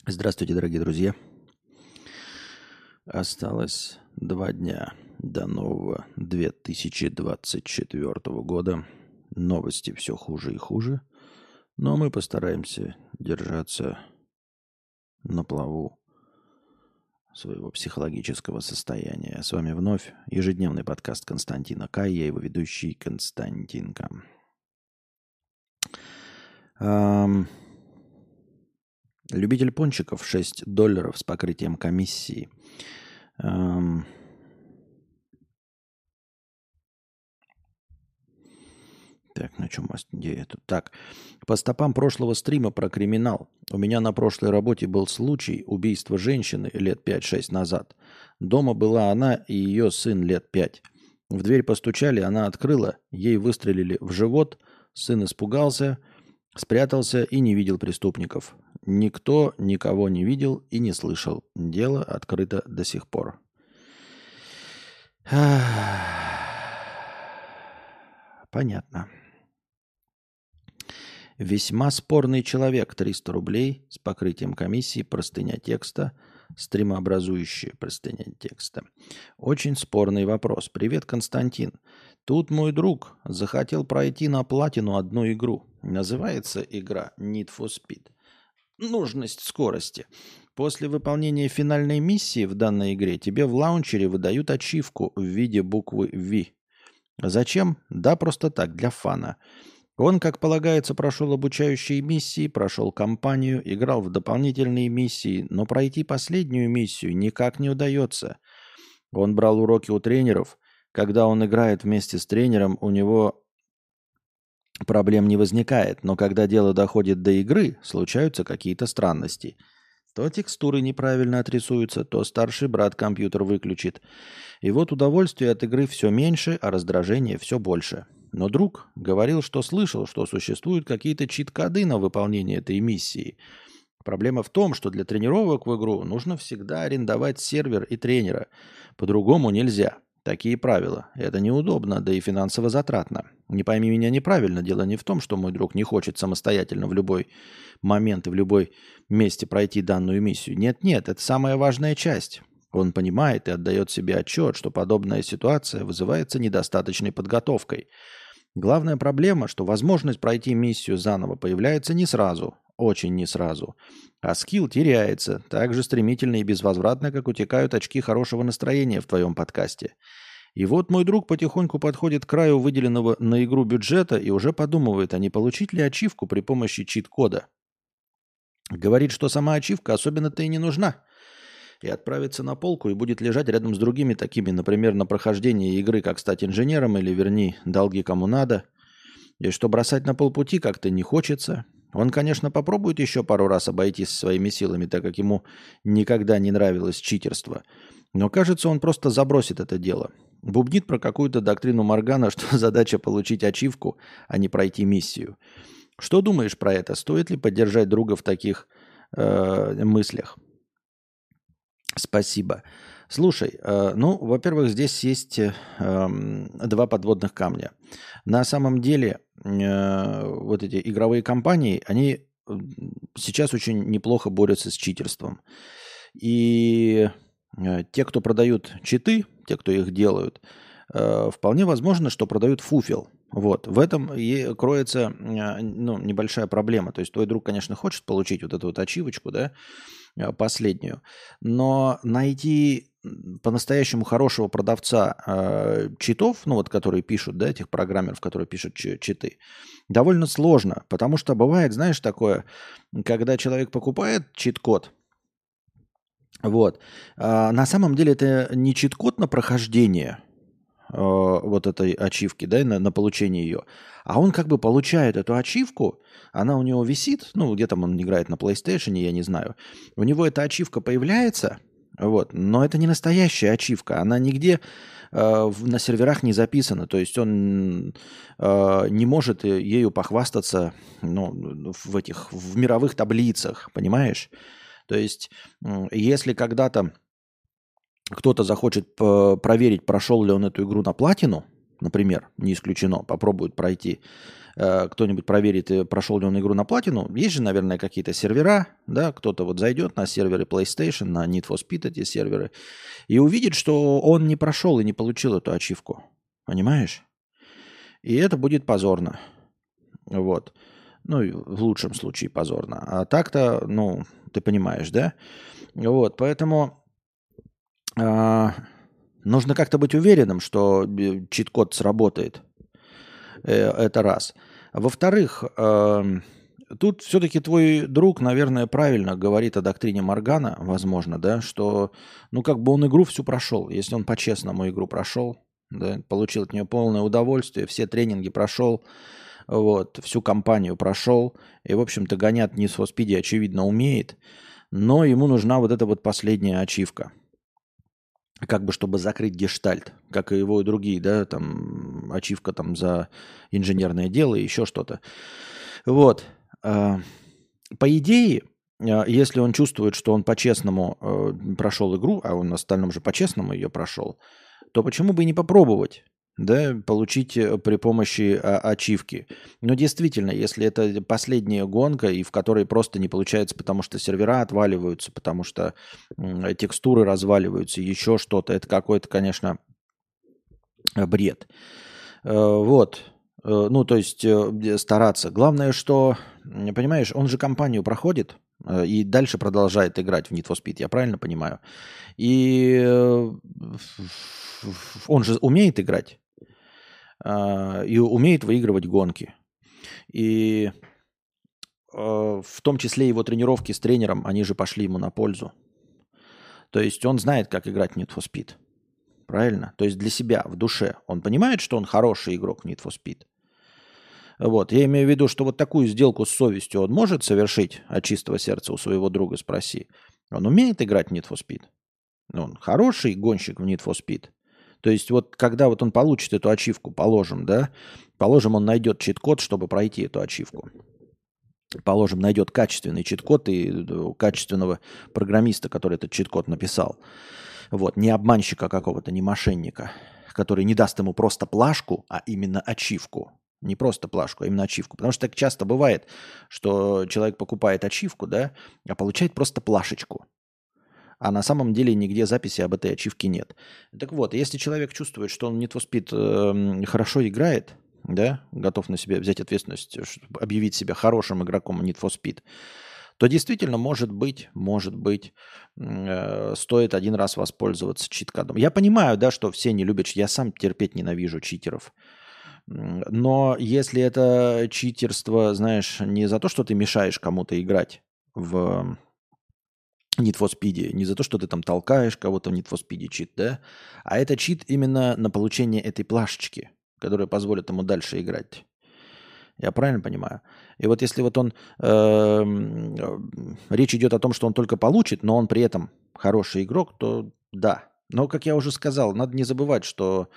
Здравствуйте, дорогие друзья. Осталось 2 дня до нового 2024 года. Новости все хуже и хуже, но мы постараемся держаться на плаву своего психологического состояния. С вами вновь ежедневный подкаст Константина К. Я его ведущий Константинка. Любитель пончиков $6 с покрытием комиссии. Так, на чем где я тут? Так, по стопам прошлого стрима про криминал. У меня на прошлой работе был случай убийства женщины лет 5-6 назад. Дома была она и ее сын лет 5. В дверь постучали, она открыла, ей выстрелили в живот, сын испугался, спрятался и не видел преступников. Никто никого не видел и не слышал. Дело открыто до сих пор. Понятно. Весьма спорный человек. 300 рублей с покрытием комиссии, простыня текста, стримообразующая простыня текста. Очень спорный вопрос. Привет, Константин. Тут мой друг захотел пройти на платину одну игру. Называется игра Need for Speed. Нужность скорости. После выполнения финальной миссии в данной игре тебе в лаунчере выдают ачивку в виде буквы V. Зачем? Да, просто так, для фана. Он, как полагается, прошел обучающие миссии, прошел кампанию, играл в дополнительные миссии, но пройти последнюю миссию никак не удается. Он брал уроки у тренеров. Когда он играет вместе с тренером, у него проблем не возникает, но когда дело доходит до игры, случаются какие-то странности. То текстуры неправильно отрисуются, то старший брат компьютер выключит. И вот удовольствие от игры все меньше, а раздражение все больше. Но друг говорил, что слышал, что существуют какие-то чит-коды на выполнение этой миссии. Проблема в том, что для тренировок в игру нужно всегда арендовать сервер и тренера. По-другому нельзя. Такие правила. Это неудобно, да и финансово затратно. Не пойми меня неправильно, дело не в том, что мой друг не хочет самостоятельно в любой момент и в любой месте пройти данную миссию. Нет, это самая важная часть. Он понимает и отдает себе отчет, что подобная ситуация вызывается недостаточной подготовкой. Главная проблема, что возможность пройти миссию заново появляется не сразу, очень не сразу, а скилл теряется так же стремительно и безвозвратно, как утекают очки хорошего настроения в твоем подкасте. И вот мой друг потихоньку подходит к краю выделенного на игру бюджета и уже подумывает, а не получить ли ачивку при помощи чит-кода. Говорит, что сама ачивка особенно-то и не нужна. И отправится на полку и будет лежать рядом с другими такими, например, на прохождении игры «Как стать инженером» или «Верни долги кому надо». И что бросать на полпути как-то не хочется. Он, конечно, попробует еще пару раз обойтись своими силами, так как ему никогда не нравилось читерство. Но, кажется, он просто забросит это дело. Бубнит про какую-то доктрину Моргана, что задача получить ачивку, а не пройти миссию. Что думаешь про это? Стоит ли поддержать друга в таких мыслях? Спасибо. Слушай, во-первых, здесь есть два подводных камня. На самом деле, вот эти игровые компании, они сейчас очень неплохо борются с читерством. И те, кто продают читы, те, кто их делают, вполне возможно, что продают фуфел. Вот. В этом и кроется небольшая проблема. То есть твой друг, конечно, хочет получить вот эту вот ачивочку, да, последнюю, но найти по-настоящему хорошего продавца читов, которые пишут, да, этих программеров, которые пишут читы, довольно сложно, потому что бывает, знаешь, такое, когда человек покупает чит-код, вот, на самом деле это не чит-код на прохождение вот этой ачивки, да, на получение ее, а он как бы получает эту ачивку, она у него висит, где там он играет на PlayStation, я не знаю, у него эта ачивка появляется, вот, но это не настоящая ачивка, она нигде на серверах не записана, то есть он не может ею похвастаться в мировых таблицах, понимаешь? То есть если когда-то кто-то захочет проверить, прошел ли он эту игру на платину, например, не исключено, попробует пройти, кто-нибудь проверит, прошел ли он игру на платину. Есть же, наверное, какие-то сервера, да, кто-то вот зайдет на серверы PlayStation, на Need for Speed эти серверы, и увидит, что он не прошел и не получил эту ачивку. Понимаешь? И это будет позорно. Вот. Ну, в лучшем случае позорно. А так-то, ну, ты понимаешь, да? Вот, поэтому нужно как-то быть уверенным, что чит-код сработает. Это раз. Во-вторых, тут все-таки твой друг, наверное, правильно говорит о доктрине Моргана, возможно, да, что, ну, как бы он игру всю прошел. Если он по-честному игру прошел, да, получил от нее полное удовольствие, все тренинги прошел, вот, всю кампанию прошел, и, в общем-то, гонять Need for Speed, очевидно, умеет, но ему нужна вот эта вот последняя ачивка, как бы чтобы закрыть гештальт, как и его и другие, да, там, ачивка там за инженерное дело и еще что-то. Вот. По идее, если он чувствует, что он по-честному прошел игру, а он в остальном же по-честному ее прошел, то почему бы и не попробовать, да, получить при помощи ачивки. Но действительно, если это последняя гонка, и в которой просто не получается, потому что сервера отваливаются, потому что текстуры разваливаются, еще что-то, это какой-то, конечно, бред. Вот. Ну, то есть стараться. Главное, что, понимаешь, он же кампанию проходит и дальше продолжает играть в Need for Speed, я правильно понимаю? И он же умеет играть и умеет выигрывать гонки. И в том числе его тренировки с тренером, они же пошли ему на пользу. То есть он знает, как играть в Need for Speed. Правильно? То есть для себя, в душе. Он понимает, что он хороший игрок Need for Speed. Вот. Я имею в виду, что вот такую сделку с совестью он может совершить от чистого сердца у своего друга, спроси. Он умеет играть в Need for Speed? Ну, он хороший гонщик в Need for Speed. То есть вот когда вот он получит эту ачивку, положим, да, положим, он найдет чит-код, чтобы пройти эту ачивку. Положим, найдет качественный чит-код и качественного программиста, который этот чит-код написал. Вот, не обманщика какого-то, не мошенника, который не даст ему просто плашку, а именно ачивку. Не просто плашку, а именно ачивку. Потому что так часто бывает, что человек покупает ачивку, да, а получает просто плашечку. А на самом деле нигде записи об этой ачивке нет. Так вот, если человек чувствует, что он в Need for Speed хорошо играет, да, готов на себя взять ответственность, объявить себя хорошим игроком Need for Speed, то действительно, может быть, стоит один раз воспользоваться чит-кодом. Я понимаю, да, что все не любят, я сам терпеть ненавижу читеров. Но если это читерство, знаешь, не за то, что ты мешаешь кому-то играть в Need for Speed, не за то, что ты там толкаешь кого-то в Need for Speed чит, да, а это чит именно на получение этой плашечки, которая позволит ему дальше играть. Я правильно понимаю? И вот если вот он... речь идет о том, что он только получит, но он при этом хороший игрок, то да. Но, как я уже сказал, надо не забывать, что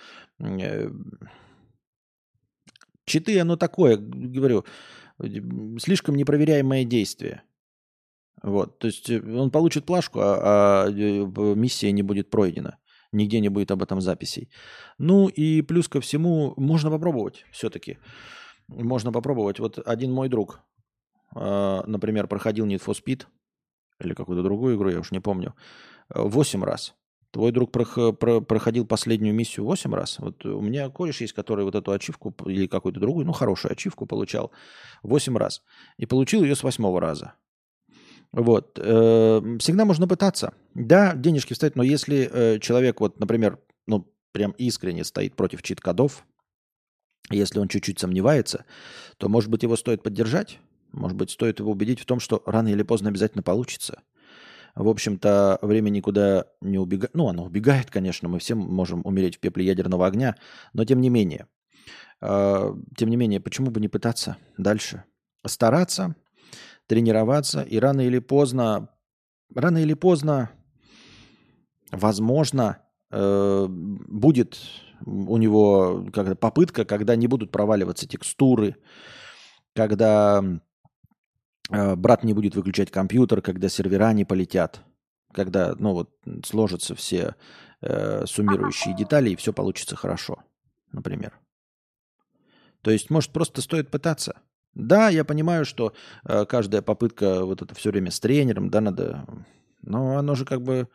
читы, оно такое, говорю, слишком непроверяемое действие. Вот, то есть он получит плашку, а миссия не будет пройдена. Нигде не будет об этом записей. Ну и плюс ко всему, можно попробовать все-таки. Можно попробовать. Вот один мой друг, например, проходил Need for Speed или какую-то другую игру, я уж не помню, 8 раз. Твой друг проходил последнюю миссию 8 раз. Вот у меня кореш есть, который вот эту ачивку или какую-то другую, ну, хорошую ачивку получал 8 раз. И получил ее с 8-го раза. Вот. Всегда можно пытаться. Да, денежки вставить, но если человек, вот, например, ну, прям искренне стоит против чит-кодов, если он чуть-чуть сомневается, то, может быть, его стоит поддержать. Может быть, стоит его убедить в том, что рано или поздно обязательно получится. В общем-то, время никуда не убегает. Ну, оно убегает, конечно, мы все можем умереть в пепле ядерного огня, но тем не менее, почему бы не пытаться дальше? Стараться, тренироваться, и рано или поздно, возможно, будет у него как-то попытка, когда не будут проваливаться текстуры, когда брат не будет выключать компьютер, когда сервера не полетят, когда, ну вот, сложатся все суммирующие детали и все получится хорошо, например. То есть, может, просто стоит пытаться. Да, я понимаю, что каждая попытка вот это все время с тренером, да, надо... Но оно же как бы...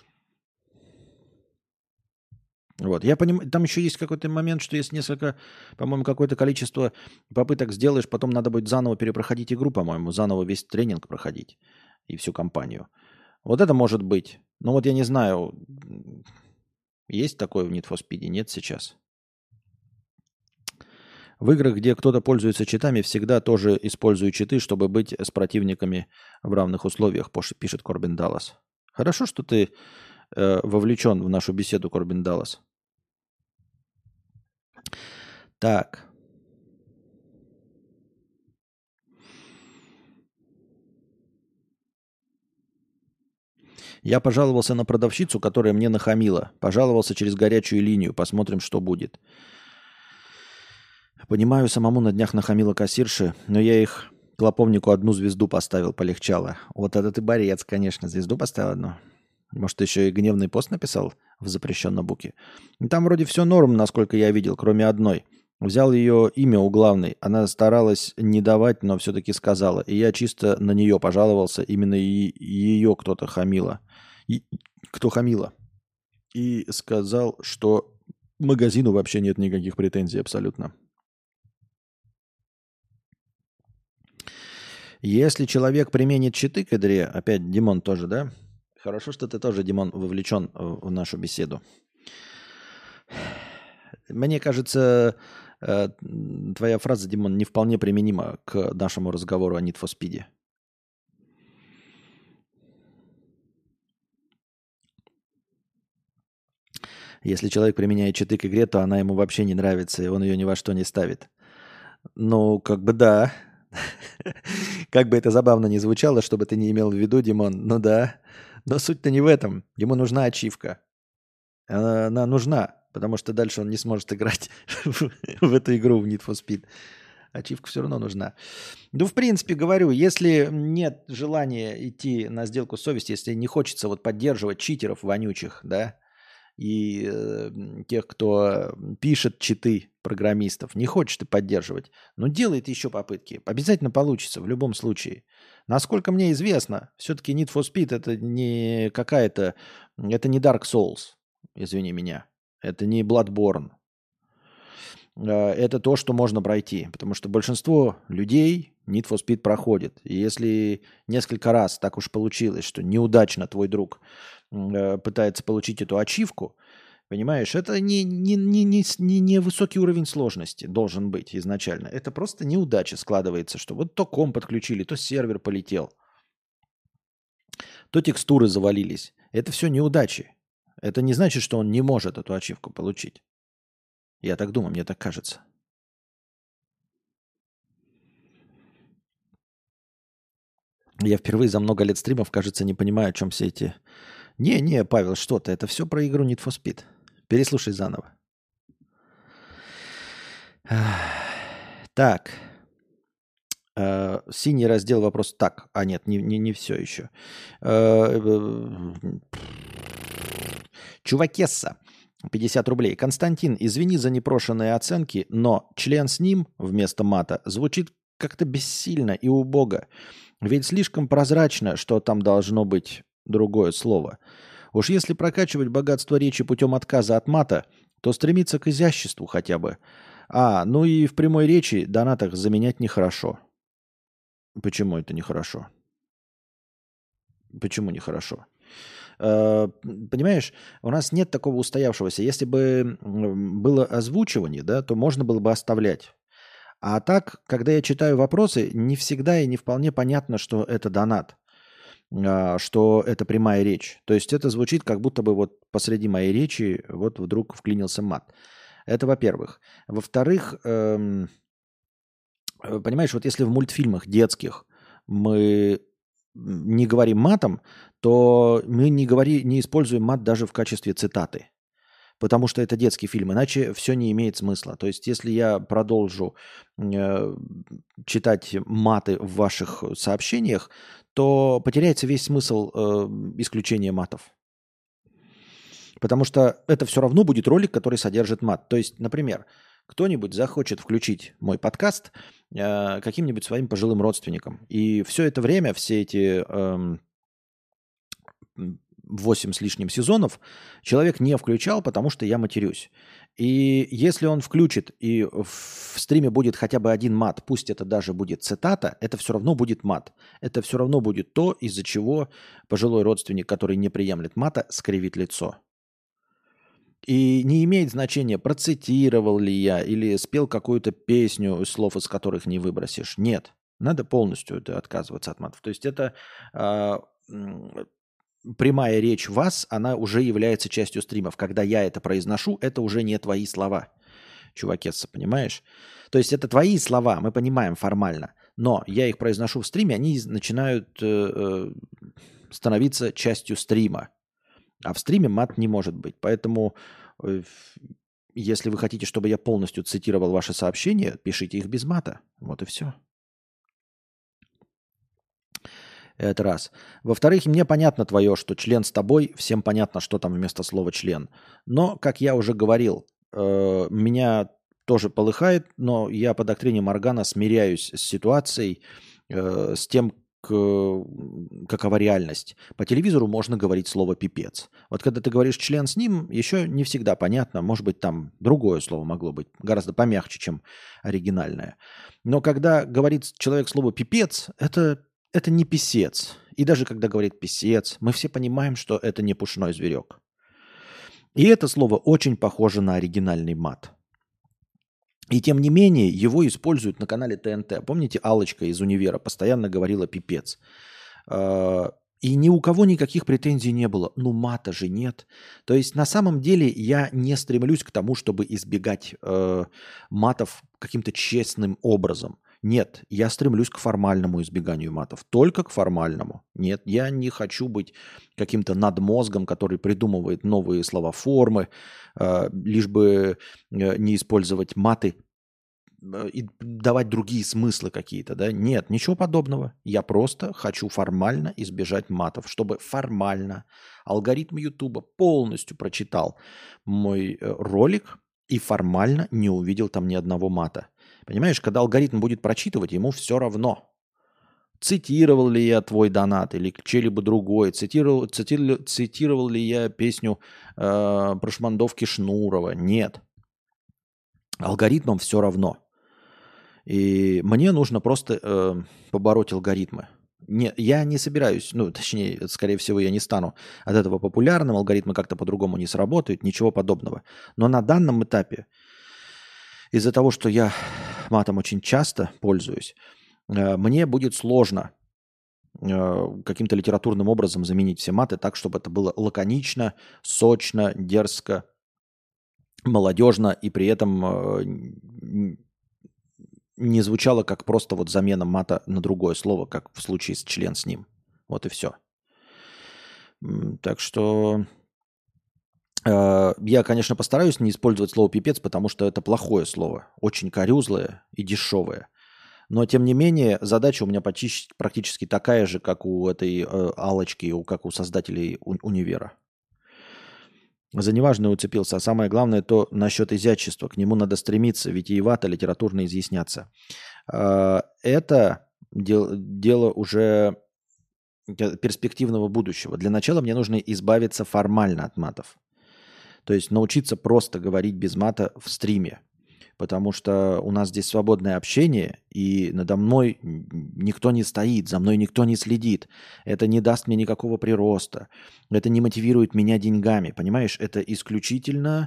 Вот, я понимаю, там еще есть какой-то момент, что если несколько, по-моему, какое-то количество попыток сделаешь, потом надо будет заново перепроходить игру, по-моему, заново весь тренинг проходить и всю кампанию. Вот это может быть. Но вот я не знаю, есть такое в Need for Speed? Нет сейчас. В играх, где кто-то пользуется читами, всегда тоже использую читы, чтобы быть с противниками в равных условиях, пишет Корбин Даллас. Хорошо, что ты вовлечен в нашу беседу, Корбин Даллас. Так. Я пожаловался на продавщицу, которая мне нахамила. Пожаловался через горячую линию. Посмотрим, что будет. Понимаю, самому на днях нахамила кассирши, но я их клоповнику одну звезду поставил, полегчало. Вот это ты борец, конечно. Звезду поставил одну. Может, еще и гневный пост написал в запрещенном буке. Там вроде все норм, насколько я видел, кроме одной. Взял ее имя у главной. Она старалась не давать, но все-таки сказала. И я чисто на нее пожаловался. Именно ее кто-то хамила. Кто хамила. И сказал, что магазину вообще нет никаких претензий абсолютно. Если человек применит читы к игре, опять Димон тоже, да? Хорошо, что ты тоже, Димон, вовлечен в нашу беседу. Мне кажется, твоя фраза, Димон, не вполне применима к нашему разговору о Need for Speed. Если человек применяет читы к игре, то она ему вообще не нравится, и он ее ни во что не ставит. Ну, как бы да. Как бы это забавно ни звучало, чтобы ты не имел в виду, Димон, ну да. Но суть-то не в этом. Ему нужна ачивка. Она нужна, потому что дальше он не сможет играть в эту игру, в Need for Speed. Ачивка все равно нужна. Ну, в принципе, говорю, если нет желания идти на сделку с совестью, если не хочется вот поддерживать читеров вонючих, да, и тех, кто пишет читы программистов, не хочет и поддерживать, но делает еще попытки. Обязательно получится в любом случае. Насколько мне известно, все-таки Need for Speed это не какая-то, это не Dark Souls, извини меня, это не Bloodborne. Это то, что можно пройти, потому что большинство людей Need for Speed проходит. И если несколько раз так уж получилось, что неудачно твой друг пытается получить эту ачивку, понимаешь, это не высокий уровень сложности должен быть изначально. Это просто неудача складывается, что вот то комп подключили, то сервер полетел, то текстуры завалились. Это все неудачи. Это не значит, что он не может эту ачивку получить. Я так думаю, мне так кажется. Я впервые за много лет стримов, кажется, не понимаю, о чем все эти... Не, Павел, что ты? Это все про игру Need for Speed. Переслушай заново. Так. Синий раздел вопрос так. А нет, не все еще. Чувакесса. 50 рублей. Константин, извини за непрошенные оценки, но член с ним вместо мата звучит как-то бессильно и убого. Ведь слишком прозрачно, что там должно быть другое слово. Уж если прокачивать богатство речи путем отказа от мата, то стремиться к изяществу хотя бы. Ну и в прямой речи донатах заменять нехорошо. Почему это нехорошо? Почему нехорошо? Понимаешь, у нас нет такого устоявшегося. Если бы было озвучивание, да, то можно было бы оставлять. А так, когда я читаю вопросы, не всегда и не вполне понятно, что это донат, что это прямая речь. То есть это звучит, как будто бы вот посреди моей речи вот вдруг вклинился мат. Это во-первых. Во-вторых, понимаешь, вот если в мультфильмах детских мы не говорим матом, то мы не используем мат даже в качестве цитаты. Потому что это детский фильм, иначе все не имеет смысла. То есть, если я продолжу читать маты в ваших сообщениях, то потеряется весь смысл исключения матов. Потому что это все равно будет ролик, который содержит мат. То есть, например, кто-нибудь захочет включить мой подкаст каким-нибудь своим пожилым родственникам. И все это время, все эти 8 с лишним сезонов человек не включал, потому что я матерюсь. И если он включит, и в стриме будет хотя бы один мат, пусть это даже будет цитата, это все равно будет мат. Это все равно будет то, из-за чего пожилой родственник, который не приемлет мата, скривит лицо. И не имеет значения, процитировал ли я или спел какую-то песню, слов из которых не выбросишь. Нет. Надо полностью отказываться от матов. То есть это прямая речь вас, она уже является частью стримов. Когда я это произношу, это уже не твои слова, чувакесса, понимаешь? То есть это твои слова, мы понимаем формально. Но я их произношу в стриме, они начинают становиться частью стрима. А в стриме мат не может быть. Поэтому, если вы хотите, чтобы я полностью цитировал ваши сообщения, пишите их без мата. Вот и все. Это раз. Во-вторых, мне понятно твое, что член с тобой, всем понятно, что там вместо слова член. Но, как я уже говорил, меня тоже полыхает, но я по доктрине Моргана смиряюсь с ситуацией, с тем, какова реальность. По телевизору можно говорить слово «пипец». Вот когда ты говоришь «член» с ним, еще не всегда понятно. Может быть, там другое слово могло быть, гораздо помягче, чем оригинальное. Но когда говорит человек слово «пипец», это не писец. И даже когда говорит писец, мы все понимаем, что это не пушной зверек. И это слово очень похоже на оригинальный мат. И тем не менее, его используют на канале ТНТ. Помните, Аллочка из «Универа» постоянно говорила «пипец». И ни у кого никаких претензий не было. Ну, мата же нет. То есть на самом деле я не стремлюсь к тому, чтобы избегать матов каким-то честным образом. Нет, я стремлюсь к формальному избеганию матов. Только к формальному. Нет, я не хочу быть каким-то надмозгом, который придумывает новые слова-формы, лишь бы не использовать маты и давать другие смыслы какие-то, да? Нет, ничего подобного. Я просто хочу формально избежать матов, чтобы формально алгоритм Ютуба полностью прочитал мой ролик и формально не увидел там ни одного мата. Понимаешь, когда алгоритм будет прочитывать, ему все равно. Цитировал ли я твой донат или чей-либо другой, цитировал ли я песню про шмандовки Шнурова. Нет. Алгоритмам все равно. И мне нужно просто побороть алгоритмы. Я не собираюсь, точнее, скорее всего, я не стану от этого популярным, алгоритмы как-то по-другому не сработают, ничего подобного. Но на данном этапе, из-за того, что я матом очень часто пользуюсь, мне будет сложно каким-то литературным образом заменить все маты так, чтобы это было лаконично, сочно, дерзко, молодежно и при этом не звучало как просто вот замена мата на другое слово, как в случае с член с ним. Вот и все. Так что я, конечно, постараюсь не использовать слово «пипец», потому что это плохое слово, очень корюзлое и дешевое. Но, тем не менее, задача у меня практически такая же, как у этой Аллочки, как у создателей «Универа». За неважное уцепился. А самое главное то насчет изящества. К нему надо стремиться, витиевато, литературно изъясняться. Это дело уже перспективного будущего. Для начала мне нужно избавиться формально от матов. То есть научиться просто говорить без мата в стриме. Потому что у нас здесь свободное общение, и надо мной никто не стоит, за мной никто не следит. Это не даст мне никакого прироста. Это не мотивирует меня деньгами. Понимаешь, это исключительно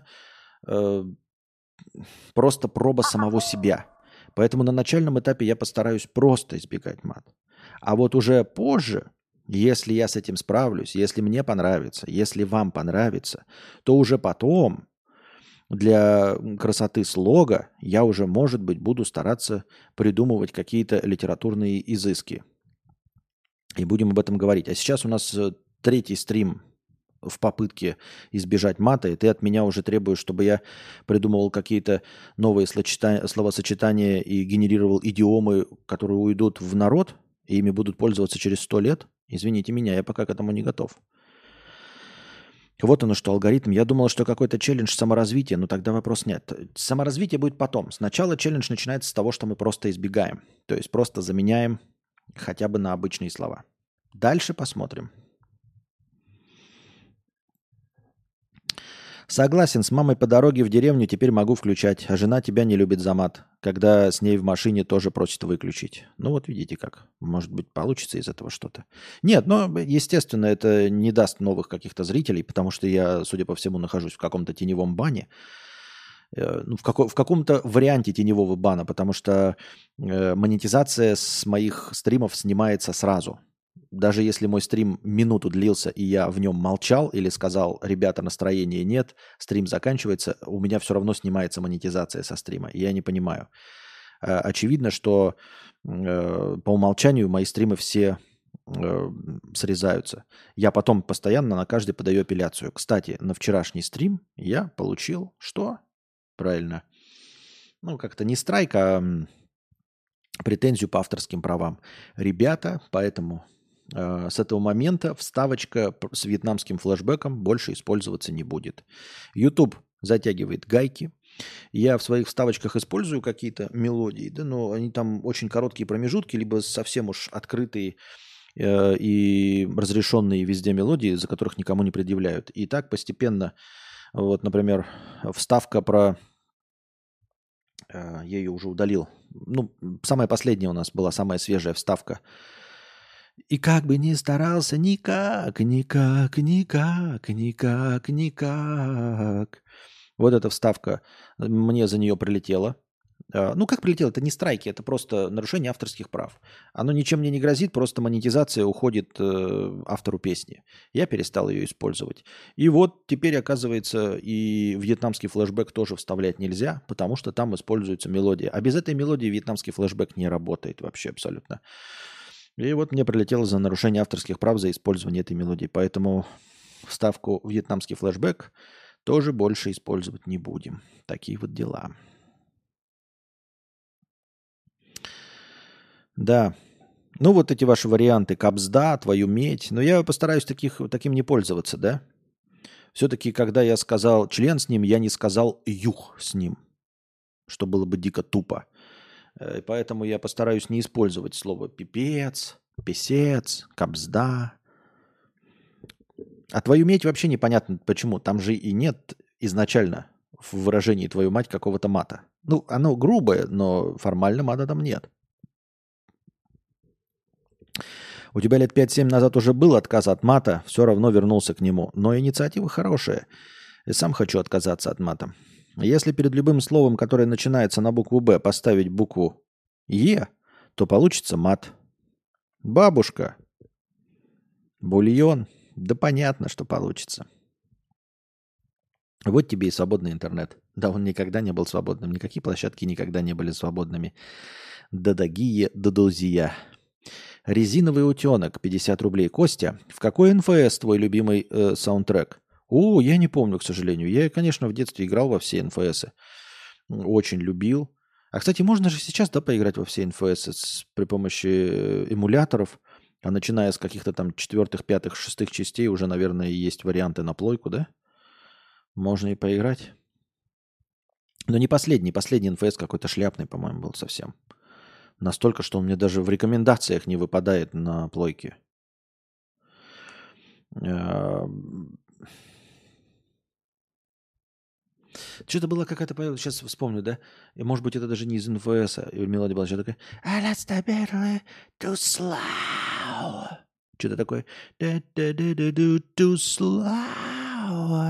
просто проба самого себя. Поэтому на начальном этапе я постараюсь просто избегать мат. А вот уже позже, если я с этим справлюсь, если мне понравится, если вам понравится, то уже потом для красоты слога я уже, может быть, буду стараться придумывать какие-то литературные изыски. И будем об этом говорить. А сейчас у нас третий стрим в попытке избежать мата, и ты от меня уже требуешь, чтобы я придумывал какие-то новые словосочетания и генерировал идиомы, которые уйдут в народ, и ими будут пользоваться через 100 лет. Извините меня, я пока к этому не готов. Вот оно что, алгоритм. Я думал, что какой-то челлендж саморазвития, но тогда вопрос нет. Саморазвитие будет потом. Сначала челлендж начинается с того, что мы просто избегаем. То есть просто заменяем хотя бы на обычные слова. Дальше посмотрим. Согласен, с мамой по дороге в деревню теперь могу включать, а жена тебя не любит за мат, когда с ней в машине тоже просит выключить. Ну вот видите как. Может быть, получится из этого что-то. Нет, но, естественно, это не даст новых каких-то зрителей, потому что я, судя по всему, нахожусь в каком-то теневом бане. Ну, в каком-то варианте теневого бана, потому что монетизация с моих стримов снимается сразу. Даже если мой стрим минуту длился, и я в нем молчал или сказал, ребята, настроения нет, стрим заканчивается, у меня все равно снимается монетизация со стрима. И я не понимаю. Очевидно, что по умолчанию мои стримы все срезаются. Я потом постоянно на каждый подаю апелляцию. Кстати, на вчерашний стрим я получил что? Правильно. Ну, как-то не страйк, а претензию по авторским правам. Ребята, поэтому с этого момента вставочка с вьетнамским флешбеком больше использоваться не будет. YouTube затягивает гайки. Я в своих вставочках использую какие-то мелодии, да, но они там очень короткие промежутки, либо совсем уж открытые и разрешенные везде мелодии, за которых никому не предъявляют. И так постепенно, вот, например, вставка про... Я ее уже удалил. Ну, самая последняя у нас была, самая свежая вставка. И как бы ни старался, никак, никак, никак, никак, никак. Вот эта вставка, мне за нее прилетела. Ну, как прилетело? Это не страйки, это просто нарушение авторских прав. Оно ничем мне не грозит, просто монетизация уходит автору песни. Я перестал ее использовать. И вот теперь, оказывается, и вьетнамский флешбэк тоже вставлять нельзя, потому что там используется мелодия. А без этой мелодии вьетнамский флешбэк не работает вообще абсолютно. И вот мне прилетело за нарушение авторских прав за использование этой мелодии. Поэтому вставку вьетнамский флешбэк тоже больше использовать не будем. Такие вот дела. Да. Ну, вот эти ваши варианты. Кабзда, твою медь. Но я постараюсь таким не пользоваться, да? Все-таки, когда я сказал член с ним, я не сказал юх с ним. Что было бы дико тупо. Поэтому я постараюсь не использовать слово пипец, писец, кабзда. А твою медь вообще непонятно почему. Там же и нет изначально в выражении твою мать какого-то мата. Ну, оно грубое, но формально мата там нет. У тебя лет 5-7 назад уже был отказ от мата, все равно вернулся к нему. Но инициатива хорошая. Я сам хочу отказаться от мата. Если перед любым словом, которое начинается на букву «Б», поставить букву «Е», то получится мат. Бабушка. Бульон. Да понятно, что получится. Вот тебе и свободный интернет. Да, он никогда не был свободным. Никакие площадки никогда не были свободными. Дадагия, дадузия. Резиновый утенок, 50 рублей. Костя, в какой НФС твой любимый саундтрек? О, я не помню, к сожалению. Я, конечно, в детстве играл во все НФСы. Очень любил. А, кстати, можно же сейчас, да, поиграть во все НФС при помощи эмуляторов. А начиная с каких-то там 4, 5, 6 частей уже, наверное, есть варианты на плойку, да? Можно и поиграть. Но не последний. Последний НФС какой-то шляпный, по-моему, был совсем. Настолько, что он мне даже в рекомендациях не выпадает на плойке. Что-то была какая-то, сейчас вспомню, да? И, может быть, это даже не из НФС, и мелодия была что-то такая. Let's too slow. Что-то такое. Too slow.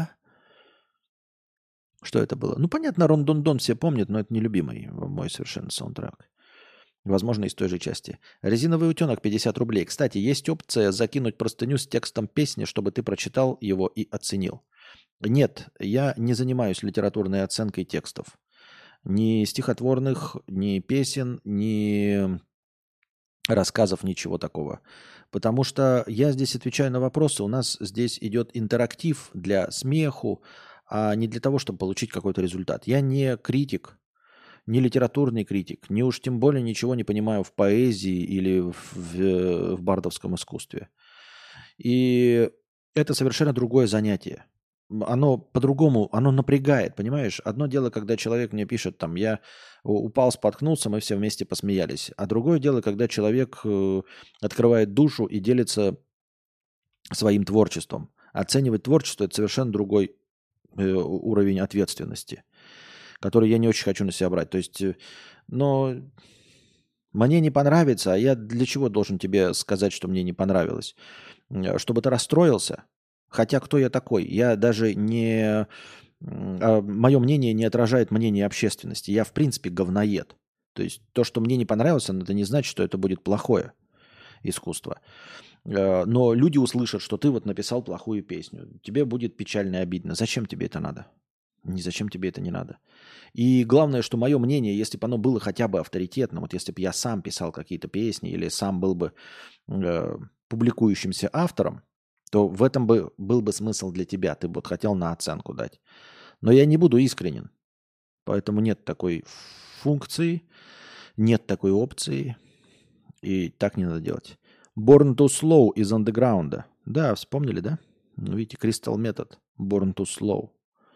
Что это было? Ну, понятно, Рон-Дон-Дон все помнят, но это не любимый мой совершенно саундтрек. Возможно, из той же части. Резиновый утенок, 50 рублей. Кстати, есть опция закинуть простыню с текстом песни, чтобы ты прочитал его и оценил. Нет, я не занимаюсь литературной оценкой текстов. Ни стихотворных, ни песен, ни рассказов, ничего такого. Потому что я здесь отвечаю на вопросы. У нас здесь идет интерактив для смеху, а не для того, чтобы получить какой-то результат. Я не критик, не литературный критик, не уж тем более ничего не понимаю в поэзии или в бардовском искусстве. И это совершенно другое занятие. оно по-другому, оно напрягает, понимаешь? Одно дело, когда человек мне пишет, там, я упал, споткнулся, мы все вместе посмеялись. А другое дело, когда человек открывает душу и делится своим творчеством. Оценивать творчество – это совершенно другой уровень ответственности, который я не очень хочу на себя брать. То есть, но мне не понравится, а я для чего должен тебе сказать, что мне не понравилось? Чтобы ты расстроился? Хотя кто я такой? Я даже не... Мое мнение не отражает мнение общественности. Я, в принципе, говноед. То есть то, что мне не понравилось, это не значит, что это будет плохое искусство. Но люди услышат, что ты вот написал плохую песню. Тебе будет печально и обидно. Зачем тебе это надо? Ни зачем тебе это не надо. И главное, что мое мнение, если бы оно было хотя бы авторитетным, вот если бы я сам писал какие-то песни или сам был бы публикующимся автором, то в этом бы был бы смысл для тебя. Ты бы вот хотел на оценку дать. Но я не буду искренен. Поэтому нет такой функции, нет такой опции. И так не надо делать. Born to Slow из андеграунда. Да, вспомнили, да? Ну, видите, Crystal Method. Born to Slow.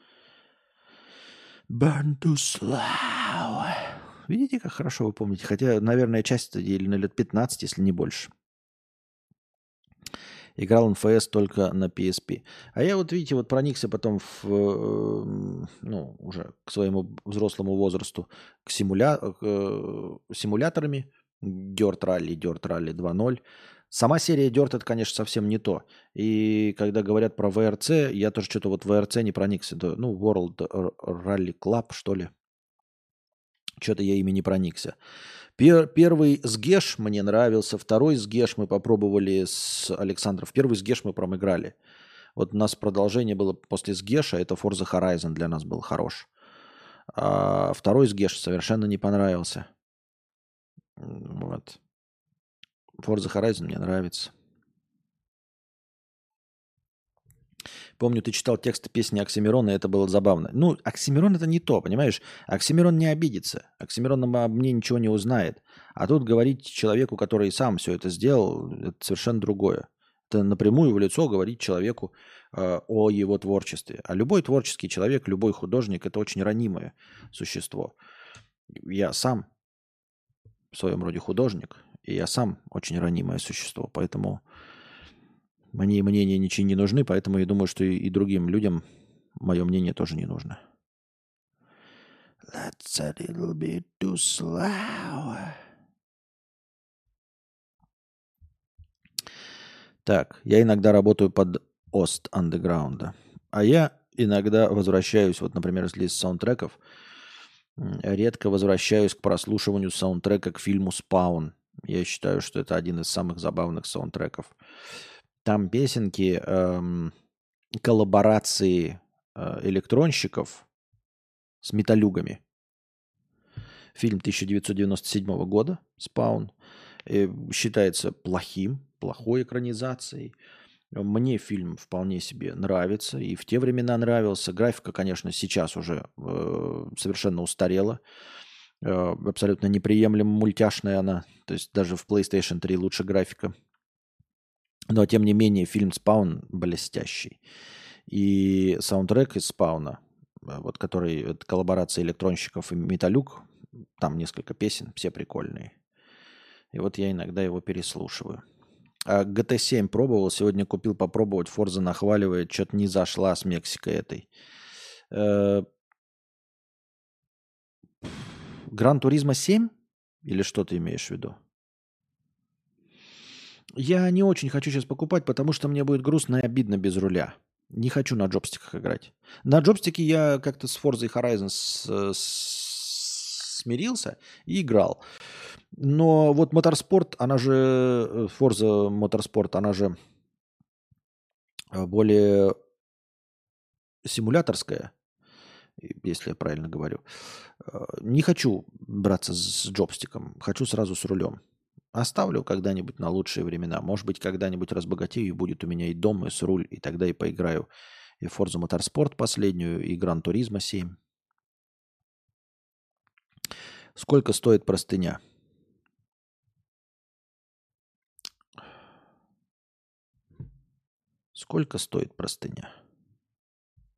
Burn to Slow. Видите, как хорошо вы помните? Хотя, наверное, часть или на лет 15, если не больше. Играл НФС только на PSP. А я вот, видите, вот проникся потом ну, уже к своему взрослому возрасту к симуляторами. Dirt Rally 2.0. Сама серия Dirt это, конечно, совсем не то. И когда говорят про VRC, я тоже что-то вот в VRC не проникся. Ну, World Rally Club, что ли. Что-то я ими не проникся. Первый сгеш мне нравился, второй сгеш мы попробовали с Александром. Первый сгеш мы промыграли. Вот у нас продолжение было после сгеша, это Forza Horizon для нас был хорош. А второй сгеш совершенно не понравился. Вот. Forza Horizon мне нравится. Помню, ты читал тексты песни Оксимирона, и это было забавно. Ну, Оксимирон это не то, понимаешь? Оксимирон не обидится. Оксимирон об мне ничего не узнает. А тут говорить человеку, который сам все это сделал, это совершенно другое. Это напрямую в лицо говорить человеку о его творчестве. А любой творческий человек, любой художник – это очень ранимое существо. Я сам в своем роде художник, и я сам очень ранимое существо. Поэтому мне мнения ничьи не нужны, поэтому я думаю, что и другим людям мое мнение тоже не нужно. That's a little bit too slow. Так, я иногда работаю под Ост андеграунда. А я иногда возвращаюсь, вот, например, если из саундтреков, редко возвращаюсь к прослушиванию саундтрека к фильму «Спаун». Я считаю, что это один из самых забавных саундтреков. Там песенки, коллаборации электронщиков с металюгами. Фильм 1997 года «Спаун» считается плохой экранизацией. Мне фильм вполне себе нравится, и в те времена нравился. Графика, конечно, сейчас уже совершенно устарела. Абсолютно неприемлемо мультяшная она. То есть даже в PlayStation 3 лучше графика. Но, тем не менее, фильм «Спаун» блестящий. И саундтрек из «Спауна», вот который это коллаборация электронщиков и Металюк, там несколько песен, все прикольные. И вот я иногда его переслушиваю. А GT7 пробовал, сегодня купил попробовать, Forza нахваливает, что-то не зашла с Мексикой этой. Гран Туризмо 7? Или что ты имеешь в виду? Я не очень хочу сейчас покупать, потому что мне будет грустно и обидно без руля. Не хочу на джойстиках играть. На джойстике я как-то с Forza Horizon смирился и играл. Но вот Motorsport, она же, Forza Motorsport, она же более симуляторская, если я правильно говорю. Не хочу браться с джойстиком, хочу сразу с рулем. Оставлю когда-нибудь на лучшие времена. Может быть, когда-нибудь разбогатею, и будет у меня и дом, и с руль, и тогда и поиграю и Forza Motorsport последнюю, и Gran Turismo 7. Сколько стоит простыня? Сколько стоит простыня?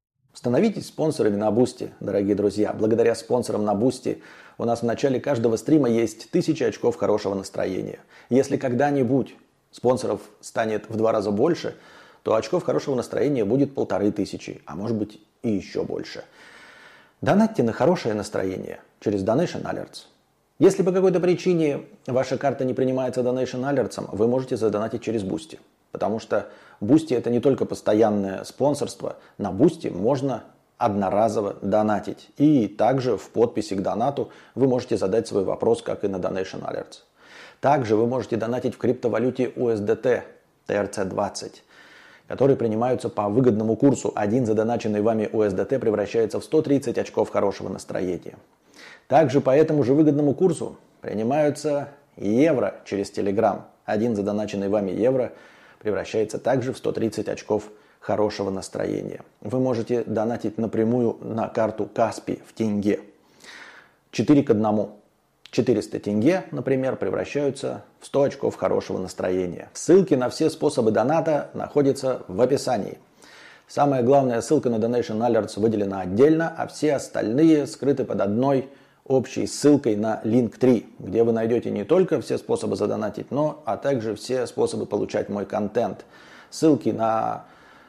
Становитесь спонсорами на Boosty, дорогие друзья. Благодаря спонсорам на Boosty у нас в начале каждого стрима есть 1000 очков хорошего настроения. Если когда-нибудь спонсоров станет в 2 раза больше, то очков хорошего настроения будет 1500, а может быть и еще больше. Донатьте на хорошее настроение через Donation Alerts. Если по какой-то причине ваша карта не принимается Donation Alerts, вы можете задонатить через Boosty. Потому что Boosty это не только постоянное спонсорство. На Boosty можно одноразово донатить. И также в подписи к донату вы можете задать свой вопрос, как и на Donation Alerts. Также вы можете донатить в криптовалюте USDT TRC20, которые принимаются по выгодному курсу. Один задоначенный вами USDT превращается в 130 очков хорошего настроения. Также по этому же выгодному курсу принимаются евро через Telegram. Один задоначенный вами евро превращается также в 130 очков хорошего настроения. Вы можете донатить напрямую на карту Каспи в тенге. 4 к 1. 400 тенге, например, превращаются в 100 очков хорошего настроения. Ссылки на все способы доната находятся в описании. Самая главная ссылка на Donation Alerts выделена отдельно, а все остальные скрыты под одной общей ссылкой на Linktree, где вы найдете не только все способы задонатить, а также все способы получать мой контент. Ссылки на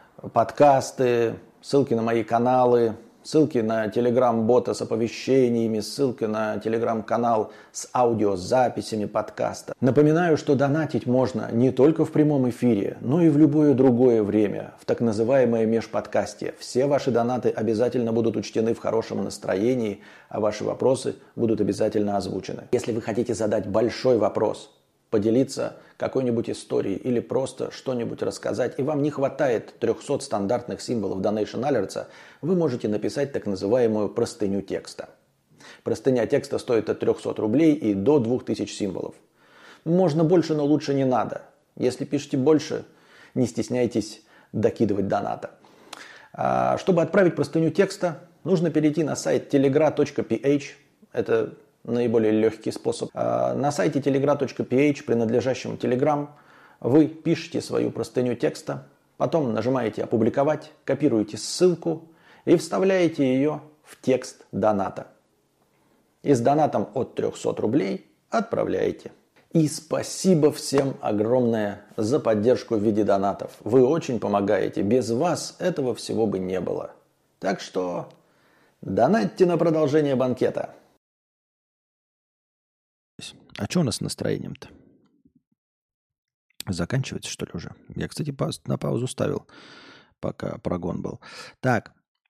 подкасты, ссылки на мои каналы, ссылки на телеграм-бота с оповещениями, ссылки на телеграм-канал с аудиозаписями подкаста. Напоминаю, что донатить можно не только в прямом эфире, но и в любое другое время, в так называемое межподкасте. Все ваши донаты обязательно будут учтены в хорошем настроении, а ваши вопросы будут обязательно озвучены. Если вы хотите задать большой вопрос, поделиться какой-нибудь историей или просто что-нибудь рассказать, и вам не хватает 300 стандартных символов Donation Alerts, вы можете написать так называемую простыню текста. Простыня текста стоит от 300 рублей и до 2000 символов. Можно больше, но лучше не надо. Если пишете больше, не стесняйтесь докидывать доната. Чтобы отправить простыню текста, нужно перейти на сайт telegra.ph. Это наиболее легкий способ. На сайте telegra.ph, принадлежащем Telegram, вы пишете свою простыню текста, потом нажимаете «Опубликовать», копируете ссылку и вставляете ее в текст доната. И с донатом от 300 рублей отправляете. И спасибо всем огромное за поддержку в виде донатов. Вы очень помогаете. Без вас этого всего бы не было. Так что донатьте на продолжение банкета. А что у нас с настроением-то? Заканчивается, что ли, уже? Я, кстати, на паузу ставил, пока прогон был. Так.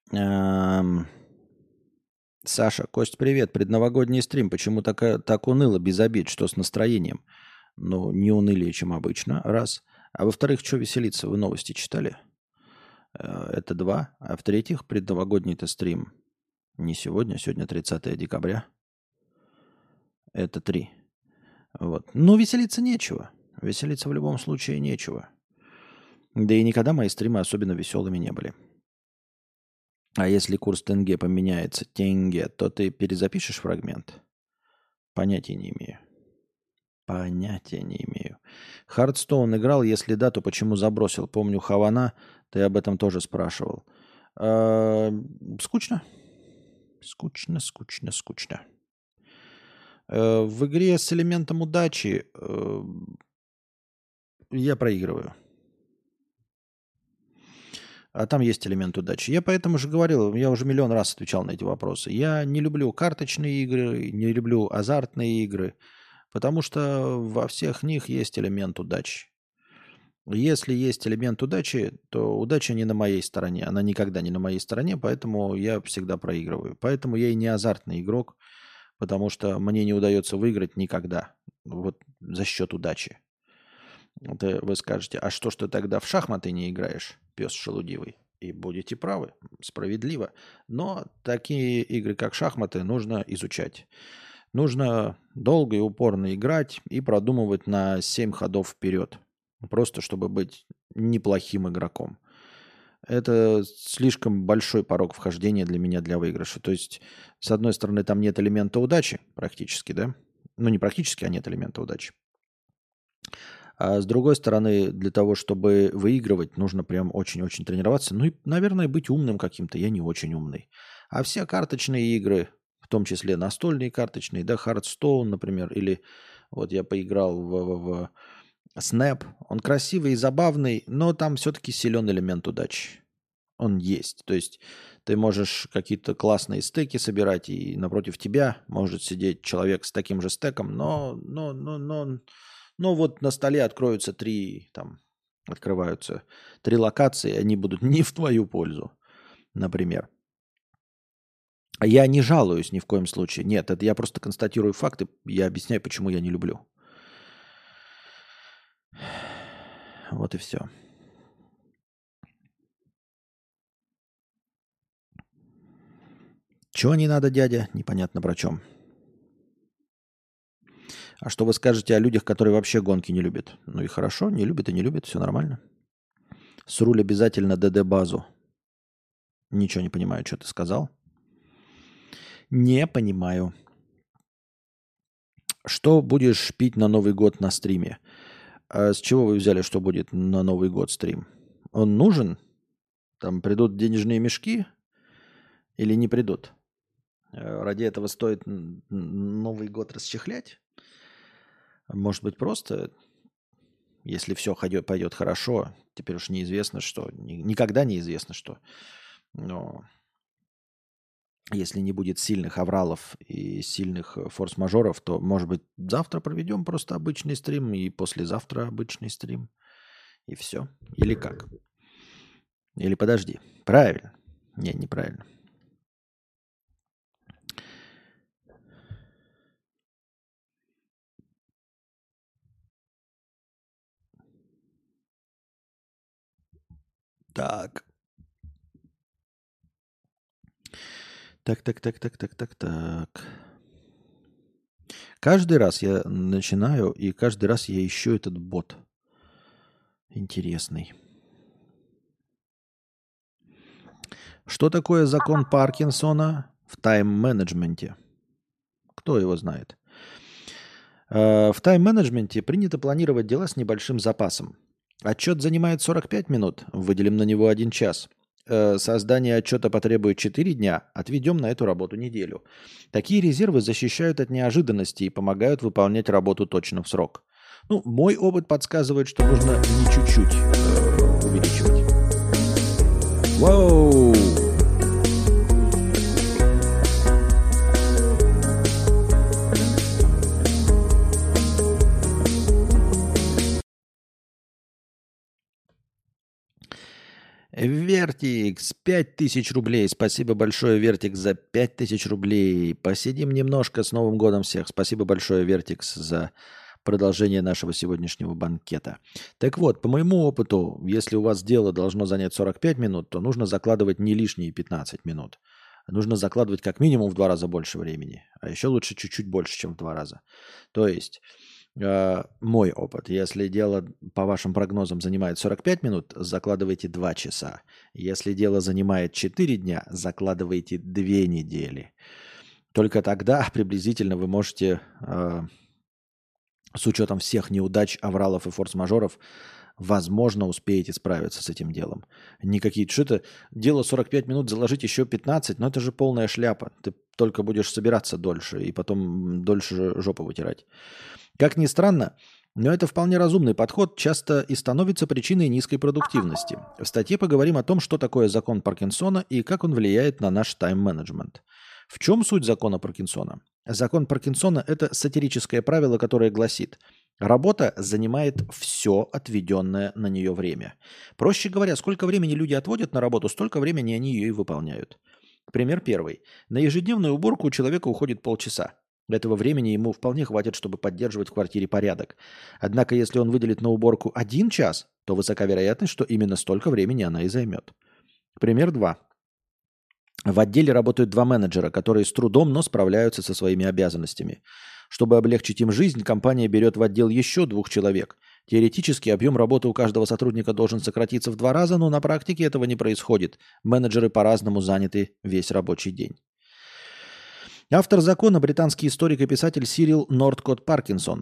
Саша, Кость, привет. Предновогодний стрим. Почему так уныло, без обид? Что с настроением? Ну, не унылее, чем обычно, раз. А во-вторых, что веселиться? Вы новости читали? Это 2. А в-третьих, предновогодний-то стрим не сегодня. Сегодня 30 декабря. Это 3. Вот. Но веселиться нечего. Веселиться в любом случае нечего. Да и никогда мои стримы особенно веселыми не были. А если курс тенге поменяется, то ты перезапишешь фрагмент? Понятия не имею. Понятия не имею. Хардстоун играл, если да, то почему забросил? Помню, Хавана, ты об этом тоже спрашивал. Скучно. Скучно. В игре с элементом удачи я проигрываю. А там есть элемент удачи. Я поэтому же говорил, я уже миллион раз отвечал на эти вопросы. Я не люблю карточные игры, не люблю азартные игры, потому что во всех них есть элемент удачи. Если есть элемент удачи, то удача не на моей стороне. Она никогда не на моей стороне, поэтому я всегда проигрываю. Поэтому я и не азартный игрок, потому что мне не удается выиграть никогда. Вот за счет удачи. Вы скажете, а что ж ты тогда в шахматы не играешь, пес шелудивый? И будете правы, справедливо. Но такие игры, как шахматы, нужно изучать. Нужно долго и упорно играть и продумывать на 7 ходов вперед. Просто чтобы быть неплохим игроком. Это слишком большой порог вхождения для меня для выигрыша. То есть, с одной стороны, там нет элемента удачи практически, да? Ну, не практически, а нет элемента удачи. А с другой стороны, для того, чтобы выигрывать, нужно прям очень-очень тренироваться. Ну и, наверное, быть умным каким-то. Я не очень умный. А все карточные игры, в том числе настольные карточные, да, Hearthstone, например, или вот я поиграл в Snap. Он красивый и забавный, но там все-таки силен элемент удачи. Он есть. То есть ты можешь какие-то классные стеки собирать, и напротив тебя может сидеть человек с таким же стеком, но вот на столе откроются открываются три локации, и они будут не в твою пользу, например. Я не жалуюсь ни в коем случае. Нет, это я просто констатирую факты, я объясняю, почему я не люблю. Вот и все. Чего не надо, дядя? Непонятно про чем. А что вы скажете о людях, которые вообще гонки не любят? Ну и хорошо, не любят и не любят, все нормально. С руль обязательно ДД-базу. Ничего не понимаю, что ты сказал. Не понимаю. Что будешь пить на Новый год на стриме? А с чего вы взяли, что будет на Новый год стрим? Он нужен? Там придут денежные мешки или не придут? Ради этого стоит Новый год расчехлять? Может быть, просто, если все пойдет хорошо, теперь уж неизвестно что, никогда неизвестно что. Но если не будет сильных авралов и сильных форс-мажоров, то, может быть, завтра проведем просто обычный стрим и послезавтра обычный стрим. И все. Или как? Или подожди. Правильно. Не, неправильно. Так. Так. Каждый раз я начинаю, и каждый раз я ищу этот бот. Интересный. Что такое закон Паркинсона в тайм-менеджменте? Кто его знает? В тайм-менеджменте принято планировать дела с небольшим запасом. Отчет занимает 45 минут, выделим на него 1 час. Создание отчета потребует 4 дня, отведем на эту работу неделю. Такие резервы защищают от неожиданностей и помогают выполнять работу точно в срок. Ну, мой опыт подсказывает, что нужно не чуть-чуть увеличивать. Вау! Вертикс, 5000 рублей. Спасибо большое, Вертикс, за 5000 рублей. Посидим немножко. С Новым годом всех. Спасибо большое, Вертикс, за продолжение нашего сегодняшнего банкета. Так вот, по моему опыту, если у вас дело должно занять 45 минут, то нужно закладывать не лишние 15 минут. Нужно закладывать как минимум в 2 раза больше времени. А еще лучше чуть-чуть больше, чем в 2 раза. То есть... мой опыт. Если дело, по вашим прогнозам, занимает 45 минут, закладывайте 2 часа. Если дело занимает 4 дня, закладывайте 2 недели. Только тогда приблизительно вы можете, с учетом всех неудач, авралов и форс-мажоров, возможно, успеете справиться с этим делом. Не какие-то... Что это? Дело 45 минут, заложить еще 15, но это же полная шляпа. Ты только будешь собираться дольше и потом дольше жопу вытирать. Как ни странно, но это вполне разумный подход, часто и становится причиной низкой продуктивности. В статье поговорим о том, что такое закон Паркинсона и как он влияет на наш тайм-менеджмент. В чем суть закона Паркинсона? Закон Паркинсона – это сатирическое правило, которое гласит: работа занимает все отведенное на нее время. Проще говоря, сколько времени люди отводят на работу, столько времени они ее и выполняют. Пример первый. На ежедневную уборку у человека уходит полчаса. Этого времени ему вполне хватит, чтобы поддерживать в квартире порядок. Однако, если он выделит на уборку 1 час, то высока вероятность, что именно столько времени она и займет. Пример 2. В отделе работают 2 менеджера, которые с трудом, но справляются со своими обязанностями. Чтобы облегчить им жизнь, компания берет в отдел еще 2 человек. Теоретически объем работы у каждого сотрудника должен сократиться в 2 раза, но на практике этого не происходит. Менеджеры по-разному заняты весь рабочий день. Автор закона – британский историк и писатель Сирил Нордкотт Паркинсон.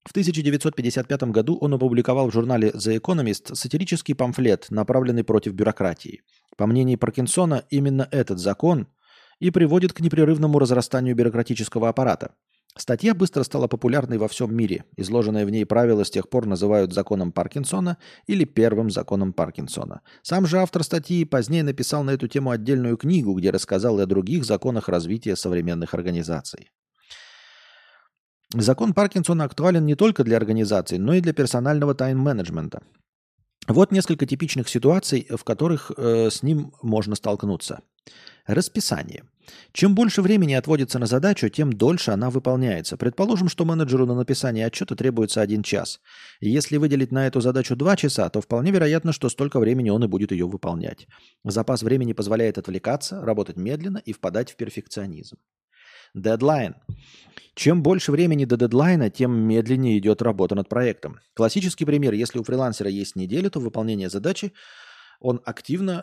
В 1955 году он опубликовал в журнале The Economist сатирический памфлет, направленный против бюрократии. По мнению Паркинсона, именно этот закон и приводит к непрерывному разрастанию бюрократического аппарата. Статья быстро стала популярной во всем мире. Изложенные в ней правила с тех пор называют законом Паркинсона или первым законом Паркинсона. Сам же автор статьи позднее написал на эту тему отдельную книгу, где рассказал и о других законах развития современных организаций. Закон Паркинсона актуален не только для организаций, но и для персонального тайм-менеджмента. Вот несколько типичных ситуаций, в которых с ним можно столкнуться. Расписание. Чем больше времени отводится на задачу, тем дольше она выполняется. Предположим, что менеджеру на написание отчета требуется 1 час. И если выделить на эту задачу 2 часа, то вполне вероятно, что столько времени он и будет ее выполнять. Запас времени позволяет отвлекаться, работать медленно и впадать в перфекционизм. Дедлайн. Чем больше времени до дедлайна, тем медленнее идет работа над проектом. Классический пример. Если у фрилансера есть неделя, то выполнение задачи он активно...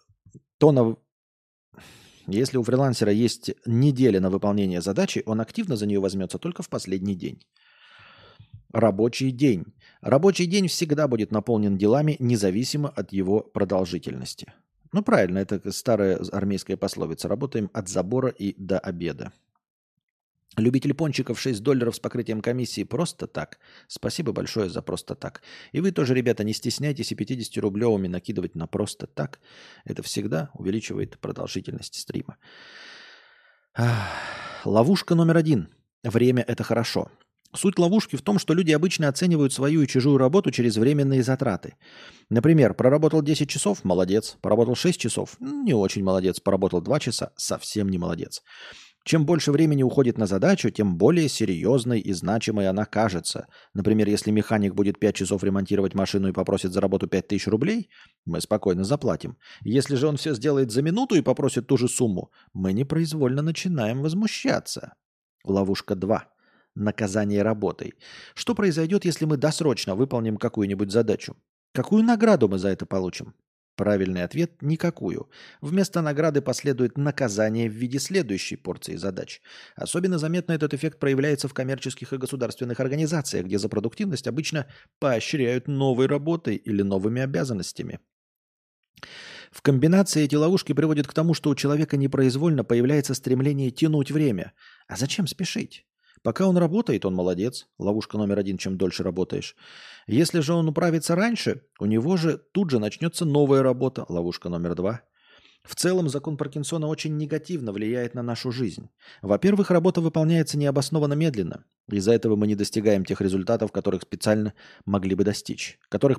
Если у фрилансера есть неделя на выполнение задачи, он активно за нее возьмется только в последний день. Рабочий день. Рабочий день всегда будет наполнен делами, независимо от его продолжительности. Ну, правильно, это старая армейская пословица. Работаем от забора и до обеда. Любитель пончиков $6 с покрытием комиссии просто так. Спасибо большое за просто так. И вы тоже, ребята, не стесняйтесь и 50-рублевыми накидывать на просто так. Это всегда увеличивает продолжительность стрима. Ловушка номер 1. Время – это хорошо. Суть ловушки в том, что люди обычно оценивают свою и чужую работу через временные затраты. Например, проработал 10 часов – молодец. Поработал 6 часов – не очень молодец. Поработал 2 часа – совсем не молодец. Чем больше времени уходит на задачу, тем более серьезной и значимой она кажется. Например, если механик будет 5 часов ремонтировать машину и попросит за работу 5000 рублей, мы спокойно заплатим. Если же он все сделает за минуту и попросит ту же сумму, мы непроизвольно начинаем возмущаться. Ловушка 2. Наказание работой. Что произойдет, если мы досрочно выполним какую-нибудь задачу? Какую награду мы за это получим? Правильный ответ – никакую. Вместо награды последует наказание в виде следующей порции задач. Особенно заметно этот эффект проявляется в коммерческих и государственных организациях, где за продуктивность обычно поощряют новой работой или новыми обязанностями. В комбинации эти ловушки приводят к тому, что у человека непроизвольно появляется стремление тянуть время. А зачем спешить? Пока он работает, он молодец. Ловушка номер 1, чем дольше работаешь. Если же он управится раньше, у него же тут же начнется новая работа. Ловушка номер 2. В целом закон Паркинсона очень негативно влияет на нашу жизнь. Во-первых, работа выполняется необоснованно медленно. Из-за этого мы не достигаем тех результатов, которых потенциально могли бы достичь.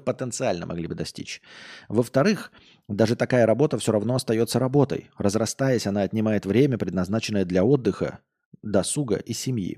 Во-вторых, даже такая работа все равно остается работой. Разрастаясь, она отнимает время, предназначенное для отдыха, досуга и семьи.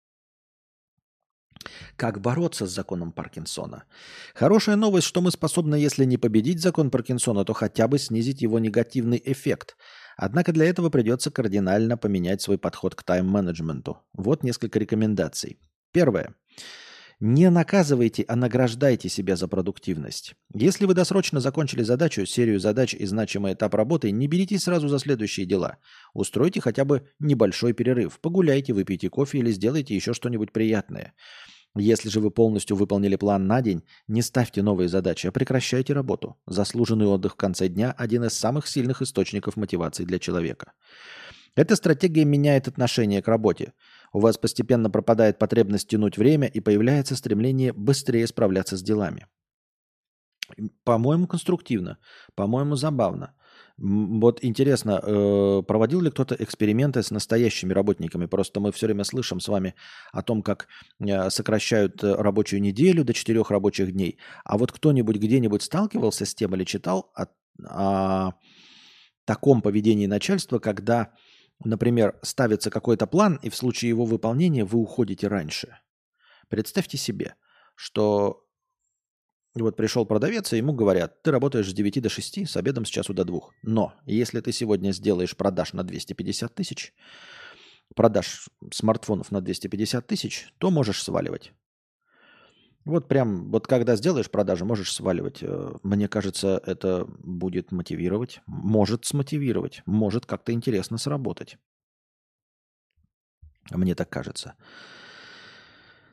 Как бороться с законом Паркинсона? Хорошая новость, что мы способны, если не победить закон Паркинсона, то хотя бы снизить его негативный эффект. Однако для этого придется кардинально поменять свой подход к тайм-менеджменту. Вот несколько рекомендаций. Первое. Не наказывайте, а награждайте себя за продуктивность. Если вы досрочно закончили задачу, серию задач и значимый этап работы, не беритесь сразу за следующие дела. Устройте хотя бы небольшой перерыв. Погуляйте, выпейте кофе или сделайте еще что-нибудь приятное. Если же вы полностью выполнили план на день, не ставьте новые задачи, а прекращайте работу. Заслуженный отдых в конце дня – один из самых сильных источников мотивации для человека. Эта стратегия меняет отношение к работе. У вас постепенно пропадает потребность тянуть время и появляется стремление быстрее справляться с делами. По-моему, конструктивно, по-моему, забавно. Вот интересно, проводил ли кто-то эксперименты с настоящими работниками? Просто мы все время слышим с вами о том, как сокращают рабочую неделю до 4 рабочих дней. А вот кто-нибудь где-нибудь сталкивался с тем или читал о таком поведении начальства, когда, например, ставится какой-то план, и в случае его выполнения вы уходите раньше? Представьте себе, что вот пришел продавец, и ему говорят, ты работаешь с 9 до 6, с обедом с часу до 2. Но если ты сегодня сделаешь продаж на 250 тысяч, продаж смартфонов на 250 тысяч, то можешь сваливать. Вот прям, вот когда сделаешь продажи, можешь сваливать. Мне кажется, это будет мотивировать, может смотивировать, может как-то интересно сработать. Мне так кажется.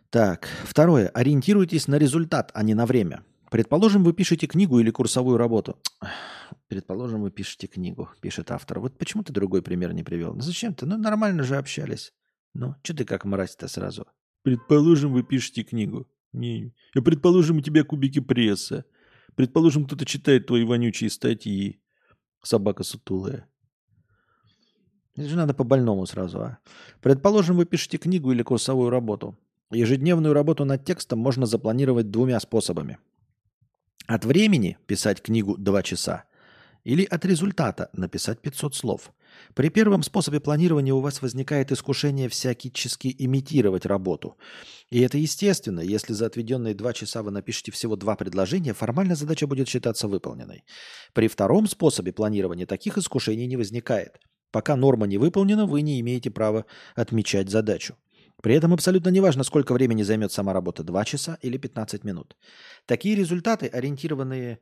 Так, второе. Ориентируйтесь на результат, а не на время. Предположим, вы пишете книгу или курсовую работу. Предположим, вы пишете книгу, пишет автор. Вот почему ты другой пример не привел? Ну зачем ты? Ну нормально же общались. Ну, что ты как мразь-то сразу? Предположим, вы пишете книгу. Не. А предположим, у тебя кубики пресса. Предположим, кто-то читает твои вонючие статьи. Собака сутулая. Это же надо по-больному сразу, а. Предположим, вы пишете книгу или курсовую работу. Ежедневную работу над текстом можно запланировать двумя способами. От времени писать книгу 2 часа или от результата написать 500 слов. При первом способе планирования у вас возникает искушение всячески имитировать работу. И это естественно, если за отведенные 2 часа вы напишете всего 2 предложения, формально задача будет считаться выполненной. При втором способе планирования таких искушений не возникает. Пока норма не выполнена, вы не имеете права отмечать задачу. При этом абсолютно неважно, сколько времени займет сама работа, 2 часа или 15 минут. Такие результаты-ориентированные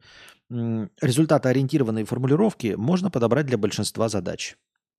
формулировки можно подобрать для большинства задач.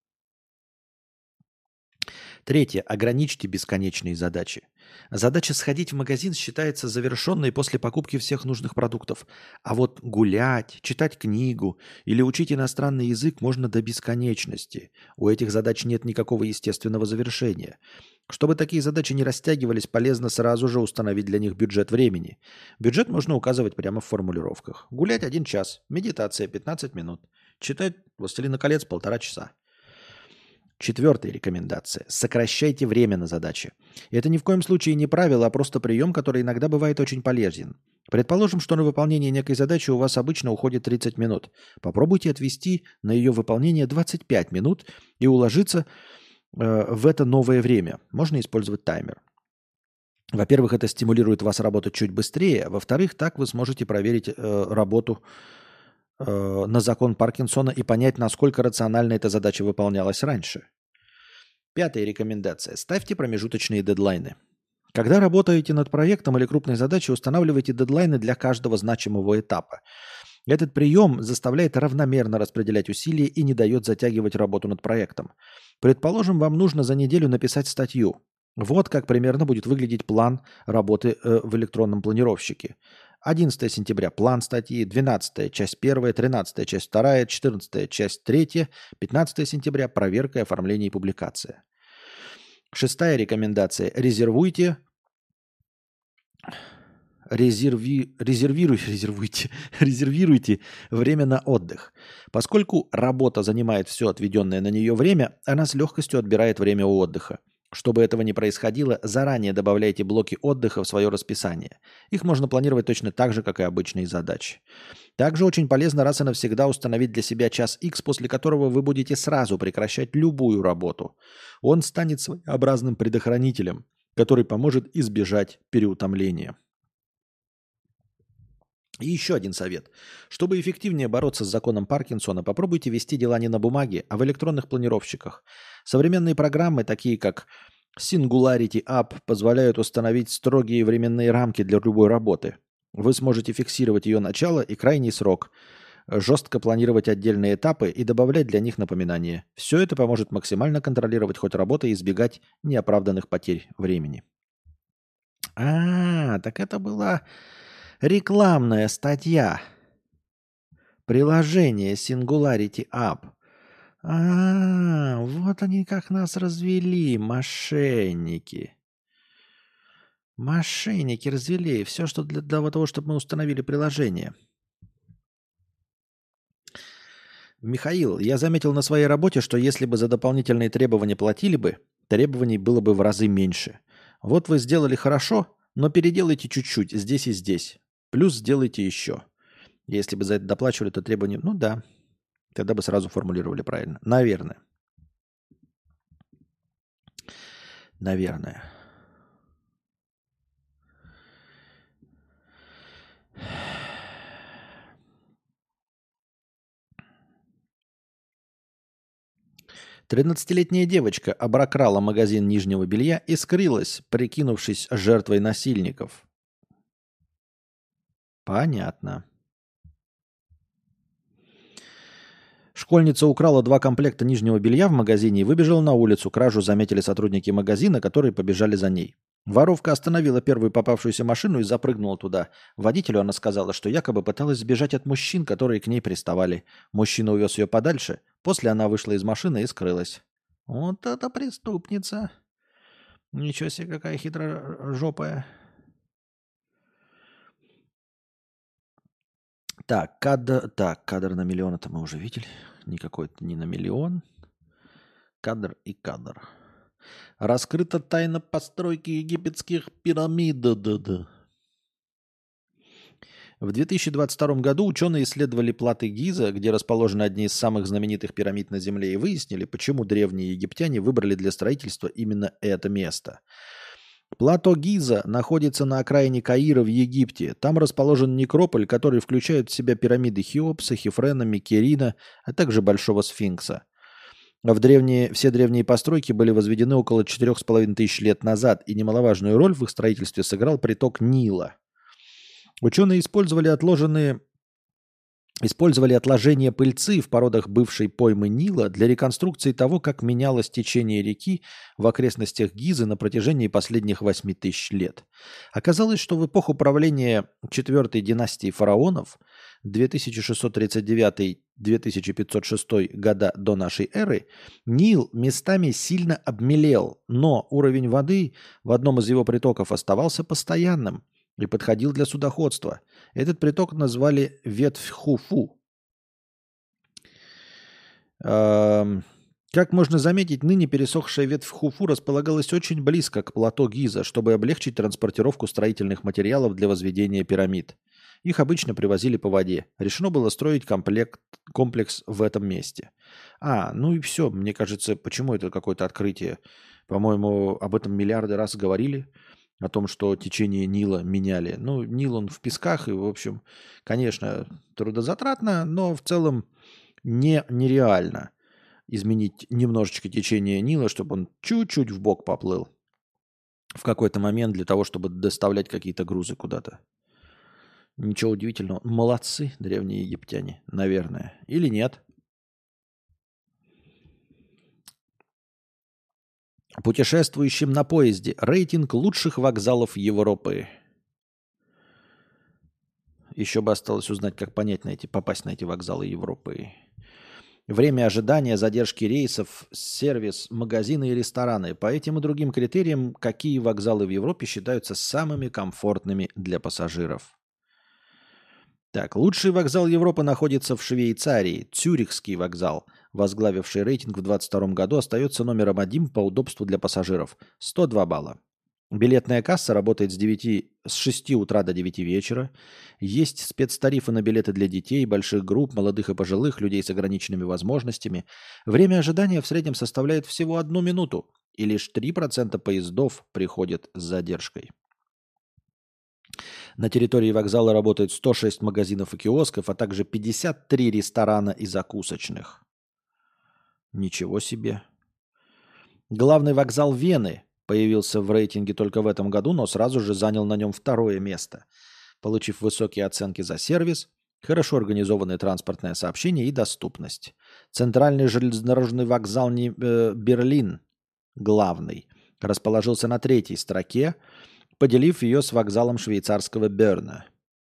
Третье. Ограничьте бесконечные задачи. Задача сходить в магазин считается завершенной после покупки всех нужных продуктов. А вот гулять, читать книгу или учить иностранный язык можно до бесконечности. У этих задач нет никакого естественного завершения. Чтобы такие задачи не растягивались, полезно сразу же установить для них бюджет времени. Бюджет можно указывать прямо в формулировках. Гулять 1 час, медитация 15 минут, читать «Властелина колец» 1,5 часа. Четвертая рекомендация. Сокращайте время на задачи. Это ни в коем случае не правило, а просто прием, который иногда бывает очень полезен. Предположим, что на выполнение некой задачи у вас обычно уходит 30 минут. Попробуйте отвести на ее выполнение 25 минут и уложиться в это новое время. Можно использовать таймер. Во-первых, это стимулирует вас работать чуть быстрее. Во-вторых, так вы сможете проверить работу на закон Паркинсона и понять, насколько рационально эта задача выполнялась раньше. Пятая рекомендация. Ставьте промежуточные дедлайны. Когда работаете над проектом или крупной задачей, устанавливайте дедлайны для каждого значимого этапа. Этот прием заставляет равномерно распределять усилия и не дает затягивать работу над проектом. Предположим, вам нужно за неделю написать статью. Вот как примерно будет выглядеть план работы в электронном планировщике. 11 сентября план статьи, 12 часть 1, 13 часть 2, 14 часть 3, 15 сентября проверка, оформление и публикация. Шестая рекомендация. Резервируйте время на отдых. Поскольку работа занимает все отведенное на нее время, она с легкостью отбирает время у отдыха. Чтобы этого не происходило, заранее добавляйте блоки отдыха в свое расписание. Их можно планировать точно так же, как и обычные задачи. Также очень полезно раз и навсегда установить для себя час X, после которого вы будете сразу прекращать любую работу. Он станет своеобразным предохранителем, который поможет избежать переутомления. И еще один совет. Чтобы эффективнее бороться с законом Паркинсона, попробуйте вести дела не на бумаге, а в электронных планировщиках. Современные программы, такие как Singularity App, позволяют установить строгие временные рамки для любой работы. Вы сможете фиксировать ее начало и крайний срок, жестко планировать отдельные этапы и добавлять для них напоминания. Все это поможет максимально контролировать ход работы и избегать неоправданных потерь времени. Так это была рекламная статья. Приложение Singularity App. Вот они как нас развели, мошенники. Мошенники развели. Все, что для того, чтобы мы установили приложение. Михаил, я заметил на своей работе, что если бы за дополнительные требования платили бы, требований было бы в разы меньше. Вот вы сделали хорошо, но переделайте чуть-чуть здесь и здесь. Плюс сделайте еще. Если бы за это доплачивали, то требования... Ну да. Тогда бы сразу формулировали правильно. Наверное. Наверное. Тринадцатилетняя девочка обокрала магазин нижнего белья и скрылась, прикинувшись жертвой насильников. Понятно. Школьница украла 2 комплекта нижнего белья в магазине и выбежала на улицу. Кражу заметили сотрудники магазина, которые побежали за ней. Воровка остановила первую попавшуюся машину и запрыгнула туда. Водителю она сказала, что якобы пыталась сбежать от мужчин, которые к ней приставали. Мужчина увез ее подальше. После она вышла из машины и скрылась. Вот это преступница. Ничего себе, какая хитрожопая. Так, кадр на миллион, это мы уже видели. Никакой не на миллион. Кадр и кадр. Раскрыта тайна постройки египетских пирамид. Да-да. В 2022 году ученые исследовали платы Гиза, где расположены одни из самых знаменитых пирамид на Земле, и выяснили, почему древние египтяне выбрали для строительства именно это место. Плато Гиза находится на окраине Каира в Египте. Там расположен некрополь, который включает в себя пирамиды Хеопса, Хефрена, Микерина, а также Большого Сфинкса. Все древние постройки были возведены около 4500 лет назад, и немаловажную роль в их строительстве сыграл приток Нила. Ученые использовали отложения пыльцы в породах бывшей поймы Нила для реконструкции того, как менялось течение реки в окрестностях Гизы на протяжении последних 8000 лет. Оказалось, что в эпоху правления четвертой династии фараонов 2639-2506 года до нашей эры Нил местами сильно обмелел, но уровень воды в одном из его притоков оставался постоянным и подходил для судоходства. Этот приток назвали Ветхуфу. Как можно заметить, ныне пересохшая Ветхуфу располагалась очень близко к плато Гиза, чтобы облегчить транспортировку строительных материалов для возведения пирамид. Их обычно привозили по воде. Решено было строить комплекс в этом месте. Ну и все. Мне кажется, почему это какое-то открытие? По-моему, об этом миллиарды раз говорили. О том, что течение Нила меняли. Нил он в песках, и, в общем, конечно, трудозатратно, но в целом нереально изменить немножечко течение Нила, чтобы он чуть-чуть вбок поплыл в какой-то момент для того, чтобы доставлять какие-то грузы куда-то. Ничего удивительного. Молодцы древние египтяне, наверное. Или нет? Путешествующим на поезде. Рейтинг лучших вокзалов Европы. Еще бы осталось узнать, как попасть на эти вокзалы Европы. Время ожидания, задержки рейсов, сервис, магазины и рестораны. По этим и другим критериям, какие вокзалы в Европе считаются самыми комфортными для пассажиров. Так, лучший вокзал Европы находится в Швейцарии. Цюрихский вокзал, возглавивший рейтинг в 2022 году, остается номером 1 по удобству для пассажиров. 102 балла. Билетная касса работает с 6 утра до 9 вечера. Есть спецтарифы на билеты для детей, больших групп, молодых и пожилых, людей с ограниченными возможностями. Время ожидания в среднем составляет всего 1 минуту, и лишь 3% поездов приходят с задержкой. На территории вокзала работает 106 магазинов и киосков, а также 53 ресторана и закусочных. Ничего себе. Главный вокзал Вены появился в рейтинге только в этом году, но сразу же занял на нем 2 место, получив высокие оценки за сервис, хорошо организованное транспортное сообщение и доступность. Центральный железнодорожный вокзал Берлин, главный, расположился на 3-й строке, поделив ее с вокзалом швейцарского Берна.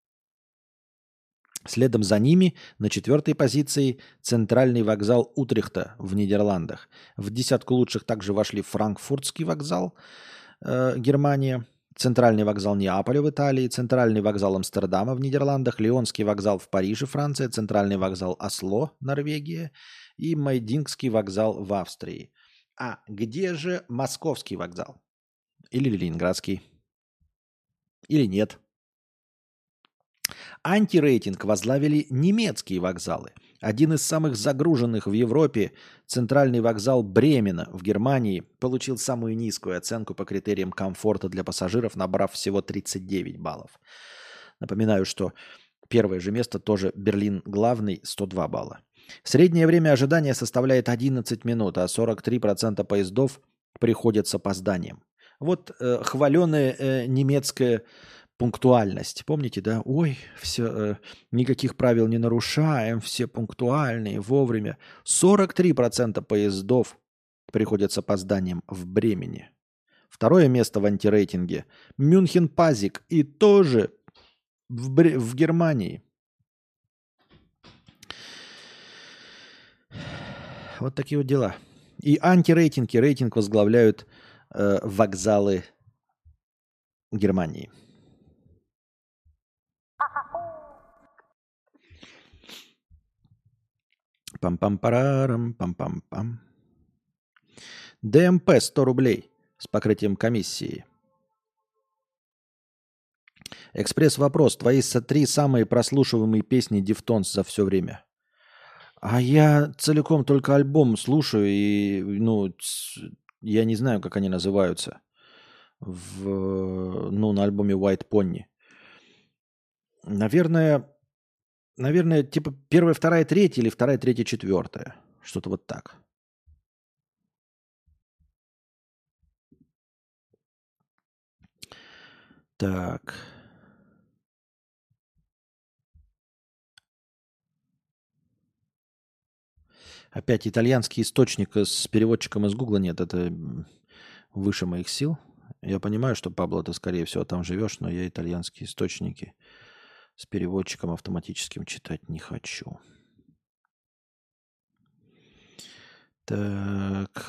Следом за ними на 4-й позиции центральный вокзал Утрехта в Нидерландах. В десятку лучших также вошли Франкфуртский вокзал, Германия, центральный вокзал Неаполя в Италии, центральный вокзал Амстердама в Нидерландах, Лионский вокзал в Париже, Франция, центральный вокзал Осло, Норвегия и Майдингский вокзал в Австрии. А где же Московский вокзал? Или Ленинградский? Или нет? Антирейтинг возглавили немецкие вокзалы. Один из самых загруженных в Европе, центральный вокзал Бремена в Германии, получил самую низкую оценку по критериям комфорта для пассажиров, набрав всего 39 баллов. Напоминаю, что первое же место тоже Берлин главный, 102 балла. Среднее время ожидания составляет 11 минут, а 43% поездов приходят с опозданием. Вот хваленая немецкая пунктуальность. Помните, да? Ой, все, никаких правил не нарушаем, все пунктуальные, вовремя. 43% поездов приходят с опозданием в Бремени. Второе место в антирейтинге Мюнхен Пазик и тоже в Германии. Вот такие вот дела. И антирейтинг и рейтинг возглавляют вокзалы Германии. Пам-пам-парарам, пам-пам-пам. ДМП 100 рублей с покрытием комиссии. Экспресс-вопрос. Твои 3 самые прослушиваемые песни Дифтонс за все время. А я целиком только альбом слушаю, и я не знаю, как они называются на альбоме White Pony. Наверное, типа 1, 2, 3 или 2, 3, 4. Что-то вот так. Так. Опять итальянский источник с переводчиком из Гугла нет. Это выше моих сил. Я понимаю, что, Пабло, ты, скорее всего, там живешь, но я итальянские источники с переводчиком автоматическим читать не хочу. Так.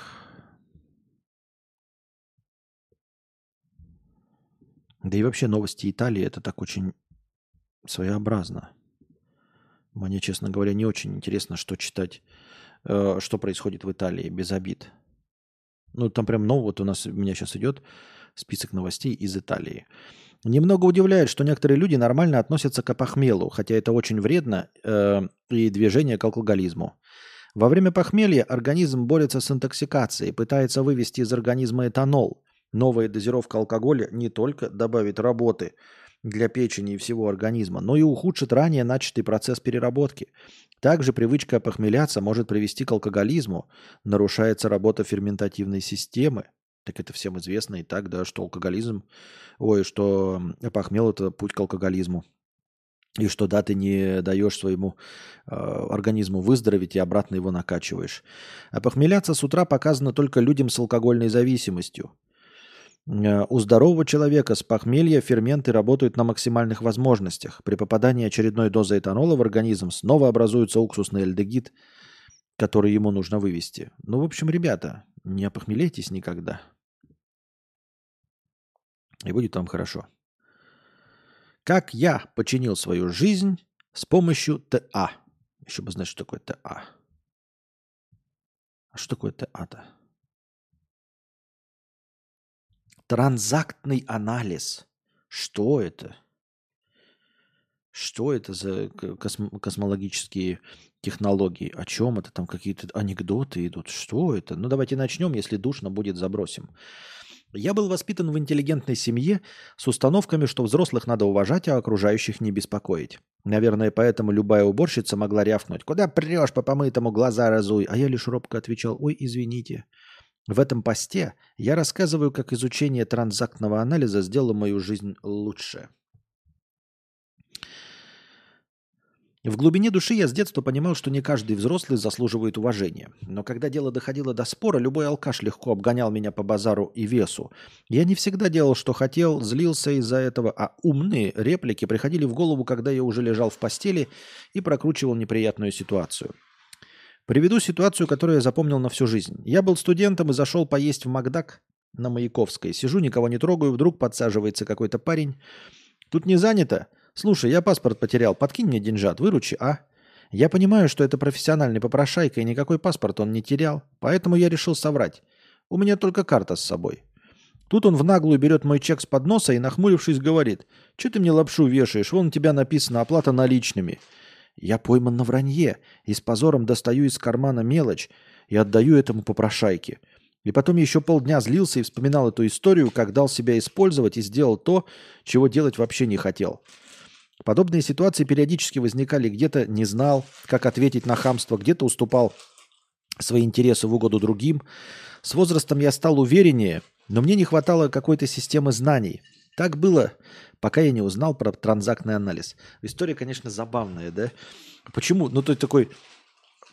Да и вообще новости Италии это так очень своеобразно. Мне, честно говоря, не очень интересно, что читать, что происходит в Италии, без обид. Там прям, вот у меня сейчас идет список новостей из Италии. Немного удивляет, что некоторые люди нормально относятся к похмелу, хотя это очень вредно и движение к алкоголизму. Во время похмелья организм борется с интоксикацией, пытается вывести из организма этанол. Новая дозировка алкоголя не только добавит работы для печени и всего организма, но и ухудшит ранее начатый процесс переработки. Также привычка опохмеляться может привести к алкоголизму, нарушается работа ферментативной системы. Так это всем известно и так, да, что что опохмел – это путь к алкоголизму. И что, да, ты не даешь своему организму выздороветь и обратно его накачиваешь. Опохмеляться с утра показано только людям с алкогольной зависимостью. У здорового человека с похмелья ферменты работают на максимальных возможностях. При попадании очередной дозы этанола в организм снова образуется уксусный альдегид, который ему нужно вывести. В общем, ребята, не опохмеляйтесь никогда. И будет вам хорошо. Как я починил свою жизнь с помощью ТА. Еще бы знать, что такое ТА. А что такое ТА-то? Транзактный анализ. Что это? Что это за космологические технологии? О чем это? Там какие-то анекдоты идут. Что это? Давайте начнем. Если душно будет, забросим. Я был воспитан в интеллигентной семье с установками, что взрослых надо уважать, а окружающих не беспокоить. Наверное, поэтому любая уборщица могла рявкнуть: «Куда прешь, по помытому, глаза разуй?» А я лишь робко отвечал: «Ой, извините». В этом посте я рассказываю, как изучение транзактного анализа сделало мою жизнь лучше. В глубине души я с детства понимал, что не каждый взрослый заслуживает уважения. Но когда дело доходило до спора, любой алкаш легко обгонял меня по базару и весу. Я не всегда делал, что хотел, злился из-за этого, а умные реплики приходили в голову, когда я уже лежал в постели и прокручивал неприятную ситуацию. Приведу ситуацию, которую я запомнил на всю жизнь. Я был студентом и зашел поесть в Макдак на Маяковской. Сижу, никого не трогаю, вдруг подсаживается какой-то парень. «Тут не занято? Слушай, я паспорт потерял, подкинь мне деньжат, выручи, а?» Я понимаю, что это профессиональный попрошайка, и никакой паспорт он не терял, поэтому я решил соврать. У меня только карта с собой. Тут он в наглую берет мой чек с подноса и, нахмурившись, говорит: «Че ты мне лапшу вешаешь? Вон у тебя написано оплата наличными». Я пойман на вранье и с позором достаю из кармана мелочь и отдаю этому попрошайке. И потом еще полдня злился и вспоминал эту историю, как дал себя использовать и сделал то, чего делать вообще не хотел. Подобные ситуации периодически возникали. Где-то не знал, как ответить на хамство, где-то уступал свои интересы в угоду другим. С возрастом я стал увереннее, но мне не хватало какой-то системы знаний. Так было, пока я не узнал про транзактный анализ. История, конечно, забавная, да? Почему? Ты такой...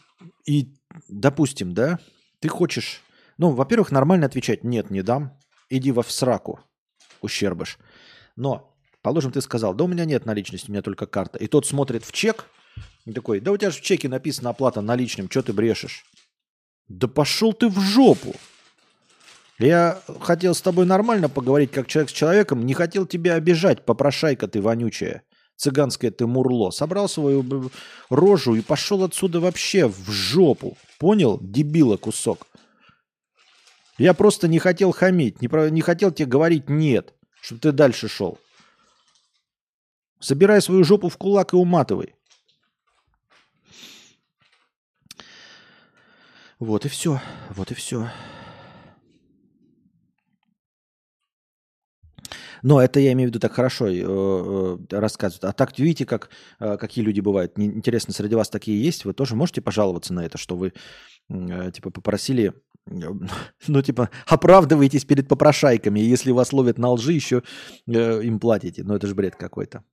И, допустим, да, ты хочешь... во-первых, нормально отвечать: «Нет, не дам». иди во всраку, ущербыш. Но, положим, ты сказал, да у меня нет наличности, у меня только карта. И тот смотрит в чек и такой, да у тебя же в чеке написано оплата наличным, что ты брешешь? Да пошел ты в жопу. Я хотел с тобой нормально поговорить, как человек с человеком, не хотел тебя обижать, попрошайка ты вонючая. Цыганское ты мурло. Собрал свою рожу и пошел отсюда вообще в жопу. Понял? Дебила кусок. Я просто не хотел хамить, не хотел тебе говорить нет, чтобы ты дальше шел. Собирай свою жопу в кулак и уматывай. Вот и все. Вот и все. Но это я имею в виду так хорошо рассказывают. А так видите, какие люди бывают. Интересно, среди вас такие есть? Вы тоже можете пожаловаться на это, что вы типа попросили, ну типа оправдываетесь перед попрошайками, и если вас ловят на лжи, еще им платите. Ну это же бред какой-то.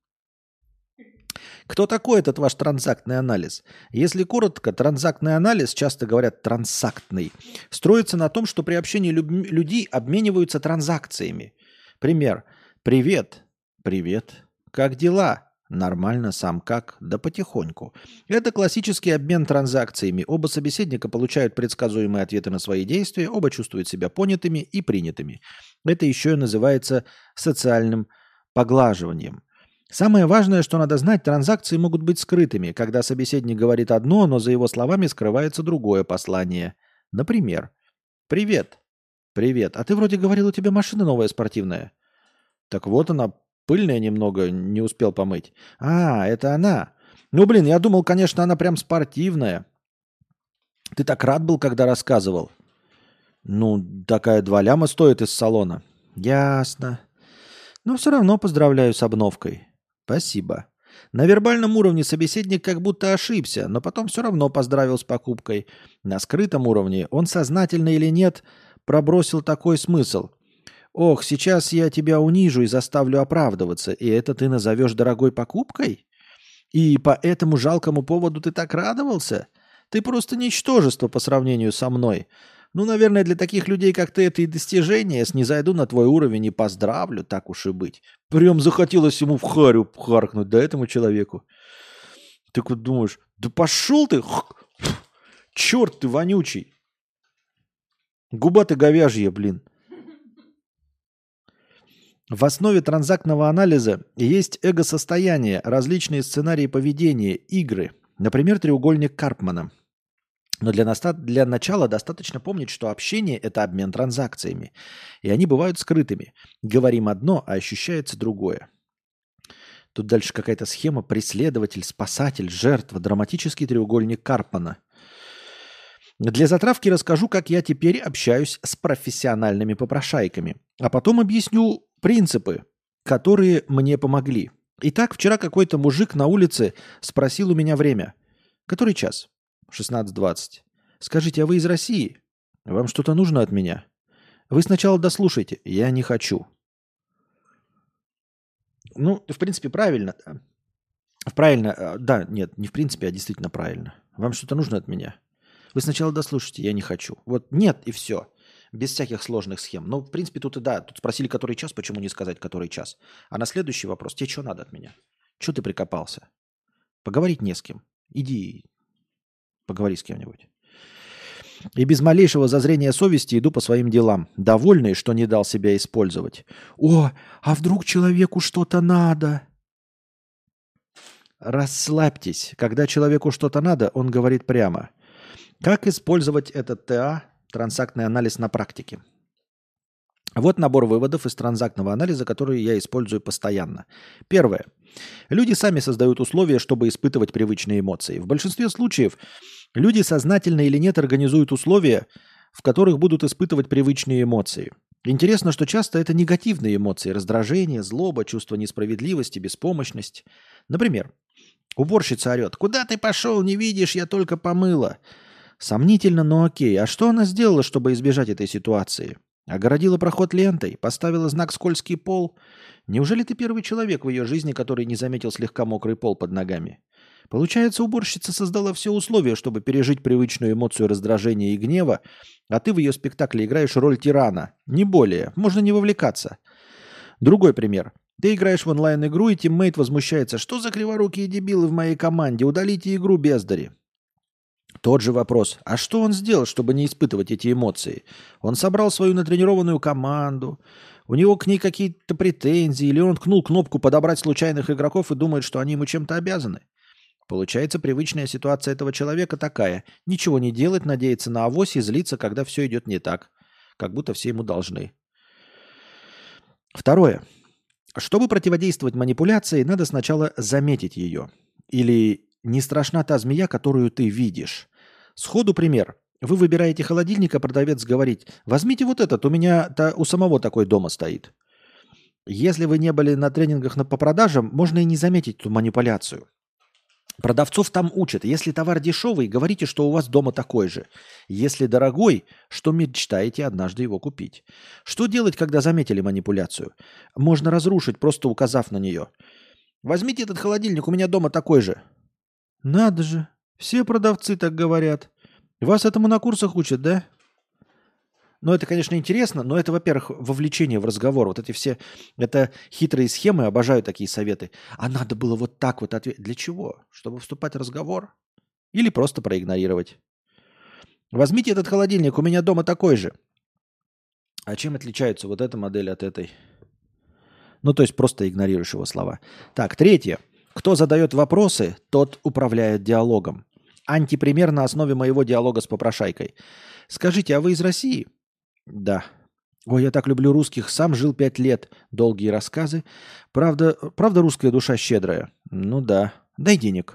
Кто такой этот ваш транзактный анализ? Если коротко, транзактный анализ, часто говорят трансактный, строится на том, что при общении людей обмениваются транзакциями. Пример. Привет. Привет. Как дела? Нормально, сам как? Да потихоньку. Это классический обмен транзакциями. Оба собеседника получают предсказуемые ответы на свои действия, оба чувствуют себя понятыми и принятыми. Это еще и называется социальным поглаживанием. Самое важное, что надо знать, транзакции могут быть скрытыми, когда собеседник говорит одно, но за его словами скрывается другое послание. Например, «Привет». «Привет. А ты вроде говорил, у тебя машина новая спортивная». «Так вот она, пыльная немного, не успел помыть». «А, это она. Ну, блин, я думал, конечно, она прям спортивная». «Ты так рад был, когда рассказывал». «Ну, такая 2 ляма стоит из салона». «Ясно. Но все равно поздравляю с обновкой». «Спасибо». На вербальном уровне собеседник как будто ошибся, но потом все равно поздравил с покупкой. На скрытом уровне он сознательно или нет пробросил такой смысл. «Ох, сейчас я тебя унижу и заставлю оправдываться, и это ты назовешь дорогой покупкой? И по этому жалкому поводу ты так радовался? Ты просто ничтожество по сравнению со мной. Ну, наверное, для таких людей, как ты, это и достижение. Снизойду на твой уровень и поздравлю, так уж и быть». Прям захотелось ему в харю харкнуть, да, этому человеку. Ты вот думаешь, да пошел ты, черт ты вонючий. Губа ты говяжья, блин. В основе транзактного анализа есть эго-состояние, различные сценарии поведения, игры. Например, треугольник Карпмана. Но для начала достаточно помнить, что общение – это обмен транзакциями. И они бывают скрытыми. Говорим одно, а ощущается другое. Тут дальше какая-то схема: преследователь, спасатель, жертва, драматический треугольник Карпмана. Для затравки расскажу, как я теперь общаюсь с профессиональными попрошайками. А потом объясню принципы, которые мне помогли. Итак, вчера какой-то мужик на улице спросил у меня время. Который час? 16:20. Скажите, а вы из России? Вам что-то нужно от меня? Вы сначала дослушайте. Я не хочу. Ну, в принципе, правильно. Правильно, да, нет, не в принципе, а действительно правильно. Вам что-то нужно от меня? Вы сначала дослушайте, я не хочу. Вот нет и все. Без всяких сложных схем. Ну, в принципе, тут и да. Тут спросили, который час, почему не сказать, который час. А на следующий вопрос: тебе что надо от меня? Что ты прикопался? Поговорить не с кем. Иди поговори с кем-нибудь. И без малейшего зазрения совести иду по своим делам, довольный, что не дал себя использовать. О, а вдруг человеку что-то надо? Расслабьтесь. Когда человеку что-то надо, он говорит прямо. Как использовать этот ТА, транзактный анализ, на практике? Вот набор выводов из транзактного анализа, которые я использую постоянно. Первое. Люди сами создают условия, чтобы испытывать привычные эмоции. В большинстве случаев люди сознательно или нет организуют условия, в которых будут испытывать привычные эмоции. Интересно, что часто это негативные эмоции: раздражение, злоба, чувство несправедливости, беспомощность. Например, уборщица орет: «Куда ты пошел? Не видишь, я только помыла». Сомнительно, но окей. А что она сделала, чтобы избежать этой ситуации? Огородила проход лентой? Поставила знак «Скользкий пол»? Неужели ты первый человек в ее жизни, который не заметил слегка мокрый пол под ногами? Получается, уборщица создала все условия, чтобы пережить привычную эмоцию раздражения и гнева, а ты в ее спектакле играешь роль тирана. Не более. Можно не вовлекаться. Другой пример. Ты играешь в онлайн-игру, и тиммейт возмущается. Что за криворукие дебилы в моей команде? Удалите игру, бездари. Тот же вопрос. А что он сделал, чтобы не испытывать эти эмоции? Он собрал свою натренированную команду. У него к ней какие-то претензии. Или он ткнул кнопку «подобрать случайных игроков» и думает, что они ему чем-то обязаны. Получается, привычная ситуация этого человека такая. Ничего не делать, надеяться на авось и злиться, когда все идет не так. Как будто все ему должны. Второе. Чтобы противодействовать манипуляции, надо сначала заметить ее. Или не страшна та змея, которую ты видишь. Сходу пример. Вы выбираете холодильник, а продавец говорит: возьмите вот этот, у самого такой дома стоит. Если вы не были на тренингах по продажам, можно и не заметить эту манипуляцию. Продавцов там учат. Если товар дешевый, говорите, что у вас дома такой же. Если дорогой, что мечтаете однажды его купить. Что делать, когда заметили манипуляцию? Можно разрушить, просто указав на нее. Возьмите этот холодильник, у меня дома такой же. Надо же, все продавцы так говорят. Вас этому на курсах учат, да? Ну, это, конечно, интересно, но это, во-первых, вовлечение в разговор. Вот эти все, это хитрые схемы, обожаю такие советы. А надо было вот так вот ответить. Для чего? Чтобы вступать в разговор? Или просто проигнорировать? Возьмите этот холодильник, у меня дома такой же. А чем отличается вот эта модель от этой? Ну, то есть просто игнорируешь его слова. Так, третье. Кто задает вопросы, тот управляет диалогом. Антипример на основе моего диалога с попрошайкой. Скажите, а вы из России? Да. Ой, я так люблю русских. Сам жил 5 лет. Долгие рассказы. Правда русская душа щедрая? Ну да. Дай денег.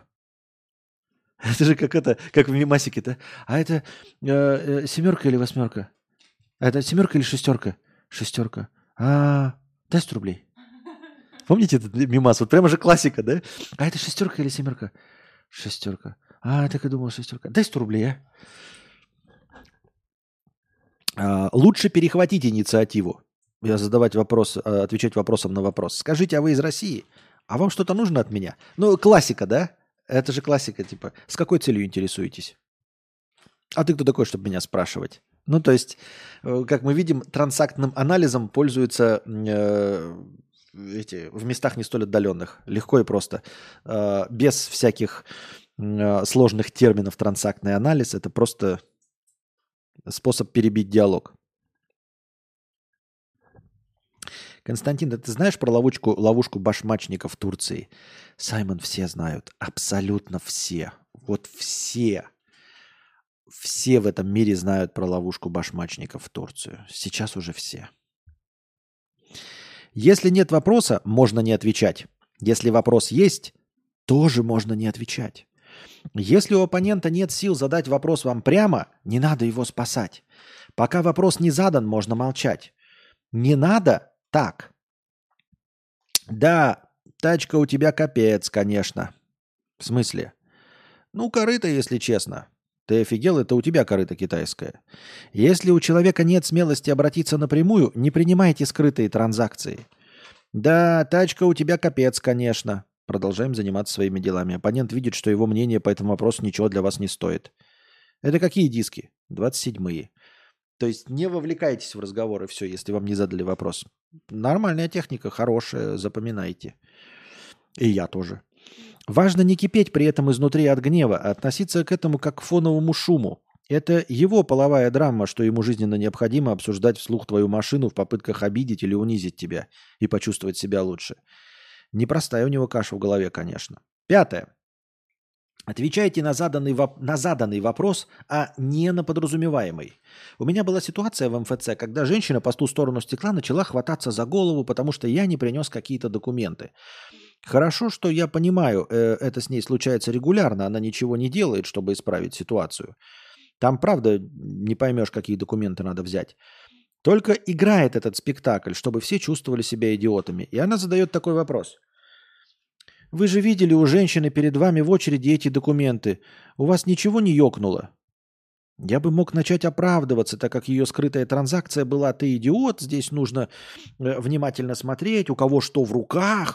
Это же как в мемасике-то. А это семерка или восьмерка? А это семерка или шестерка? Шестерка. Дай 100 рублей. Помните этот мемас? Вот прямо же классика, да? А это шестерка или семерка? Шестерка. Так и думал, шестерка. Дай 100 рублей, Лучше перехватить инициативу. Отвечать вопросом на вопрос. Скажите, а вы из России? А вам что-то нужно от меня? Ну, классика, да? Это же классика, типа, с какой целью интересуетесь? А ты кто такой, чтобы меня спрашивать? Ну, то есть, как мы видим, трансактным анализом пользуются в местах не столь отдаленных. Легко и просто. Без всяких сложных терминов трансактный анализ. Это просто способ перебить диалог. Константин, да ты знаешь про ловушку башмачника в Турции? Саймон, все знают. Абсолютно все. Вот все. Все в этом мире знают про ловушку башмачников в Турцию. Сейчас уже все. Если нет вопроса, можно не отвечать. Если вопрос есть, тоже можно не отвечать. Если у оппонента нет сил задать вопрос вам прямо, не надо его спасать. Пока вопрос не задан, можно молчать. Не надо так. Да, тачка у тебя капец, конечно. В смысле? Ну, корыто, если честно. Ты офигел, это у тебя корыто китайское. Если у человека нет смелости обратиться напрямую, не принимайте скрытые транзакции. Да, тачка у тебя капец, конечно. Продолжаем заниматься своими делами. Оппонент видит, что его мнение по этому вопросу ничего для вас не стоит. Это какие диски? 27-е. То есть не вовлекайтесь в разговоры, все, если вам не задали вопрос. Нормальная техника, хорошая, запоминайте. И я тоже. Важно не кипеть при этом изнутри от гнева, а относиться к этому как к фоновому шуму. Это его половая драма, что ему жизненно необходимо обсуждать вслух твою машину в попытках обидеть или унизить тебя и почувствовать себя лучше. Непростая у него каша в голове, конечно. 5. Отвечайте на заданный вопрос, а не на подразумеваемый. У меня была ситуация в МФЦ, когда женщина по ту сторону стекла начала хвататься за голову, потому что я не принес какие-то документы. Хорошо, что я понимаю, это с ней случается регулярно, она ничего не делает, чтобы исправить ситуацию. Там, правда, не поймешь, какие документы надо взять. Только играет этот спектакль, чтобы все чувствовали себя идиотами. И она задает такой вопрос. Вы же видели у женщины перед вами в очереди эти документы. У вас ничего не ёкнуло? Я бы мог начать оправдываться, так как ее скрытая транзакция была «ты идиот, здесь нужно внимательно смотреть, у кого что в руках».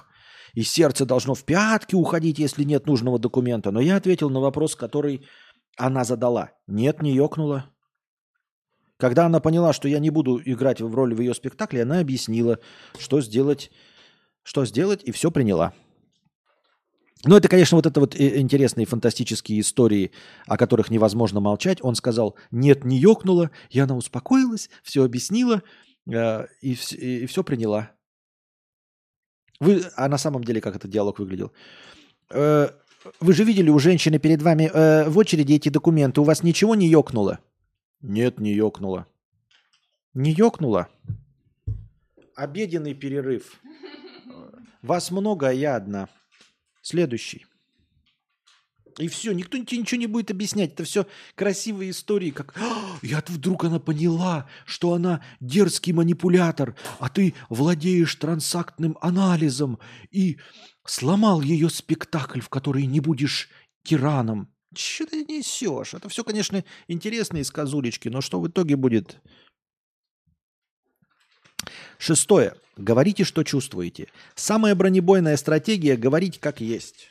И сердце должно в пятки уходить, если нет нужного документа. Но я ответил на вопрос, который она задала. Нет, не ёкнула. Когда она поняла, что я не буду играть в роль в ее спектакле, она объяснила, что сделать, и все приняла. Ну, это, конечно, вот это вот интересные фантастические истории, о которых невозможно молчать. Он сказал, нет, не ёкнула, и она успокоилась, все объяснила и все приняла. А на самом деле, как этот диалог выглядел? Вы же видели у женщины перед вами в очереди эти документы, у вас ничего не ёкнуло? Нет, не ёкнуло. Не ёкнуло? Обеденный перерыв. Вас много, а я одна. Следующий. И все, никто тебе ничего не будет объяснять. Это все красивые истории, как вдруг она поняла, что она дерзкий манипулятор, а ты владеешь трансактным анализом и сломал ее спектакль, в который не будешь тираном. Что ты несешь? Это все, конечно, интересные сказулечки, но что в итоге будет? 6. Говорите, что чувствуете. Самая бронебойная стратегия – говорить как есть.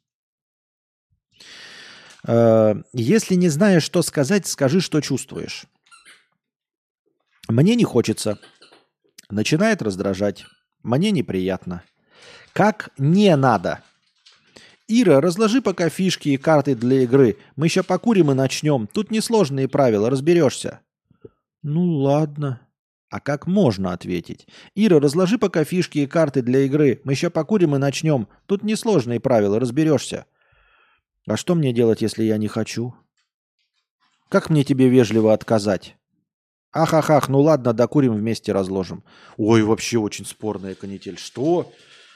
Если не знаешь, что сказать, скажи, что чувствуешь. Мне не хочется. Начинает раздражать. Мне неприятно. Как не надо. Ира, разложи пока фишки и карты для игры. Мы еще покурим и начнем. Тут несложные правила, разберешься. Ну ладно. А как можно ответить? Ира, разложи пока фишки и карты для игры. Мы еще покурим и начнем. Тут несложные правила, разберешься. А что мне делать, если я не хочу? Как мне тебе вежливо отказать? Ах, ну ладно, докурим вместе разложим. Ой, вообще очень спорная канитель. Что?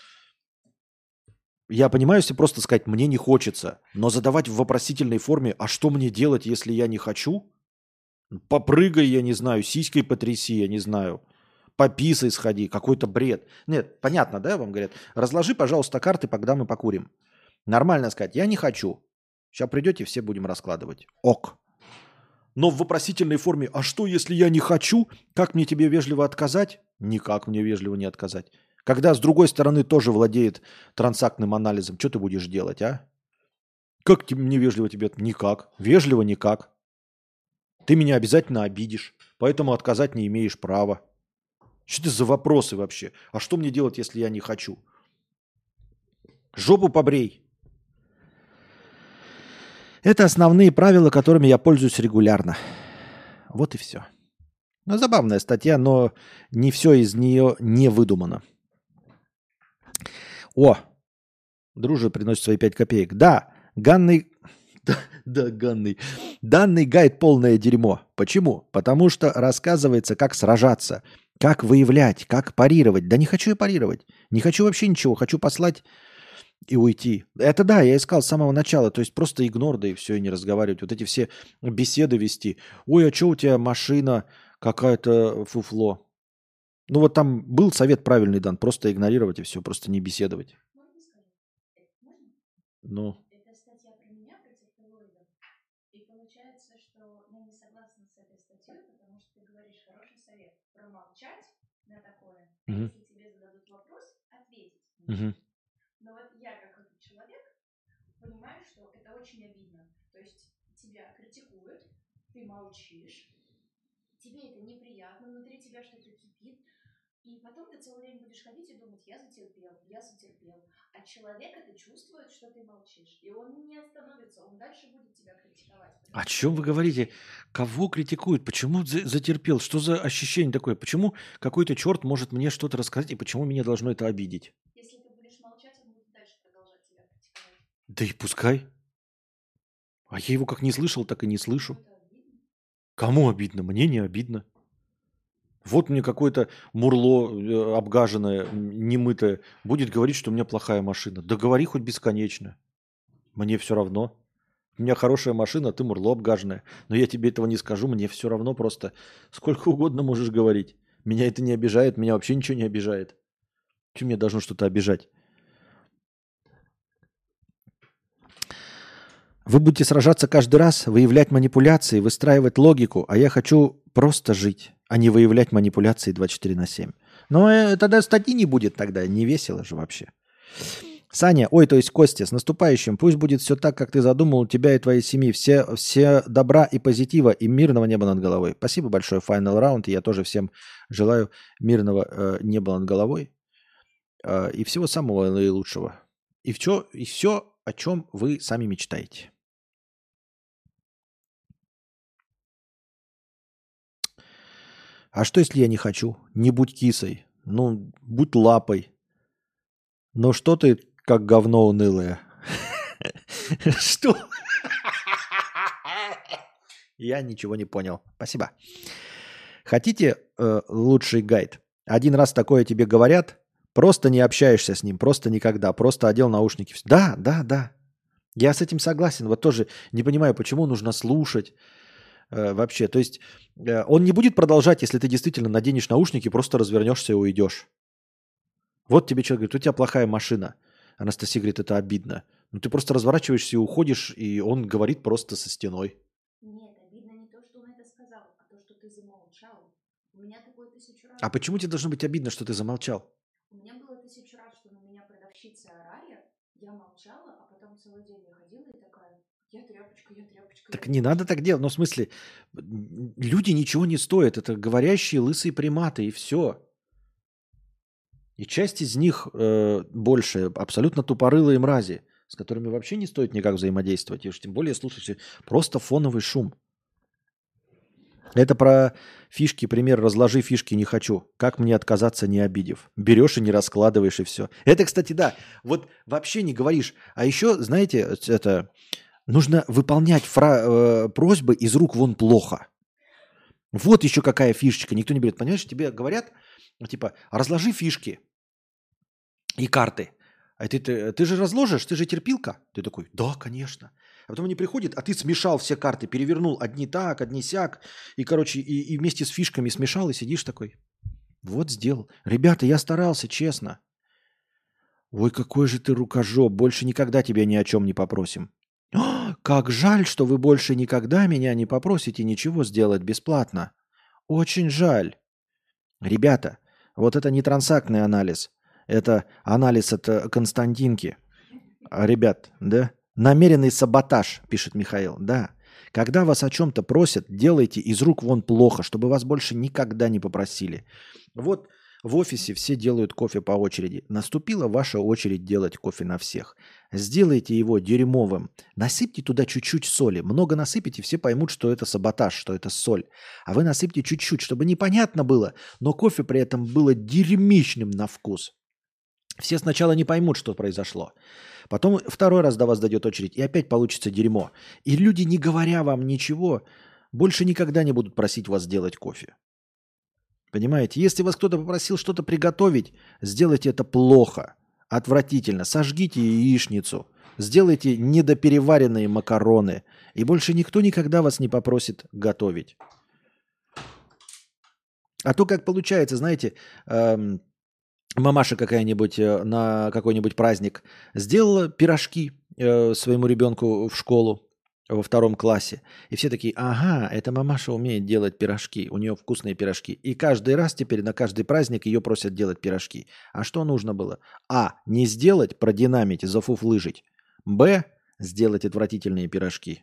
Я понимаю, если просто сказать «мне не хочется», но задавать в вопросительной форме «а что мне делать, если я не хочу?» Попрыгай, я не знаю, сиськой потряси, я не знаю. Пописай, сходи, какой-то бред. Нет, понятно, да, вам говорят? Разложи, пожалуйста, карты, когда мы покурим. Нормально сказать, я не хочу. Сейчас придете, все будем раскладывать. Ок. Но в вопросительной форме, а что, если я не хочу? Как мне тебе вежливо отказать? Никак мне вежливо не отказать. Когда с другой стороны тоже владеет трансактным анализом, что ты будешь делать, а? Как мне вежливо тебе? Никак. Вежливо никак. Ты меня обязательно обидишь, поэтому отказать не имеешь права. Что это за вопросы вообще? А что мне делать, если я не хочу? Жопу побрей. Это основные правила, которыми я пользуюсь регулярно. Вот и все. Ну, забавная статья, но не все из нее не выдумано. О, друже приносит свои 5 копеек. Да, Ганный Данный гайд полное дерьмо. Почему? Потому что рассказывается, как сражаться, как выявлять, как парировать. Да не хочу я парировать. Не хочу вообще ничего. Хочу послать и уйти. Это да, я искал с самого начала. То есть просто игнор, да и все, и не разговаривать. Вот эти все беседы вести. Ой, а что у тебя машина какая-то фуфло? Ну вот там был совет правильный дан. Просто игнорировать и все. Просто не беседовать. Ну... Получается, что я не согласна с этой статьей, потому что ты говоришь хороший совет промолчать на такое, если тебе зададут вопрос, ответить. Но вот я, как этот человек, понимаю, что это очень обидно. То есть тебя критикуют, ты молчишь, тебе это неприятно, внутри тебя что-то кипит, и потом ты целый день будешь ходить и думать, я затерпел. А человек это чувствует, что ты молчишь. И он не остановится, он дальше будет тебя критиковать. О чем вы говорите? Кого критикуют? Почему затерпел? Что за ощущение такое? Почему какой-то черт может мне что-то рассказать, и почему меня должно это обидеть? Если ты будешь молчать, он будет дальше продолжать тебя критиковать. Да и пускай. А я его как не слышал, так и не слышу. Кому обидно? Мне не обидно. Вот мне какое-то мурло обгаженное, немытое, будет говорить, что у меня плохая машина. Да говори хоть бесконечно. Мне все равно. У меня хорошая машина, а ты мурло обгаженное. Но я тебе этого не скажу, мне все равно просто. Сколько угодно можешь говорить. Меня это не обижает, меня вообще ничего не обижает. Почему мне должно что-то обижать? Вы будете сражаться каждый раз, выявлять манипуляции, выстраивать логику, а я хочу просто жить, а не выявлять манипуляции 24/7. Но тогда статьи не будет тогда, не весело же вообще. Саня, ой, то есть Костя, с наступающим. Пусть будет все так, как ты задумал, у тебя и твоей семьи. Все добра и позитива, и мирного неба над головой. Спасибо большое, Final Round. И я тоже всем желаю мирного неба над головой. И всего самого наилучшего. И все, о чем вы сами мечтаете. А что, если я не хочу? Не будь кисой. Ну, будь лапой. Но что ты как говно унылое? Что? Я ничего не понял. Спасибо. Хотите лучший гайд? Один раз такое тебе говорят, просто не общаешься с ним, просто никогда, просто одел наушники. Да, да, да. Я с этим согласен. Вот тоже не понимаю, почему нужно слушать вообще. То есть он не будет продолжать, если ты действительно наденешь наушники, просто развернешься и уйдешь. Вот тебе человек говорит, у тебя плохая машина. Анастасия говорит, это обидно. Ну ты просто разворачиваешься и уходишь, и он говорит просто со стеной. Нет, обидно не то, что он это сказал, а то, что ты замолчал. У меня такое 1000 раз. А почему тебе должно быть обидно, что ты замолчал? У меня было 1000 раз, что на меня продавщицы орали, я молчала, а потом целый день я ходила и такая, я тряпочка, я тряпочка. Так не надо так делать. Ну, в смысле, люди ничего не стоят. Это говорящие лысые приматы, и все. И часть из них больше абсолютно тупорылые мрази, с которыми вообще не стоит никак взаимодействовать. И уж тем более слушайте просто фоновый шум. Это про фишки, пример «разложи фишки не хочу». Как мне отказаться, не обидев? Берешь и не раскладываешь, и все. Это, кстати, да. Вот вообще не говоришь. А еще, знаете, это нужно выполнять просьбы из рук вон плохо. Вот еще какая фишечка. Никто не берет. Понимаешь, тебе говорят, типа, разложи фишки и карты. А ты же разложишь, ты же терпилка. Ты такой, да, конечно. А потом они приходят, а ты смешал все карты, перевернул одни так, одни сяк. И, короче, и вместе с фишками смешал, и сидишь такой. Вот сделал. Ребята, я старался, честно. Ой, какой же ты рукожоп. Больше никогда тебя ни о чем не попросим. Как жаль, что вы больше никогда меня не попросите ничего сделать бесплатно. Очень жаль. Ребята, вот это не трансактный анализ. Это анализ от Константинки. Ребят, да? Намеренный саботаж, пишет Михаил. Да. Когда вас о чем-то просят, делайте из рук вон плохо, чтобы вас больше никогда не попросили. Вот в офисе все делают кофе по очереди. Наступила ваша очередь делать кофе на всех. Сделайте его дерьмовым. Насыпьте туда чуть-чуть соли. Много насыпите, все поймут, что это саботаж, что это соль. А вы насыпьте чуть-чуть, чтобы непонятно было, но кофе при этом было дерьмичным на вкус. Все сначала не поймут, что произошло. Потом второй раз до вас дойдет очередь, и опять получится дерьмо. И люди, не говоря вам ничего, больше никогда не будут просить вас сделать кофе. Понимаете? Если вас кто-то попросил что-то приготовить, сделайте это плохо, отвратительно. Сожгите яичницу, сделайте недопереваренные макароны, и больше никто никогда вас не попросит готовить. А то, как получается, знаете, мамаша какая-нибудь на какой-нибудь праздник сделала пирожки своему ребенку в школу во 2 классе. И все такие, ага, эта мамаша умеет делать пирожки, у нее вкусные пирожки. И каждый раз теперь на каждый праздник ее просят делать пирожки. А что нужно было? А, не сделать, продинамить, зафуфлыжить. Б, сделать отвратительные пирожки.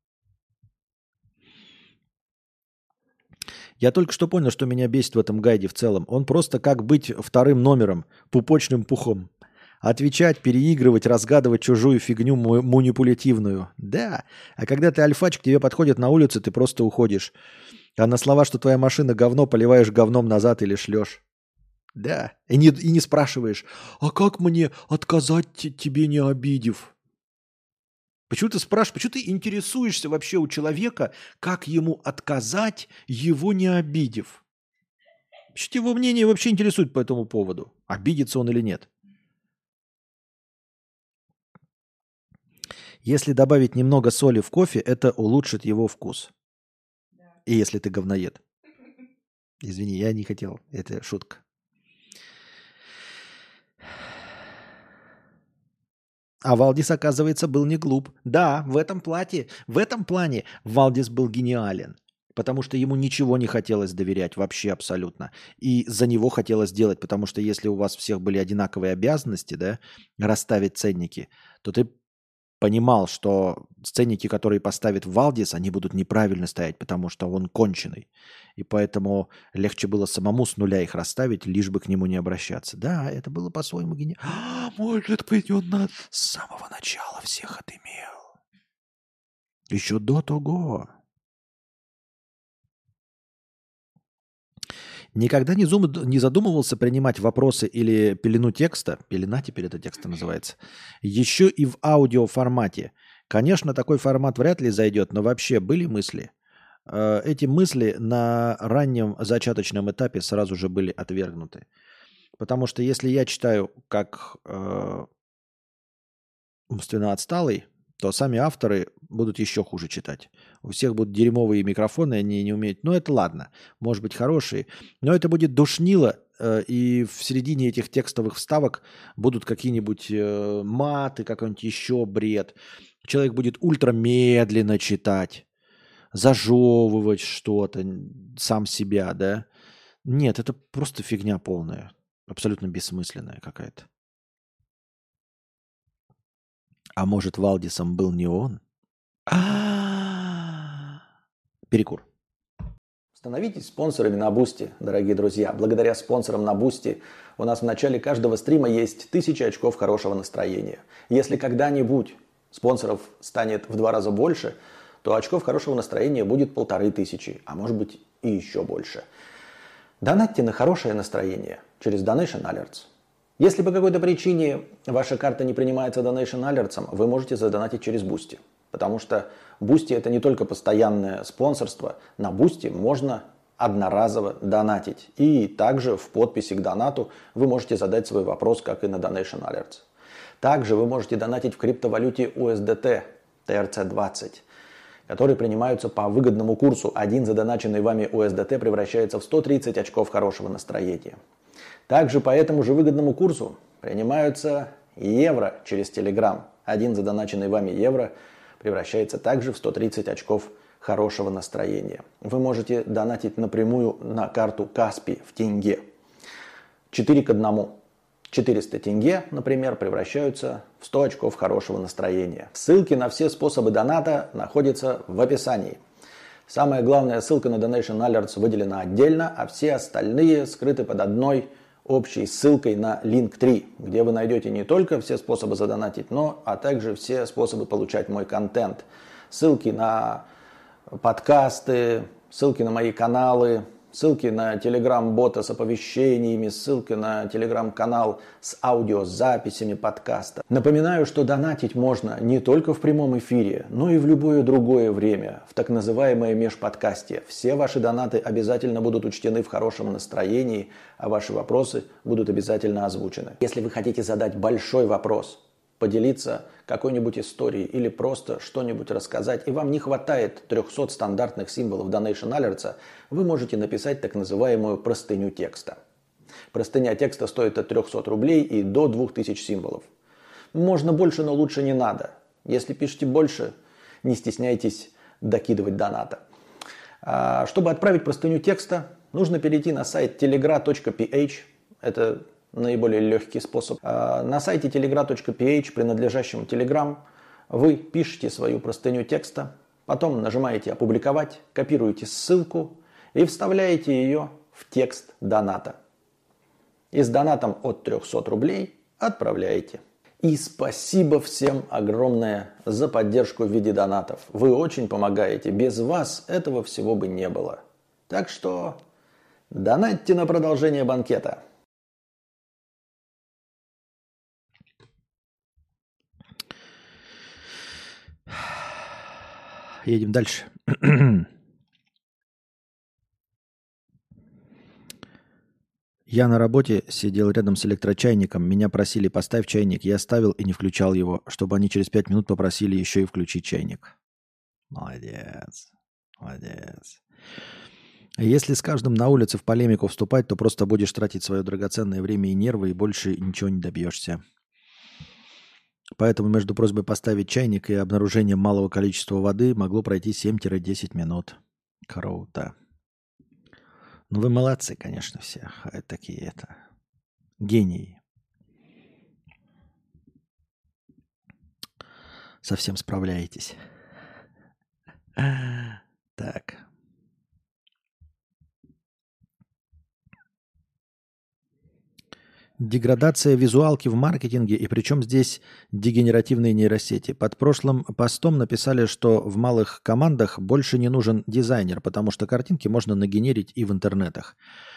Я только что понял, что меня бесит в этом гайде в целом. Он просто как быть 2-м номером, пупочным пухом. Отвечать, переигрывать, разгадывать чужую фигню манипулятивную. Да, а когда ты альфач, к тебе подходят на улице, ты просто уходишь. А на слова, что твоя машина говно, поливаешь говном назад или шлешь. Да, и не спрашиваешь, а как мне отказать тебе, не обидев? Почему ты спрашиваешь, почему ты интересуешься вообще у человека, как ему отказать, его не обидев? Почему его мнение вообще интересует по этому поводу? Обидится он или нет? Если добавить немного соли в кофе, это улучшит его вкус. И если ты говноед. Извини, я не хотел. Это шутка. А Валдис, оказывается, был не глуп. Да, в этом плане Валдис был гениален. потому что ему ничего не хотелось доверять вообще абсолютно. И за него хотелось делать, потому что если у вас всех были одинаковые обязанности, да, расставить ценники, то ты понимал, что ценники, которые поставит Валдис, они будут неправильно стоять, потому что он конченый. И поэтому легче было самому с нуля их расставить, лишь бы к нему не обращаться. Да, это было по-своему гениально. Может быть, он с самого начала всех отымел. Еще до того. Никогда не задумывался принимать вопросы или пелену текста, пелена теперь это текста называется, еще и в аудиоформате. Конечно, такой формат вряд ли зайдет, но вообще были мысли. Эти мысли на раннем зачаточном этапе сразу же были отвергнуты. Потому что если я читаю как умственно отсталый, то сами авторы будут еще хуже читать. У всех будут дерьмовые микрофоны, они не умеют. Ну, это ладно, может быть, хорошие. Но это будет душнило, и в середине этих текстовых вставок будут какие-нибудь маты, какой-нибудь еще бред. Человек будет ультрамедленно читать, зажевывать что-то, сам себя, да. Нет, это просто фигня полная, абсолютно бессмысленная какая-то. А может, Валдисом был не он? Перекур. Становитесь спонсорами на Бусти, дорогие друзья. Благодаря спонсорам на Бусти у нас в начале каждого стрима есть 1000 очков хорошего настроения. Если когда-нибудь спонсоров станет в 2 раза больше, то очков хорошего настроения будет 1500, а может быть и еще больше. Донатьте на хорошее настроение через Donation Alerts. Если по какой-то причине ваша карта не принимается Donation Alerts, вы можете задонатить через Boosty. Потому что Boosty это не только постоянное спонсорство. На Boosty можно одноразово донатить. И также в подписи к донату вы можете задать свой вопрос, как и на Donation Alerts. Также вы можете донатить в криптовалюте USDT TRC20, которые принимаются по выгодному курсу. Один задоначенный вами USDT превращается в 130 очков хорошего настроения. Также по этому же выгодному курсу принимаются евро через Telegram. Один задоначенный вами евро превращается также в 130 очков хорошего настроения. Вы можете донатить напрямую на карту Каспи в тенге. 4 к 1. 400 тенге, например, превращаются в 100 очков хорошего настроения. Ссылки на все способы доната находятся в описании. Самая главная ссылка на Donation Alerts выделена отдельно, а все остальные скрыты под одной общей ссылкой на Linktree, где вы найдете не только все способы задонатить, но а также все способы получать мой контент. Ссылки на подкасты, ссылки на мои каналы, ссылки на телеграм-бота с оповещениями, ссылки на телеграм-канал с аудиозаписями подкаста. Напоминаю, что донатить можно не только в прямом эфире, но и в любое другое время, в так называемое межподкасте. Все ваши донаты обязательно будут учтены в хорошем настроении, а ваши вопросы будут обязательно озвучены. Если вы хотите задать большой вопрос, поделиться какой-нибудь историей или просто что-нибудь рассказать, и вам не хватает 300 стандартных символов Donation Alerts, вы можете написать так называемую простыню текста. Простыня текста стоит от 300 рублей и до 2000 символов. Можно больше, но лучше не надо. Если пишете больше, не стесняйтесь докидывать доната. Чтобы отправить простыню текста, нужно перейти на сайт telegra.ph. Это наиболее легкий способ. На сайте telegra.ph, принадлежащем Telegram, вы пишете свою простыню текста, потом нажимаете «Опубликовать», копируете ссылку и вставляете ее в текст доната. И с донатом от 300 рублей отправляете. И спасибо всем огромное за поддержку в виде донатов. Вы очень помогаете. Без вас этого всего бы не было. Так что донатьте на продолжение банкета. Едем дальше. Я на работе сидел рядом с электрочайником. Меня просили поставь чайник. Я ставил и не включал его, чтобы они через 5 минут попросили еще и включить чайник. Молодец. Молодец. Если с каждым на улице в полемику вступать, то просто будешь тратить свое драгоценное время и нервы, и больше ничего не добьешься. Поэтому между просьбой поставить чайник и обнаружением малого количества воды могло пройти 7-10 минут. Круто. Ну вы молодцы, конечно, все. Такие это гении. Совсем справляетесь. Так. Деградация визуалки в маркетинге, и причем здесь дегенеративные нейросети. Под прошлым постом написали, что в малых командах больше не нужен дизайнер, потому что картинки можно нагенерить и в интернетах.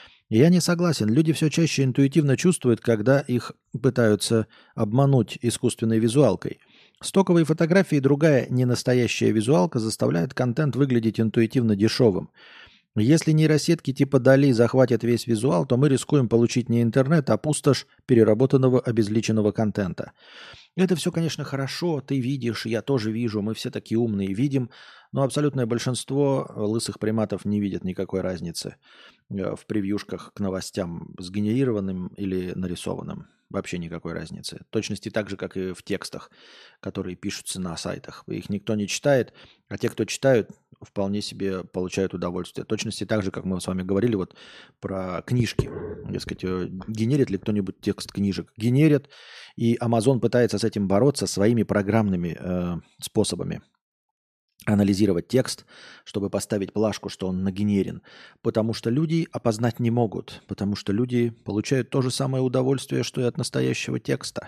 Я не согласен. Люди все чаще интуитивно чувствуют, когда их пытаются обмануть искусственной визуалкой. Стоковые фотографии и другая ненастоящая визуалка заставляют контент выглядеть интуитивно дешевым. Если нейросетки типа Дали захватят весь визуал, то мы рискуем получить не интернет, а пустошь переработанного обезличенного контента. Это все, конечно, хорошо, ты видишь, я тоже вижу, мы все такие умные видим, но абсолютное большинство лысых приматов не видят никакой разницы в превьюшках к новостям, сгенерированным или нарисованным. Вообще никакой разницы. В точности так же, как и в текстах, которые пишутся на сайтах. Их никто не читает, а те, кто читают, вполне себе получают удовольствие. В точности так же, как мы с вами говорили вот про книжки. Дескать, генерит ли кто-нибудь текст книжек? Генерит, и Amazon пытается с этим бороться своими программными способами. Анализировать текст, чтобы поставить плашку, что он нагенерен. Потому что люди опознать не могут. Потому что люди получают то же самое удовольствие, что и от настоящего текста.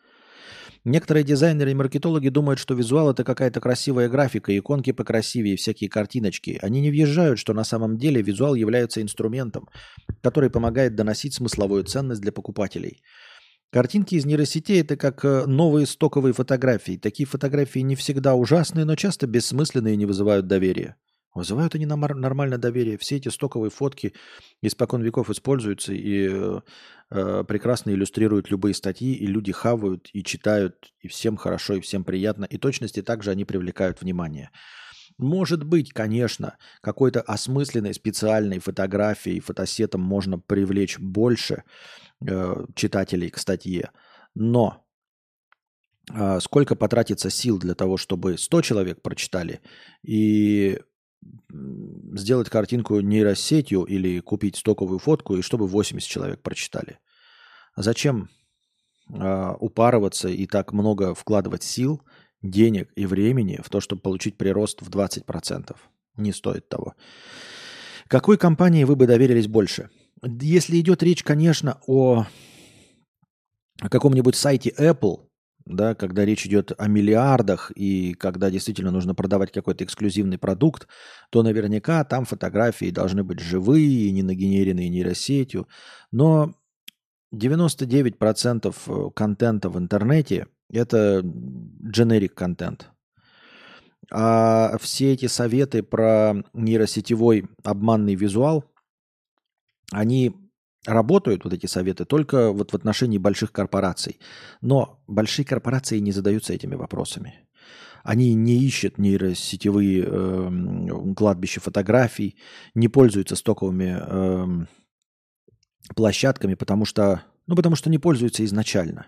Некоторые дизайнеры и маркетологи думают, что визуал – это какая-то красивая графика, иконки покрасивее, всякие картиночки. Они не въезжают, что на самом деле визуал является инструментом, который помогает доносить смысловую ценность для покупателей. Картинки из нейросетей – это как новые стоковые фотографии. Такие фотографии не всегда ужасные, но часто бессмысленные и не вызывают доверия. Вызывают они нормально доверие. Все эти стоковые фотки испокон веков используются и прекрасно иллюстрируют любые статьи, и люди хавают, и читают, и всем хорошо, и всем приятно. И точности также они привлекают внимание. Может быть, конечно, какой-то осмысленной специальной фотографией, фотосетом можно привлечь больше читателей к статье, но сколько потратится сил для того, чтобы 100 человек прочитали и сделать картинку нейросетью или купить стоковую фотку, и чтобы 80 человек прочитали. Зачем упарываться и так много вкладывать сил, денег и времени в то, чтобы получить прирост в 20%? Не стоит того. Какой компании вы бы доверились больше? Если идет речь, конечно, о каком-нибудь сайте Apple, да, когда речь идет о миллиардах и когда действительно нужно продавать какой-то эксклюзивный продукт, то наверняка там фотографии должны быть живые, не нагенеренные нейросетью. Но 99% контента в интернете – это generic контент. А все эти советы про нейросетевой обманный визуал, они работают, вот эти советы, только вот в отношении больших корпораций. Но большие корпорации не задаются этими вопросами. Они не ищут нейросетевые кладбища фотографий, не пользуются стоковыми площадками, потому что не пользуются изначально.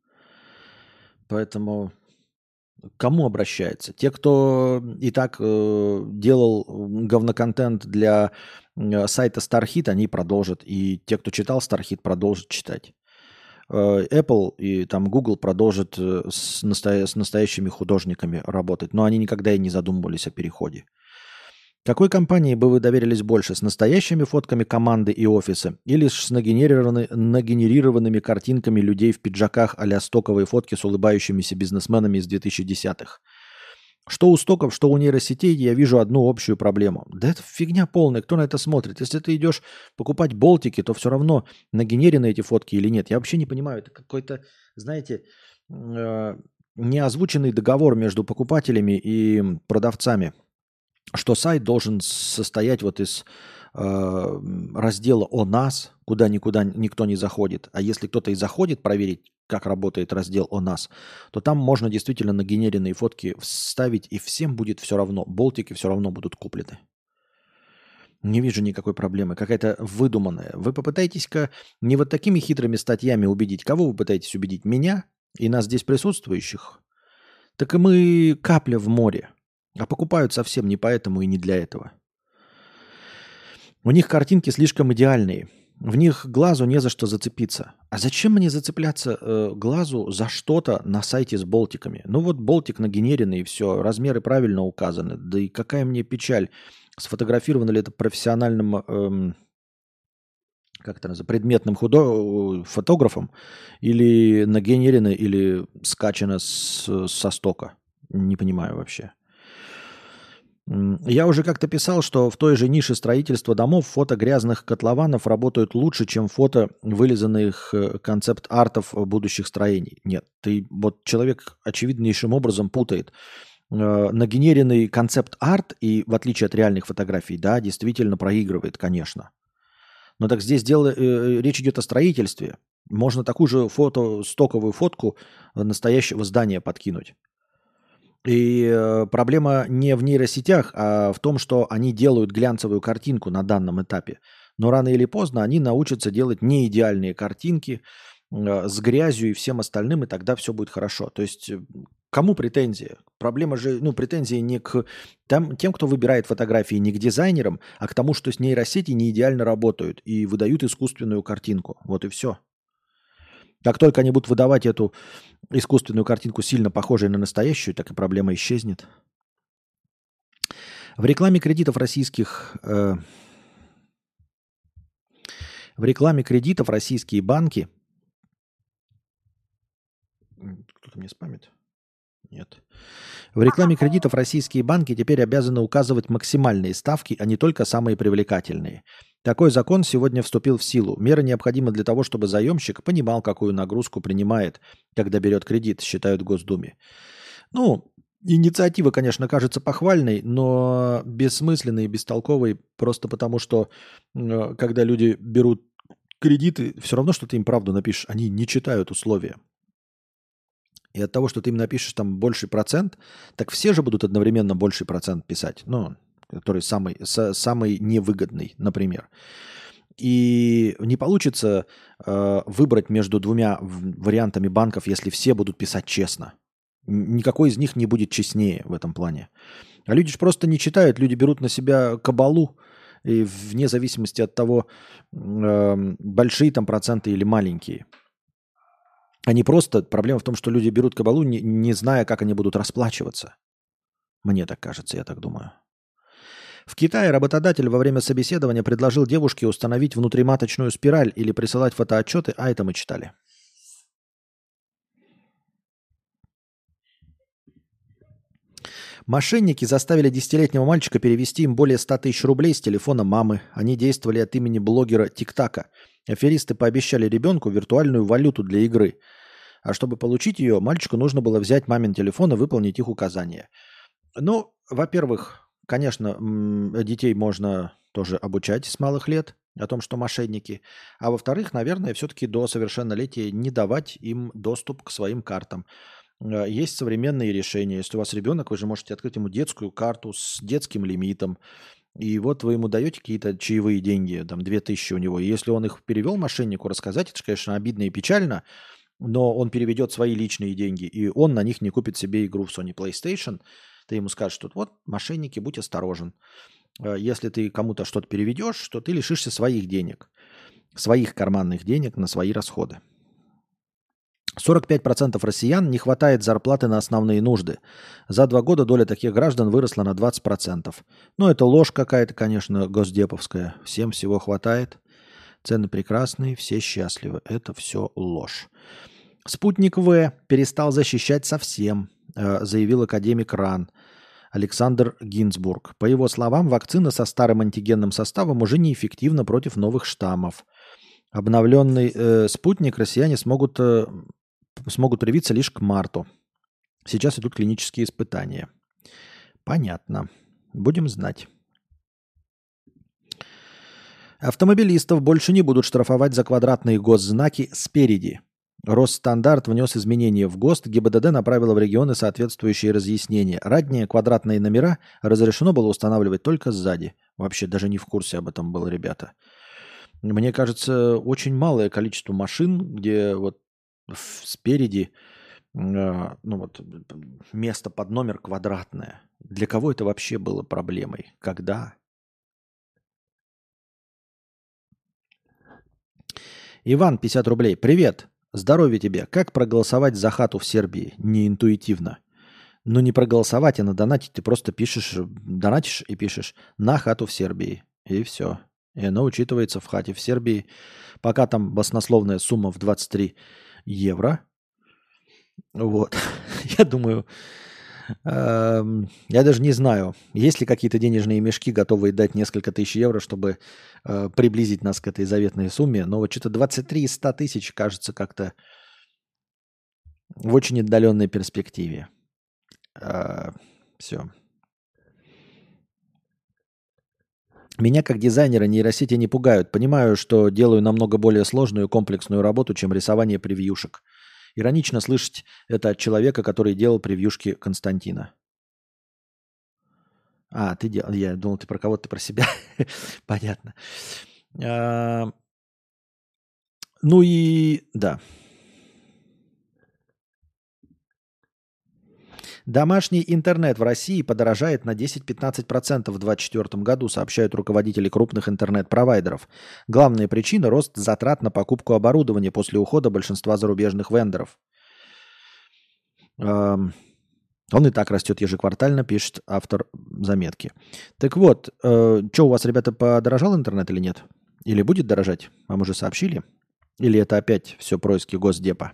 Поэтому к кому обращается? Те, кто и так делал говноконтент для сайта StarHit, они продолжат. И те, кто читал StarHit, продолжат читать. Apple и там Google продолжат с настоящими художниками работать. Но они никогда и не задумывались о переходе. Какой компании бы вы доверились больше? С настоящими фотками команды и офиса? Или с нагенерированными картинками людей в пиджаках а-ля стоковые фотки с улыбающимися бизнесменами из 2010-х? Что у стоков, что у нейросетей, я вижу одну общую проблему. Да это фигня полная, кто на это смотрит? Если ты идешь покупать болтики, то все равно нагенерены эти фотки или нет. Я вообще не понимаю, это какой-то, знаете, неозвученный договор между покупателями и продавцами, что сайт должен состоять вот из раздела «О нас», куда никуда никто не заходит. А если кто-то и заходит проверить, как работает раздел «О нас», то там можно действительно нагенеренные фотки вставить, и всем будет все равно. Болтики все равно будут куплены. Не вижу никакой проблемы. Какая-то выдуманная. Вы попытаетесь-ка не вот такими хитрыми статьями убедить. Кого вы пытаетесь убедить? Меня и нас здесь присутствующих? Так и мы капля в море. А покупают совсем не поэтому и не для этого. У них картинки слишком идеальные. В них глазу не за что зацепиться. А зачем мне зацепляться глазу за что-то на сайте с болтиками? Ну вот болтик нагенеренный и все, размеры правильно указаны. Да и какая мне печаль, сфотографировано ли это профессиональным, как это называется, предметным фотографом или нагенерено, или скачано со стока. Не понимаю вообще. Я уже как-то писал, что в той же нише строительства домов фото грязных котлованов работают лучше, чем фото вылизанных концепт-артов будущих строений. Нет, вот человек очевиднейшим образом путает. Нагенеренный концепт-арт, и в отличие от реальных фотографий, да, действительно проигрывает, конечно. Но так здесь речь идет о строительстве. Можно такую же стоковую фотку настоящего здания подкинуть. И проблема не в нейросетях, а в том, что они делают глянцевую картинку на данном этапе. Но рано или поздно они научатся делать неидеальные картинки с грязью и всем остальным, и тогда все будет хорошо. То есть кому претензии? Проблема же, претензии не к тем, кто выбирает фотографии, не к дизайнерам, а к тому, что с нейросети не идеально работают и выдают искусственную картинку. Вот и все. Как только они будут выдавать эту искусственную картинку, сильно похожую на настоящую, так и проблема исчезнет. В рекламе кредитов российские банки... Кто-то мне спамит? Нет. В рекламе кредитов российские банки теперь обязаны указывать максимальные ставки, а не только самые привлекательные. Такой закон сегодня вступил в силу. Мера необходима для того, чтобы заемщик понимал, какую нагрузку принимает, когда берет кредит, считают в Госдуме. Инициатива, конечно, кажется похвальной, но бессмысленной и бестолковой, просто потому что, когда люди берут кредиты, все равно, что ты им правду напишешь, они не читают условия. И от того, что ты им напишешь там больший процент, так все же будут одновременно больший процент писать. Который самый невыгодный, например. И не получится выбрать между двумя вариантами банков, если все будут писать честно. Никакой из них не будет честнее в этом плане. А люди же просто не читают, люди берут на себя кабалу, и вне зависимости от того, большие там проценты или маленькие. Проблема в том, что люди берут кабалу, не зная, как они будут расплачиваться. Мне так кажется, я так думаю. В Китае работодатель во время собеседования предложил девушке установить внутриматочную спираль или присылать фотоотчеты, а это мы читали. Мошенники заставили 10-летнего мальчика перевести им более 100 тысяч рублей с телефона мамы. Они действовали от имени блогера ТикТака. Аферисты пообещали ребенку виртуальную валюту для игры. А чтобы получить ее, мальчику нужно было взять мамин телефон и выполнить их указания. Во-первых, конечно, детей можно тоже обучать с малых лет о том, что мошенники. А во-вторых, наверное, все-таки до совершеннолетия не давать им доступ к своим картам. Есть современные решения. Если у вас ребенок, вы же можете открыть ему детскую карту с детским лимитом. И вот вы ему даете какие-то чаевые деньги, там 2000 у него. И если он их перевел мошеннику, рассказать, это же, конечно, обидно и печально, но он переведет свои личные деньги, и он на них не купит себе игру в Sony PlayStation. Ты ему скажешь, что вот, мошенники, будь осторожен. Если ты кому-то что-то переведешь, то ты лишишься своих денег, своих карманных денег на свои расходы. 45% россиян не хватает зарплаты на основные нужды. За 2 года доля таких граждан выросла на 20%. Это ложь какая-то, конечно, госдеповская. Всем всего хватает. Цены прекрасные, все счастливы. Это все ложь. Спутник В перестал защищать совсем, заявил академик РАН Александр Гинзбург. По его словам, вакцина со старым антигенным составом уже неэффективна против новых штаммов. Обновленный спутник россияне смогут привиться лишь к марту. Сейчас идут клинические испытания. Понятно. Будем знать. Автомобилистов больше не будут штрафовать за квадратные госзнаки спереди. Росстандарт внес изменения в ГОСТ, ГИБДД направила в регионы соответствующие разъяснения. Ранее квадратные номера разрешено было устанавливать только сзади. Вообще даже не в курсе об этом было, ребята. Мне кажется, очень малое количество машин, где вот спереди место под номер квадратное. Для кого это вообще было проблемой? Когда? Иван, 50 рублей. Привет. Здоровья тебе. Как проголосовать за хату в Сербии? Неинтуитивно. Ну, не проголосовать, а надонатить. Ты просто пишешь, донатишь и пишешь на хату в Сербии. И все. И оно учитывается в хате в Сербии. Пока там баснословная сумма в 23 евро. Вот. Я думаю, я даже не знаю, есть ли какие-то денежные мешки, готовые дать несколько тысяч евро, чтобы приблизить нас к этой заветной сумме. Но вот что-то 23 из 100 тысяч кажется как-то в очень отдаленной перспективе. Все. Меня как дизайнера нейросети не пугают. Понимаю, что делаю намного более сложную и комплексную работу, чем рисование превьюшек. Иронично слышать это от человека, который делал превьюшки Константина. А, ты делал. Я думал, ты про кого-то, ты про себя. Понятно. Ну и да. Домашний интернет в России подорожает на 10-15% в 2024 году, сообщают руководители крупных интернет-провайдеров. Главная причина – рост затрат на покупку оборудования после ухода большинства зарубежных вендоров. Он и так растет ежеквартально, пишет автор заметки. Так вот, что у вас, ребята, подорожал интернет или нет? Или будет дорожать? Вам уже сообщили? Или это опять все происки Госдепа?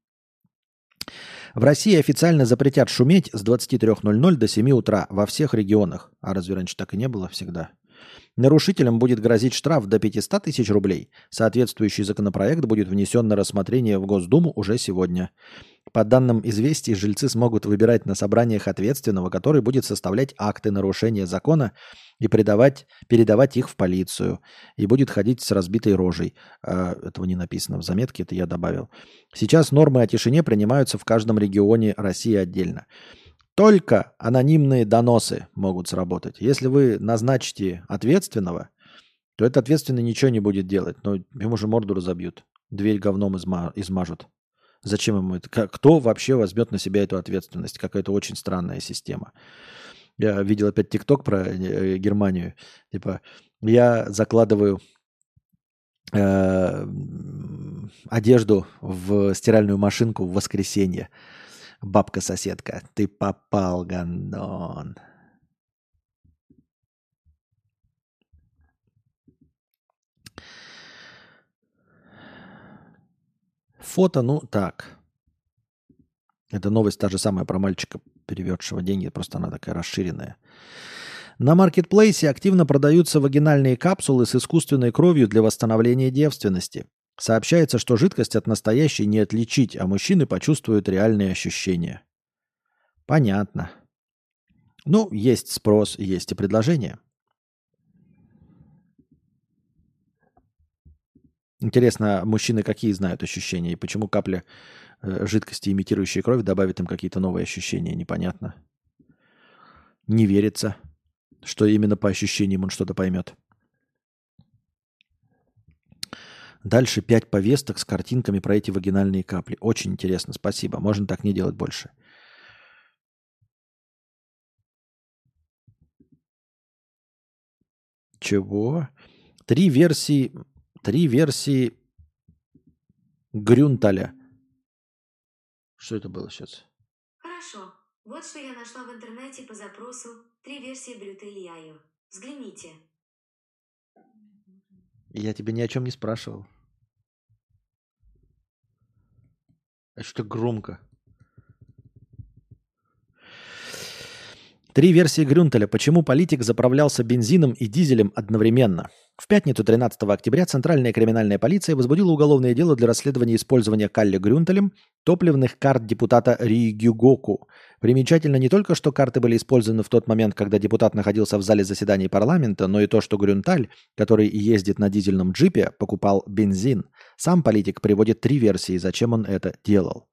В России официально запретят шуметь с 23:00 до 7 утра во всех регионах. А разве раньше так и не было всегда? Нарушителям будет грозить штраф до 500 тысяч рублей. Соответствующий законопроект будет внесен на рассмотрение в Госдуму уже сегодня. По данным «Известий», жильцы смогут выбирать на собраниях ответственного, который будет составлять акты нарушения закона и передавать их в полицию. И будет ходить с разбитой рожей. Этого не написано в заметке, это я добавил. Сейчас нормы о тишине принимаются в каждом регионе России отдельно. Только анонимные доносы могут сработать. Если вы назначите ответственного, то этот ответственный ничего не будет делать. Но ему же морду разобьют. Дверь говном измажут. Зачем ему это? Кто вообще возьмет на себя эту ответственность? Какая-то очень странная система. Я видел опять ТикТок про Германию. Типа, я закладываю одежду в стиральную машинку в воскресенье. Бабка-соседка, ты попал, гандон. Фото, ну так. Это новость та же самая про мальчика, переведшего деньги, просто она такая расширенная. На маркетплейсе активно продаются вагинальные капсулы с искусственной кровью для восстановления девственности. Сообщается, что жидкость от настоящей не отличить, а мужчины почувствуют реальные ощущения. Понятно. Ну, есть спрос, есть и предложение. Интересно, мужчины какие знают ощущения и почему капля жидкости, имитирующей кровь, добавит им какие-то новые ощущения, непонятно. Не верится, что именно по ощущениям он что-то поймет. Дальше 5 повесток с картинками про эти вагинальные капли. Очень интересно, спасибо. Можно так не делать больше. Чего? Три версии Грюнталя. Что это было сейчас? Хорошо. Вот что я нашла в интернете по запросу 3 версии Брюта и Яю. Взгляните. Я тебя ни о чем не спрашивал. А что громко? 3 версии Грюнтеля. Почему политик заправлялся бензином и дизелем одновременно? В пятницу 13 октября Центральная криминальная полиция возбудила уголовное дело для расследования использования Калли Грюнтелем топливных карт депутата Ригюгоку. Примечательно не только, что карты были использованы в тот момент, когда депутат находился в зале заседаний парламента, но и то, что Грюнталь, который ездит на дизельном джипе, покупал бензин. Сам политик приводит 3 версии, зачем он это делал.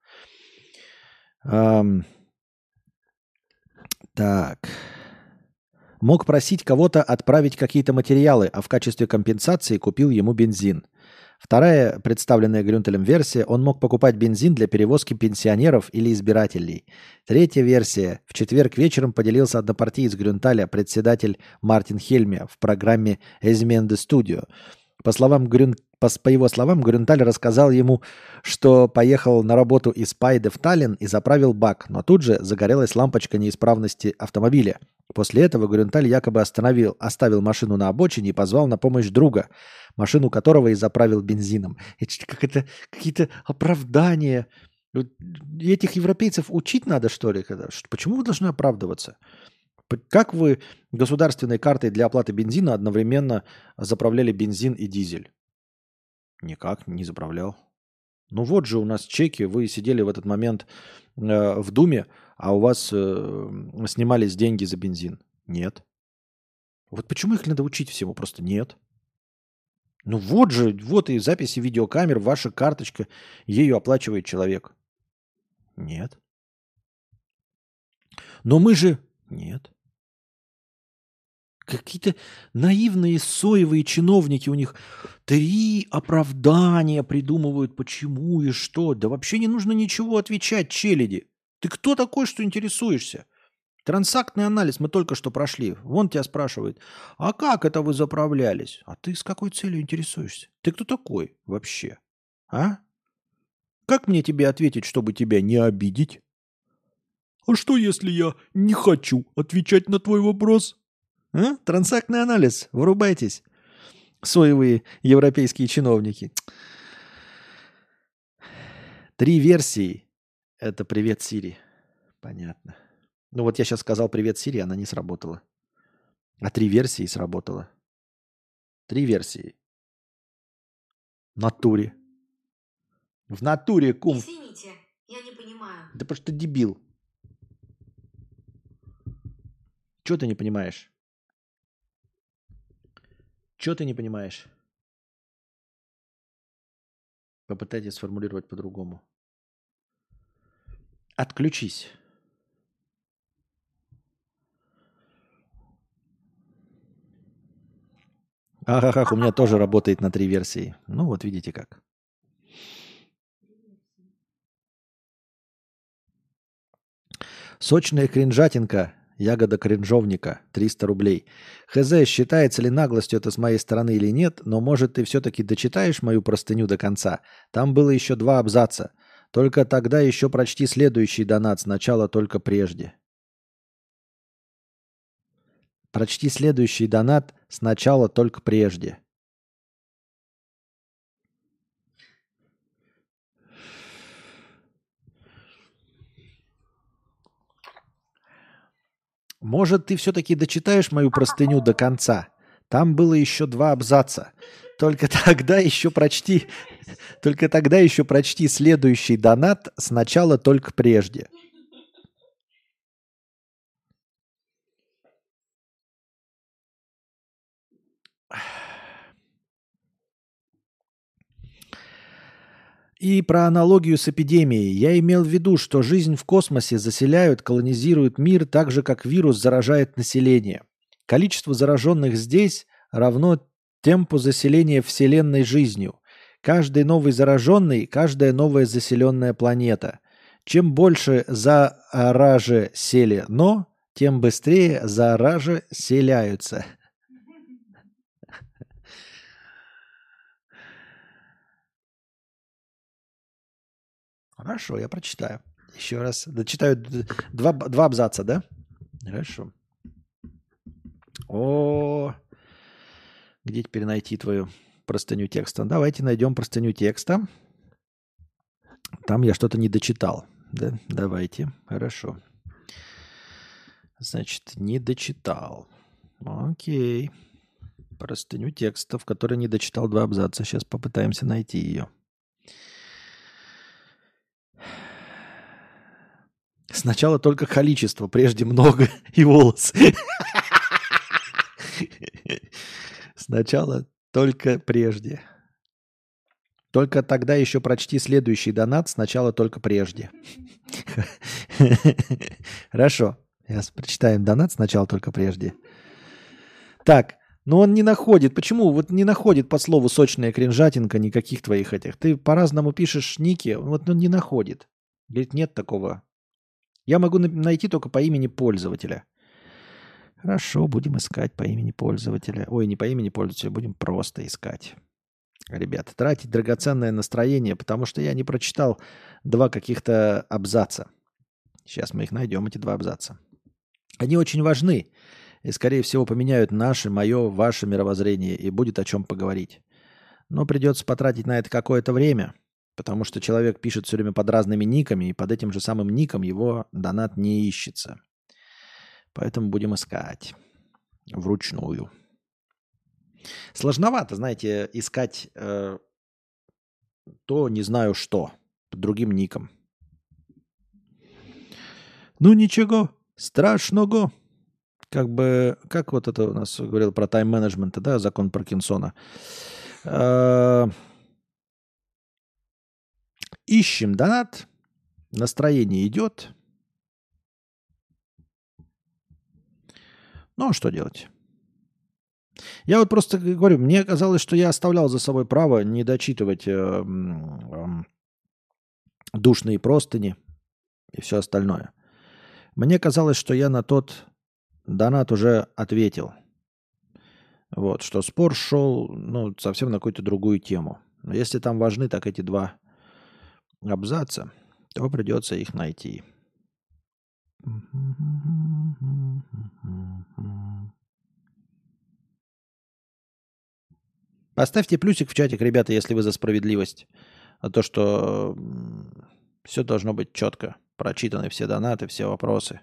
Так. Мог просить кого-то отправить какие-то материалы, а в качестве компенсации купил ему бензин. Вторая, представленная Грюнтелем версия, он мог покупать бензин для перевозки пенсионеров или избирателей. Третья версия. В четверг вечером поделился однопартиец Грюнталя, председатель Мартин Хельме в программе «Эзменде Студио». По его словам, Грюнталь рассказал ему, что поехал на работу из Пайде в Таллин и заправил бак, но тут же загорелась лампочка неисправности автомобиля. После этого Грюнталь якобы оставил машину на обочине и позвал на помощь друга, машину которого и заправил бензином. Это какие-то оправдания. Этих европейцев учить надо, что ли? Почему вы должны оправдываться? Как вы государственной картой для оплаты бензина одновременно заправляли бензин и дизель? Никак не заправлял. Ну вот же у нас чеки, вы сидели в этот момент в Думе, а у вас снимались деньги за бензин. Нет. Вот почему их надо учить всему? Просто нет. Ну вот же, вот и записи видеокамер, ваша карточка, ею оплачивает человек. Нет. Но мы же... Нет. Какие-то наивные соевые чиновники, у них 3 оправдания придумывают, почему и что. Да вообще не нужно ничего отвечать, челяди. Ты кто такой, что интересуешься? Трансактный анализ мы только что прошли. Вон тебя спрашивают, а как это вы заправлялись? А ты с какой целью интересуешься? Ты кто такой вообще? А? Как мне тебе ответить, чтобы тебя не обидеть? А что, если я не хочу отвечать на твой вопрос? А? Трансактный анализ. Вырубайтесь. Соевые европейские чиновники. 3 версии. Это привет, Сири. Понятно. Ну вот я сейчас сказал привет, Сири, она не сработала. А 3 версии сработала. 3 версии. В натуре. В натуре, кум. Извините, я не понимаю. Да потому что ты дебил. Чего ты не понимаешь? Чего ты не понимаешь? Попытайтесь сформулировать по-другому. Отключись. Ахахах, у меня тоже работает на 3 версии. Ну вот видите как. Сочная кринжатинка, ягода кринжовника, 300 рублей. Хз, считается ли наглостью это с моей стороны или нет, но может ты все-таки дочитаешь мою простыню до конца? Там было еще 2 абзаца. Только тогда еще прочти следующий донат, сначала только прежде. Прочти следующий донат, сначала только прежде. Может, ты все-таки дочитаешь мою простыню до конца? Там было еще 2 абзаца. Только тогда еще прочти следующий донат, сначала только прежде. И про аналогию с эпидемией. Я имел в виду, что жизнь в космосе заселяют, колонизируют мир так же, как вирус заражает население. Количество зараженных здесь равно темпу заселения Вселенной жизнью. Каждый новый зараженный – каждая новая заселенная планета. Чем больше заражи селено, тем быстрее заражи селяются. Хорошо, я прочитаю. Еще раз. Дочитаю 2 абзаца, да? Хорошо. Где теперь найти твою простыню текста? Давайте найдем простыню текста. Там я что-то не дочитал. Да? Давайте. Хорошо. Значит, не дочитал. Окей. Простыню текста, в которой не дочитал 2 абзаца. Сейчас попытаемся найти ее. Сначала только количество, прежде много и волосы. Сначала только прежде. Только тогда еще прочти следующий донат, сначала только прежде. Хорошо. Сейчас прочитаем донат, сначала только прежде. Так, но он не находит. Почему? Вот не находит по слову сочная кринжатинка никаких твоих этих. Ты по-разному пишешь ники, вот он не находит. Говорит, нет такого. Я могу найти только по имени пользователя. Хорошо, будем искать по имени пользователя. Ой, не по имени пользователя, будем просто искать. Ребята, тратить драгоценное настроение, потому что я не прочитал 2 каких-то абзаца. Сейчас мы их найдем, эти 2 абзаца. Они очень важны и, скорее всего, поменяют наше, мое, ваше мировоззрение, и будет о чем поговорить. Но придется потратить на это какое-то время, потому что человек пишет все время под разными никами, и под этим же самым ником его донат не ищется. Поэтому будем искать вручную. Сложновато, знаете, искать то не знаю что под другим ником. Ну ничего страшного. Как вот это у нас говорил про тайм-менеджмент, да, закон Паркинсона. Ищем донат, настроение идет. Ну, а что делать? Я вот просто говорю, мне казалось, что я оставлял за собой право не дочитывать душные простыни и все остальное. Мне казалось, что я на тот донат уже ответил. Вот, что спор шел, ну, совсем на какую-то другую тему. Но если там важны так эти 2 абзаца, то придется их найти. Поставьте плюсик в чатик, ребята, если вы за справедливость. А то, что все должно быть четко. Прочитаны все донаты, все вопросы.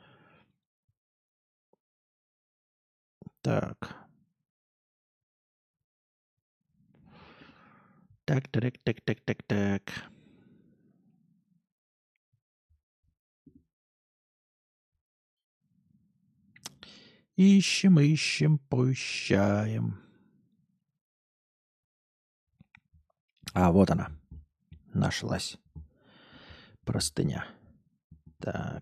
Так. Так. Ищем, поищаем. А, вот она. Нашлась. Простыня. Так.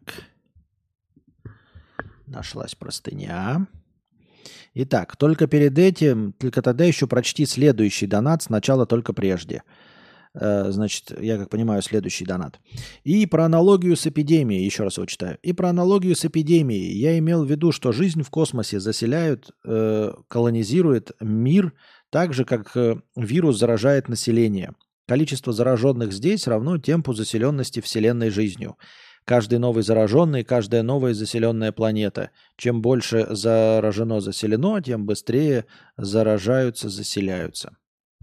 Нашлась простыня. Итак, только перед этим, только тогда еще прочти следующий донат, сначала только прежде. Значит, я как понимаю, следующий донат. И про аналогию с эпидемией, еще раз его читаю. И про аналогию с эпидемией. Я имел в виду, что жизнь в космосе заселяют, колонизирует мир так же, как вирус заражает население. Количество зараженных здесь равно темпу заселенности Вселенной жизнью. Каждый новый зараженный, каждая новая заселенная планета. Чем больше заселено, тем быстрее заражаются, заселяются.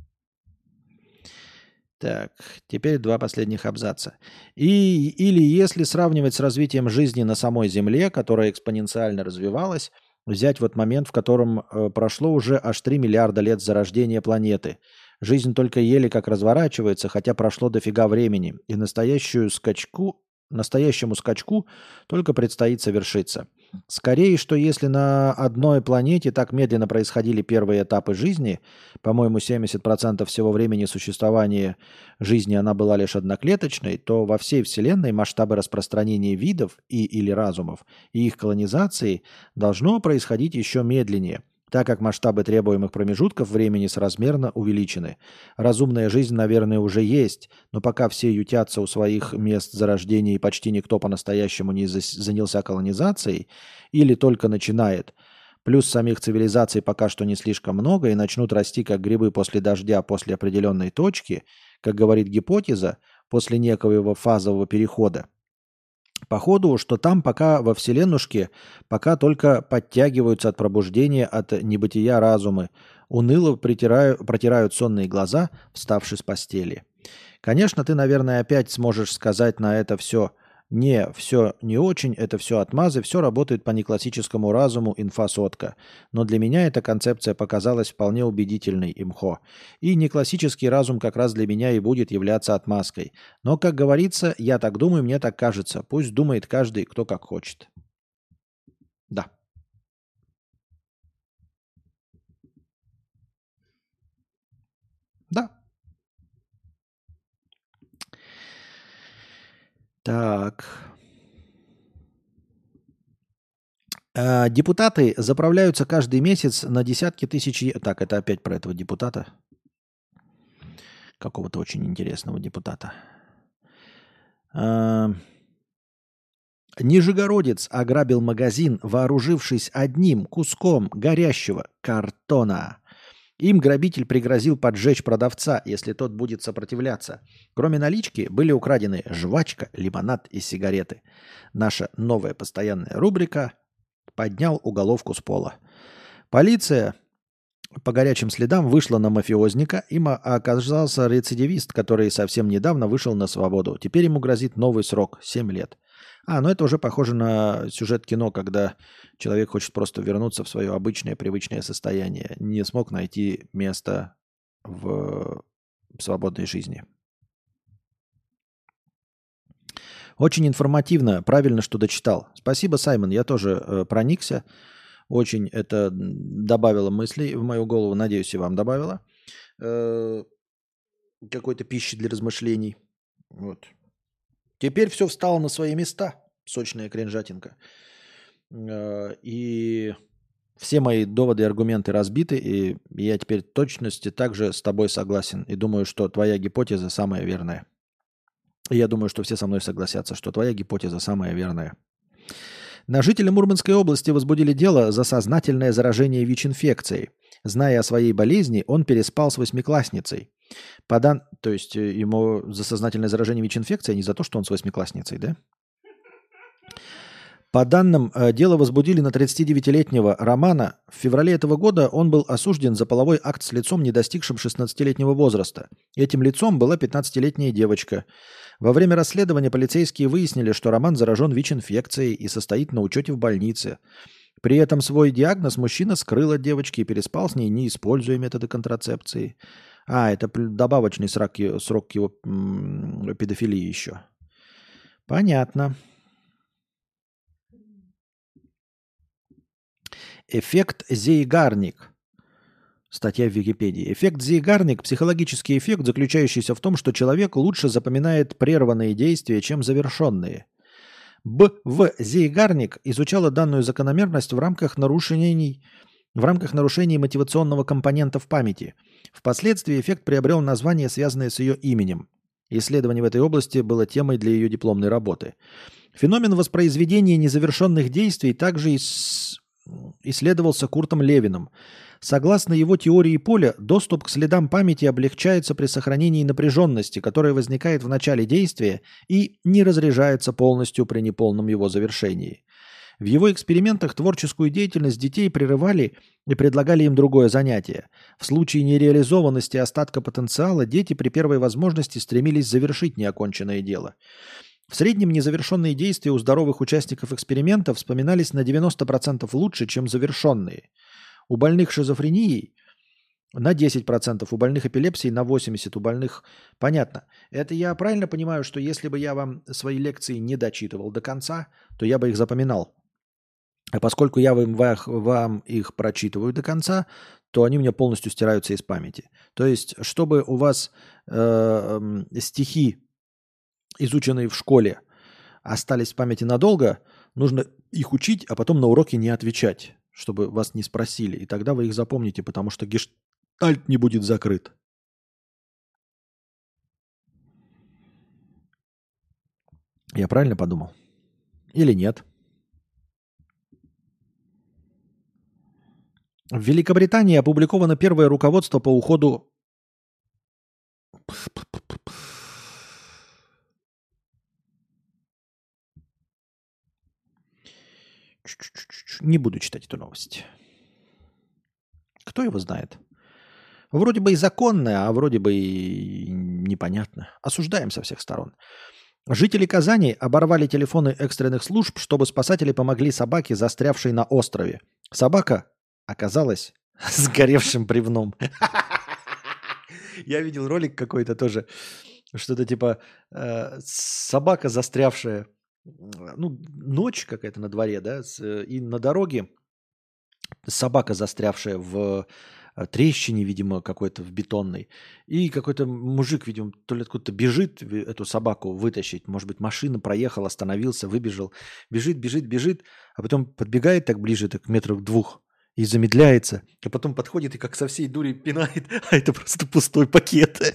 Так, теперь 2 последних абзаца. Или если сравнивать с развитием жизни на самой Земле, которая экспоненциально развивалась, взять вот момент, в котором прошло уже аж 3 миллиарда лет зарождения планеты. Жизнь только еле как разворачивается, хотя прошло дофига времени, и настоящему скачку только предстоит совершиться. Скорее, что если на одной планете так медленно происходили первые этапы жизни, по-моему, 70% всего времени существования жизни она была лишь одноклеточной, то во всей Вселенной масштабы распространения видов или разумов и их колонизации должно происходить еще медленнее, так как масштабы требуемых промежутков времени соразмерно увеличены. Разумная жизнь, наверное, уже есть, но пока все ютятся у своих мест зарождения и почти никто по-настоящему не занялся колонизацией или только начинает, плюс самих цивилизаций пока что не слишком много и начнут расти как грибы после дождя после определенной точки, как говорит гипотеза, после некоего фазового перехода. Походу, что там пока во Вселеннушке пока только подтягиваются от пробуждения от небытия разумы, уныло протирают сонные глаза, вставши с постели. Конечно, ты, наверное, опять сможешь сказать на это все не очень, это все отмазы, все работает по неклассическому разуму, инфа-сотка. Но для меня эта концепция показалась вполне убедительной, имхо. И неклассический разум как раз для меня и будет являться отмазкой. Но, как говорится, я так думаю, мне так кажется. Пусть думает каждый, кто как хочет. Да. Да. Так. Депутаты заправляются каждый месяц на десятки тысяч... Так, это опять про этого депутата. Какого-то очень интересного депутата. Нижегородец ограбил магазин, вооружившись одним куском горящего картона. Им грабитель пригрозил поджечь продавца, если тот будет сопротивляться. Кроме налички были украдены жвачка, лимонад и сигареты. Наша новая постоянная рубрика «Поднял уголовку с пола». Полиция по горячим следам вышла на мафиозника. Им оказался рецидивист, который совсем недавно вышел на свободу. Теперь ему грозит новый срок – 7 лет. Ну это уже похоже на сюжет кино, когда человек хочет просто вернуться в свое обычное, привычное состояние. Не смог найти место в свободной жизни. Очень информативно, правильно, что дочитал. Спасибо, Саймон, я тоже проникся. Очень это добавило мыслей в мою голову. Надеюсь, и вам добавило какой-то пищи для размышлений. Вот. Теперь все встало на свои места, сочная кринжатинка. И все мои доводы и аргументы разбиты, и я теперь в точности также с тобой согласен. И думаю, что твоя гипотеза самая верная. И я думаю, что все со мной согласятся, что твоя гипотеза самая верная. На жителя Мурманской области возбудили дело за сознательное заражение ВИЧ-инфекцией. Зная о своей болезни, он переспал с 8-классницей. То есть ему за сознательное заражение ВИЧ-инфекцией, а не за то, что он с 8-классницей, да? По данным, дело возбудили на 39-летнего Романа. В феврале этого года он был осужден за половой акт с лицом, не достигшим 16-летнего возраста. Этим лицом была 15-летняя девочка. Во время расследования полицейские выяснили, что Роман заражен ВИЧ-инфекцией и состоит на учете в больнице. При этом свой диагноз мужчина скрыл от девочки и переспал с ней, не используя методы контрацепции. Это добавочный срок его педофилии еще. Понятно. Эффект Зейгарник. Статья в Википедии. Эффект Зейгарник – психологический эффект, заключающийся в том, что человек лучше запоминает прерванные действия, чем завершенные. В. Зейгарник изучала данную закономерность в рамках нарушений мотивационного компонента в памяти. Впоследствии эффект приобрел название, связанное с ее именем. Исследование в этой области было темой для ее дипломной работы. Феномен воспроизведения незавершенных действий также исследовался Куртом Левиным. Согласно его теории поля, доступ к следам памяти облегчается при сохранении напряженности, которая возникает в начале действия и не разряжается полностью при неполном его завершении. В его экспериментах творческую деятельность детей прерывали и предлагали им другое занятие. В случае нереализованности остатка потенциала дети при первой возможности стремились завершить неоконченное дело. В среднем незавершенные действия у здоровых участников эксперимента вспоминались на 90% лучше, чем завершенные. У больных шизофренией на 10%, у больных эпилепсией на 80%, у больных... Понятно. Это я правильно понимаю, что если бы я вам свои лекции не дочитывал до конца, то я бы их запоминал. А поскольку я вам их прочитываю до конца, то они у меня полностью стираются из памяти. То есть, чтобы у вас стихи, изученные в школе, остались в памяти надолго, нужно их учить, а потом на уроке не отвечать, чтобы вас не спросили. И тогда вы их запомните, потому что гештальт не будет закрыт. Я правильно подумал? Или нет? В Великобритании опубликовано первое руководство по уходу... Не буду читать эту новость. Кто его знает? Вроде бы и законное, а вроде бы и непонятно. Осуждаем со всех сторон. Жители Казани оборвали телефоны экстренных служб, чтобы спасатели помогли собаке, застрявшей на острове. Собака оказалась сгоревшим бревном. Я видел ролик какой-то тоже. Что-то типа собака, застрявшая. Ночь какая-то на дворе, да, и на дороге собака, застрявшая в трещине, видимо, какой-то в бетонной, и какой-то мужик, видимо, то ли откуда-то бежит эту собаку вытащить, может быть, машина проехала, остановился, выбежал, бежит, а потом подбегает так ближе, так метров 2, и замедляется, а потом подходит и как со всей дури пинает, а это просто пустой пакет.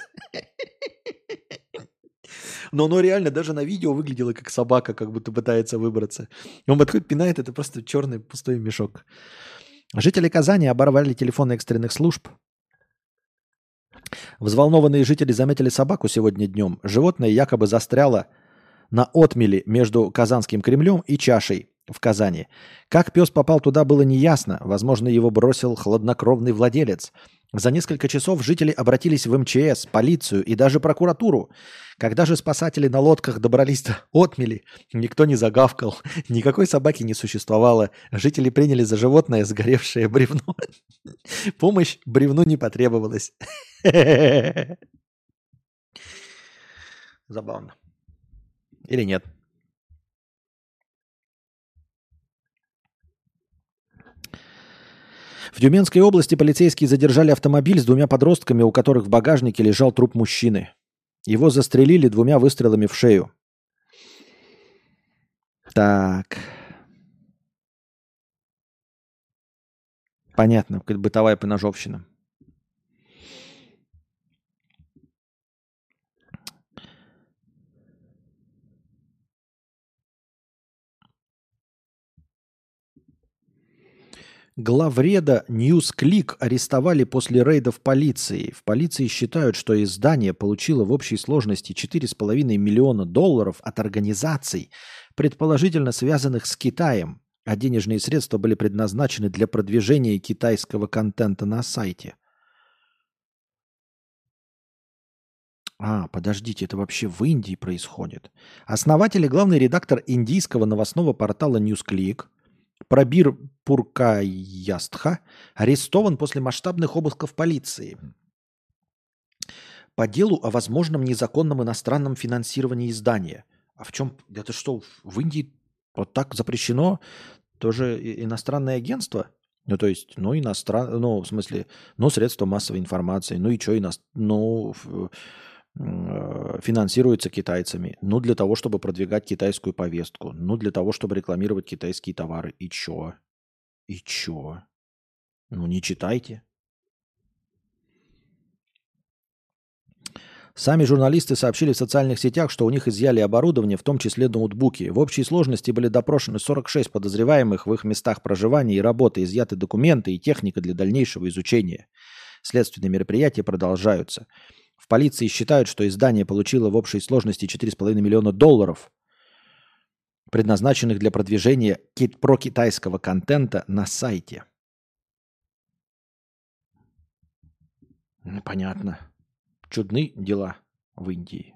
Но оно реально даже на видео выглядело как собака, как будто пытается выбраться. Он подходит, пинает, это просто черный пустой мешок. Жители Казани оборвали телефоны экстренных служб, Взволнованные жители заметили собаку сегодня днем. Животное якобы застряло на отмели между Казанским Кремлем и чашей в Казани. Как пес попал туда, было неясно. Возможно, его бросил хладнокровный владелец. За несколько часов жители обратились в МЧС, полицию и даже прокуратуру. Когда же спасатели на лодках добрались до отмели, никто не загавкал, никакой собаки не существовало. Жители приняли за животное сгоревшее бревно. Помощь бревну не потребовалась. Забавно. Или нет? В Тюменской области полицейские задержали автомобиль с 2 подростками, у которых в багажнике лежал труп мужчины. Его застрелили 2 выстрелами в шею. Так. Понятно, как бытовая поножовщина. Главреда NewsClick арестовали после рейдов полиции. В полиции считают, что издание получило в общей сложности $4,5 миллиона от организаций, предположительно связанных с Китаем, а денежные средства были предназначены для продвижения китайского контента на сайте. Подождите, это вообще в Индии происходит. Основатель и главный редактор индийского новостного портала NewsClick Прабир Пуркаястха арестован после масштабных обысков полиции по делу о возможном незаконном иностранном финансировании издания. А в чем? Это что, в Индии вот так запрещено тоже иностранное агентство? Ну, то есть, в смысле, средства массовой информации, и что, финансируется китайцами. Для того, чтобы продвигать китайскую повестку. Для того, чтобы рекламировать китайские товары. И чё? И чё? Не читайте. Сами журналисты сообщили в социальных сетях, что у них изъяли оборудование, в том числе ноутбуки. В общей сложности были допрошены 46 подозреваемых в их местах проживания и работы, изъяты документы и техника для дальнейшего изучения. Следственные мероприятия продолжаются. В полиции считают, что издание получило в общей сложности $4,5 миллиона, предназначенных для продвижения прокитайского контента на сайте. Понятно. Чудны дела в Индии.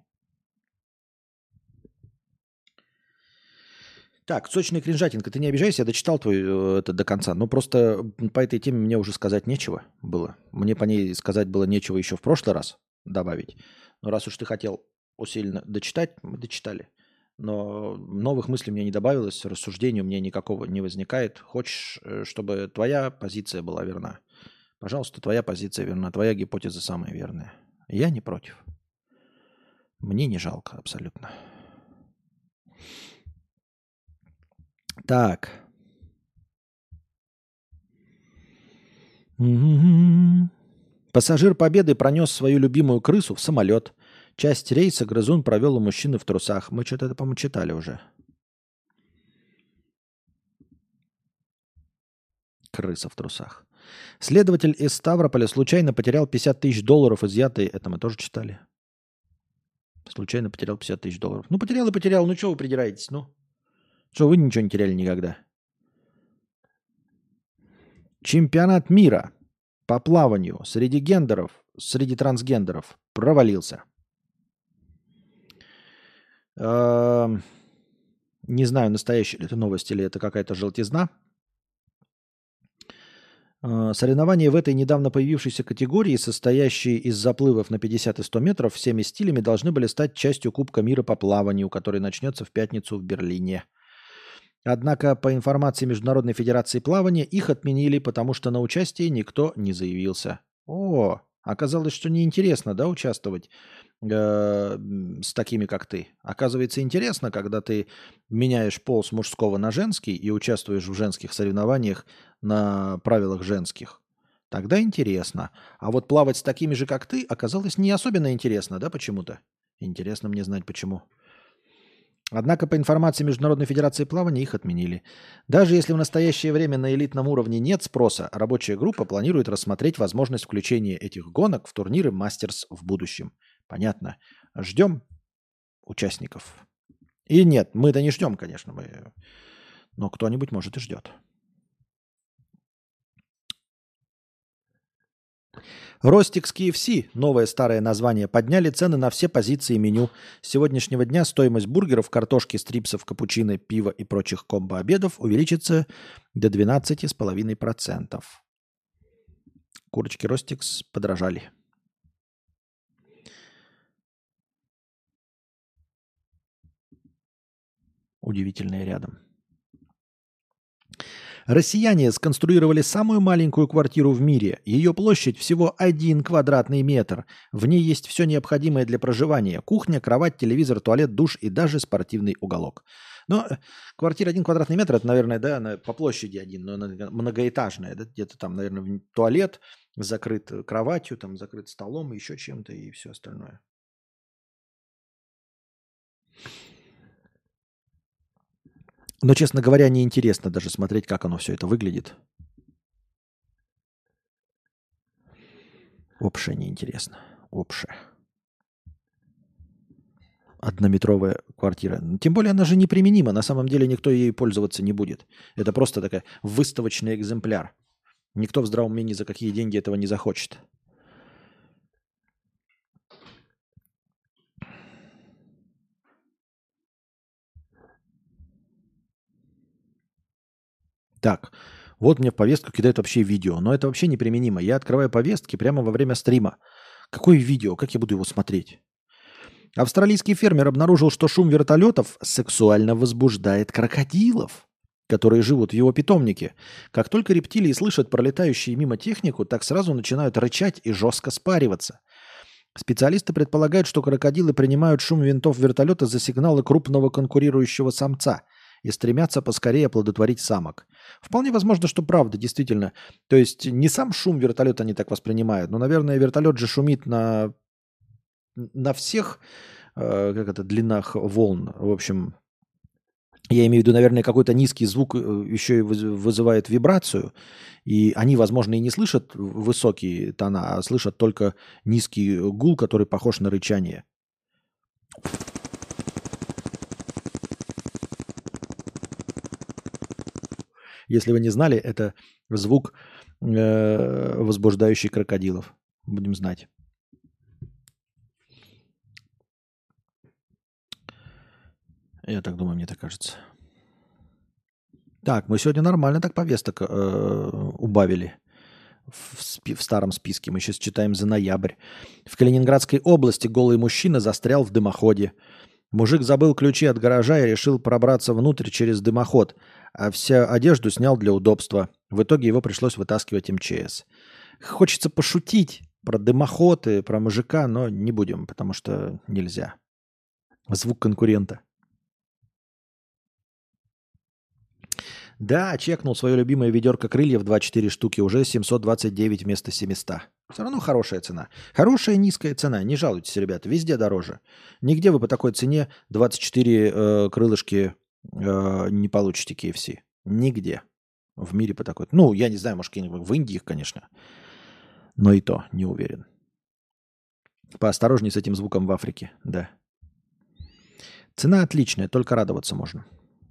Так, сочная кринжатинка, ты не обижайся, я дочитал это до конца. Просто по этой теме мне уже сказать нечего было. Мне по ней сказать было нечего еще в прошлый раз добавить. Но раз уж ты хотел усиленно дочитать, мы дочитали. Но новых мыслей мне не добавилось, рассуждений у меня никакого не возникает. Хочешь, чтобы твоя позиция была верна? Пожалуйста, твоя позиция верна, твоя гипотеза самая верная. Я не против. Мне не жалко абсолютно. Так. Пассажир Победы пронес свою любимую крысу в самолет. Часть рейса грызун провел у мужчины в трусах. Мы что-то это, по-моему, читали уже. Крыса в трусах. Следователь из Ставрополя случайно потерял $50 тысяч, изъятые. Это мы тоже читали. Случайно потерял $50 тысяч. Потерял и потерял. Что вы придираетесь? Что вы ничего не теряли никогда? Чемпионат мира по плаванию среди трансгендеров провалился. Не знаю, настоящая ли это новость или это какая-то желтизна. Соревнования в этой недавно появившейся категории, состоящие из заплывов на 50 и 100 метров всеми стилями, должны были стать частью Кубка мира по плаванию, который начнется в пятницу в Берлине. Однако, по информации Международной федерации плавания, их отменили, потому что на участие никто не заявился. Оказалось, что неинтересно, да, участвовать с такими, как ты. Оказывается, интересно, когда ты меняешь пол с мужского на женский и участвуешь в женских соревнованиях на правилах женских. Тогда интересно. А вот плавать с такими же, как ты, оказалось не особенно интересно, да, почему-то? Интересно мне знать, почему. Однако, по информации Международной Федерации плавания, их отменили. Даже если в настоящее время на элитном уровне нет спроса, рабочая группа планирует рассмотреть возможность включения этих гонок в турниры Мастерс в будущем. Понятно. Ждем участников. И нет, мы-то не ждем, конечно. Но кто-нибудь, может, и ждет. Ростикс KFC, новое старое название, подняли цены на все позиции меню. С сегодняшнего дня стоимость бургеров, картошки, стрипсов, капучино, пива и прочих комбо-обедов увеличится до 12,5%. Курочки Ростикс подорожали. Удивительное рядом. Россияне сконструировали самую маленькую квартиру в мире. Ее площадь всего 1 квадратный метр. В ней есть все необходимое для проживания. Кухня, кровать, телевизор, туалет, душ и даже спортивный уголок. Но квартира 1 квадратный метр, это, наверное, да, она по площади один, но она многоэтажная. Да, где-то там, наверное, туалет закрыт кроватью, там закрыт столом, еще чем-то и все остальное. Но, честно говоря, неинтересно даже смотреть, как оно все это выглядит. Вообще неинтересно. Вообще. Однометровая квартира. Тем более она же неприменима. На самом деле никто ею пользоваться не будет. Это просто такой выставочный экземпляр. Никто в здравом уме ни за какие деньги этого не захочет. Так, вот мне в повестку кидают вообще видео, но это вообще неприменимо. Я открываю повестки прямо во время стрима. Какое видео? Как я буду его смотреть? Австралийский фермер обнаружил, что шум вертолетов сексуально возбуждает крокодилов, которые живут в его питомнике. Как только рептилии слышат пролетающую мимо технику, так сразу начинают рычать и жестко спариваться. Специалисты предполагают, что крокодилы принимают шум винтов вертолета за сигналы крупного конкурирующего самца и стремятся поскорее оплодотворить самок. Вполне возможно, что правда, действительно. То есть не сам шум вертолета они так воспринимают, но, наверное, вертолет же шумит на всех длинах волн. В общем, я имею в виду, наверное, какой-то низкий звук еще и вызывает вибрацию, и они, возможно, и не слышат высокие тона, а слышат только низкий гул, который похож на рычание. Если вы не знали, это звук, возбуждающий крокодилов. Будем знать. Я так думаю, мне так кажется. Так, мы сегодня нормально так повесток убавили в старом списке. Мы сейчас читаем за ноябрь. В Калининградской области голый мужчина застрял в дымоходе. Мужик забыл ключи от гаража и решил пробраться внутрь через дымоход, а всю одежду снял для удобства. В итоге его пришлось вытаскивать МЧС. Хочется пошутить про дымоход и про мужика, но не будем, потому что нельзя. Звук конкурента. Да, чекнул свое любимое ведерко крыльев 24 штуки, уже 729 вместо 700. Все равно хорошая цена. Хорошая низкая цена, не жалуйтесь, ребята, везде дороже. Нигде вы по такой цене 24 крылышки не получите KFC. Нигде в мире по такой. Ну, я не знаю, может, в Индии, конечно. Но и то, не уверен. Поосторожней с этим звуком в Африке, да. Цена отличная, только радоваться можно.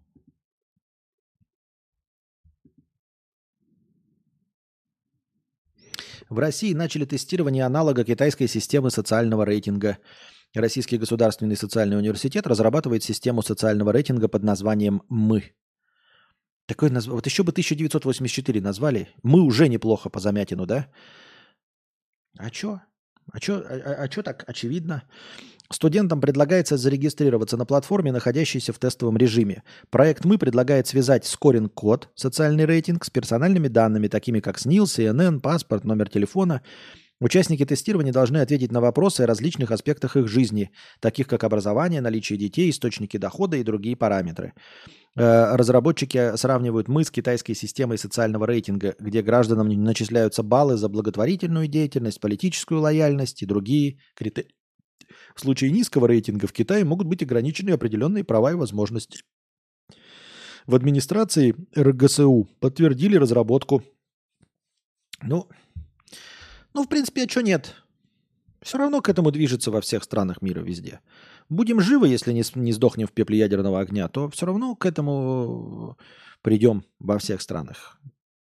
В России начали тестирование аналога китайской системы социального рейтинга. Российский государственный социальный университет разрабатывает систему социального рейтинга под названием «Мы». Такое вот еще бы 1984 назвали. «Мы» уже неплохо по Замятину, да? А чё? А чё так очевидно? Студентам предлагается зарегистрироваться на платформе, находящейся в тестовом режиме. Проект «Мы» предлагает связать скоринг-код, социальный рейтинг, с персональными данными, такими как СНИЛС, ИНН, паспорт, номер телефона. Участники тестирования должны ответить на вопросы о различных аспектах их жизни, таких как образование, наличие детей, источники дохода и другие параметры. Разработчики сравнивают «Мы» с китайской системой социального рейтинга, где гражданам начисляются баллы за благотворительную деятельность, политическую лояльность и другие критерии. В случае низкого рейтинга в Китае могут быть ограничены определенные права и возможности. В администрации РГСУ подтвердили разработку. Ну, в принципе, а что нет? Все равно к этому движется во всех странах мира везде. Будем живы, если не сдохнем в пепле ядерного огня, то все равно к этому придем во всех странах.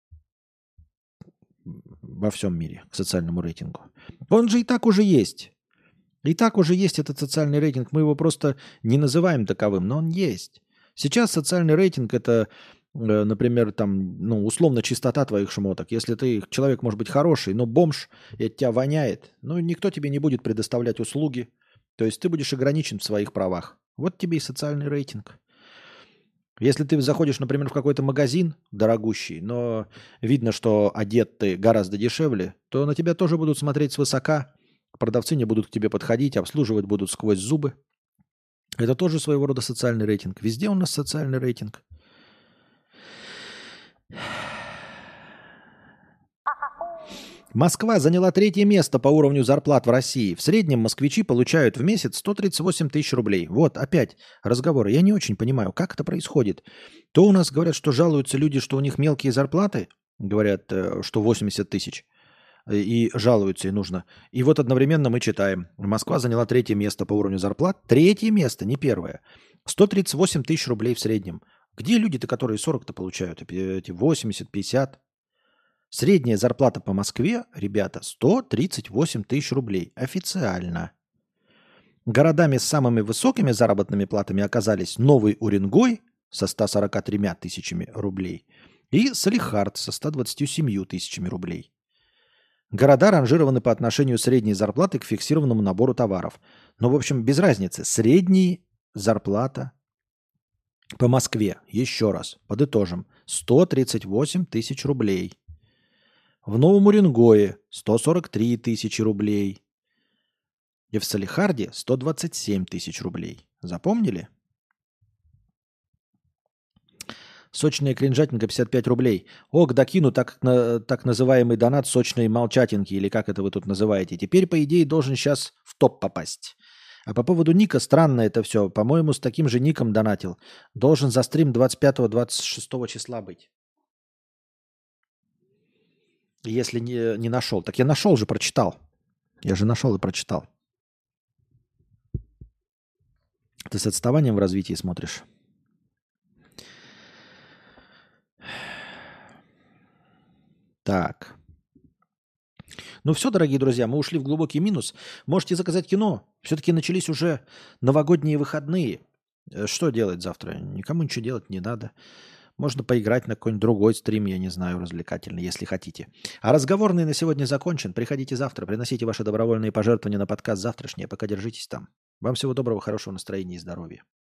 Во всем мире, к социальному рейтингу. Он же и так уже есть. И так уже есть этот социальный рейтинг. Мы его просто не называем таковым, но он есть. Сейчас социальный рейтинг – это, например, там, условно чистота твоих шмоток. Если ты человек, может быть, хороший, но бомж, и от тебя воняет, никто тебе не будет предоставлять услуги. То есть ты будешь ограничен в своих правах. Вот тебе и социальный рейтинг. Если ты заходишь, например, в какой-то магазин дорогущий, но видно, что одет ты гораздо дешевле, то на тебя тоже будут смотреть свысока. Продавцы не будут к тебе подходить, обслуживать будут сквозь зубы. Это тоже своего рода социальный рейтинг. Везде у нас социальный рейтинг. Москва заняла 3-е место по уровню зарплат в России. В среднем москвичи получают в месяц 138 тысяч рублей. Вот опять разговоры. Я не очень понимаю, как это происходит. То у нас говорят, что жалуются люди, что у них мелкие зарплаты. Говорят, что 80 тысяч. И жалуются, и нужно. И вот одновременно мы читаем. Москва заняла 3-е место по уровню зарплат. 3-е место, не 1-е. 138 тысяч рублей в среднем. Где люди-то, которые 40-то получают? Эти 80, 50? Средняя зарплата по Москве, ребята, 138 тысяч рублей. Официально. Городами с самыми высокими заработными платами оказались Новый Уренгой со 143 тысячами рублей и Салехард со 127 тысячами рублей. Города ранжированы по отношению средней зарплаты к фиксированному набору товаров. Но, в общем, без разницы. Средняя зарплата по Москве, еще раз, подытожим, 138 тысяч рублей. В Новом Уренгое 143 тысячи рублей. И в Салехарде 127 тысяч рублей. Запомнили? Сочная кринжатинка 55 рублей. Ок, докину так называемый донат сочной молчатинки, или как это вы тут называете. Теперь, по идее, должен сейчас в топ попасть. А по поводу ника, странно это все. По-моему, с таким же ником донатил. Должен за стрим 25-26 числа быть. Если не нашел. Так я нашел же, прочитал. Я же нашел и прочитал. Ты с отставанием в развитии смотришь? Так. Ну все, дорогие друзья, мы ушли в глубокий минус. Можете заказать кино. Все-таки начались уже новогодние выходные. Что делать завтра? Никому ничего делать не надо. Можно поиграть на какой-нибудь другой стрим, я не знаю, развлекательный, если хотите. А разговорный на сегодня закончен. Приходите завтра, приносите ваши добровольные пожертвования на подкаст завтрашний. Пока держитесь там. Вам всего доброго, хорошего настроения и здоровья.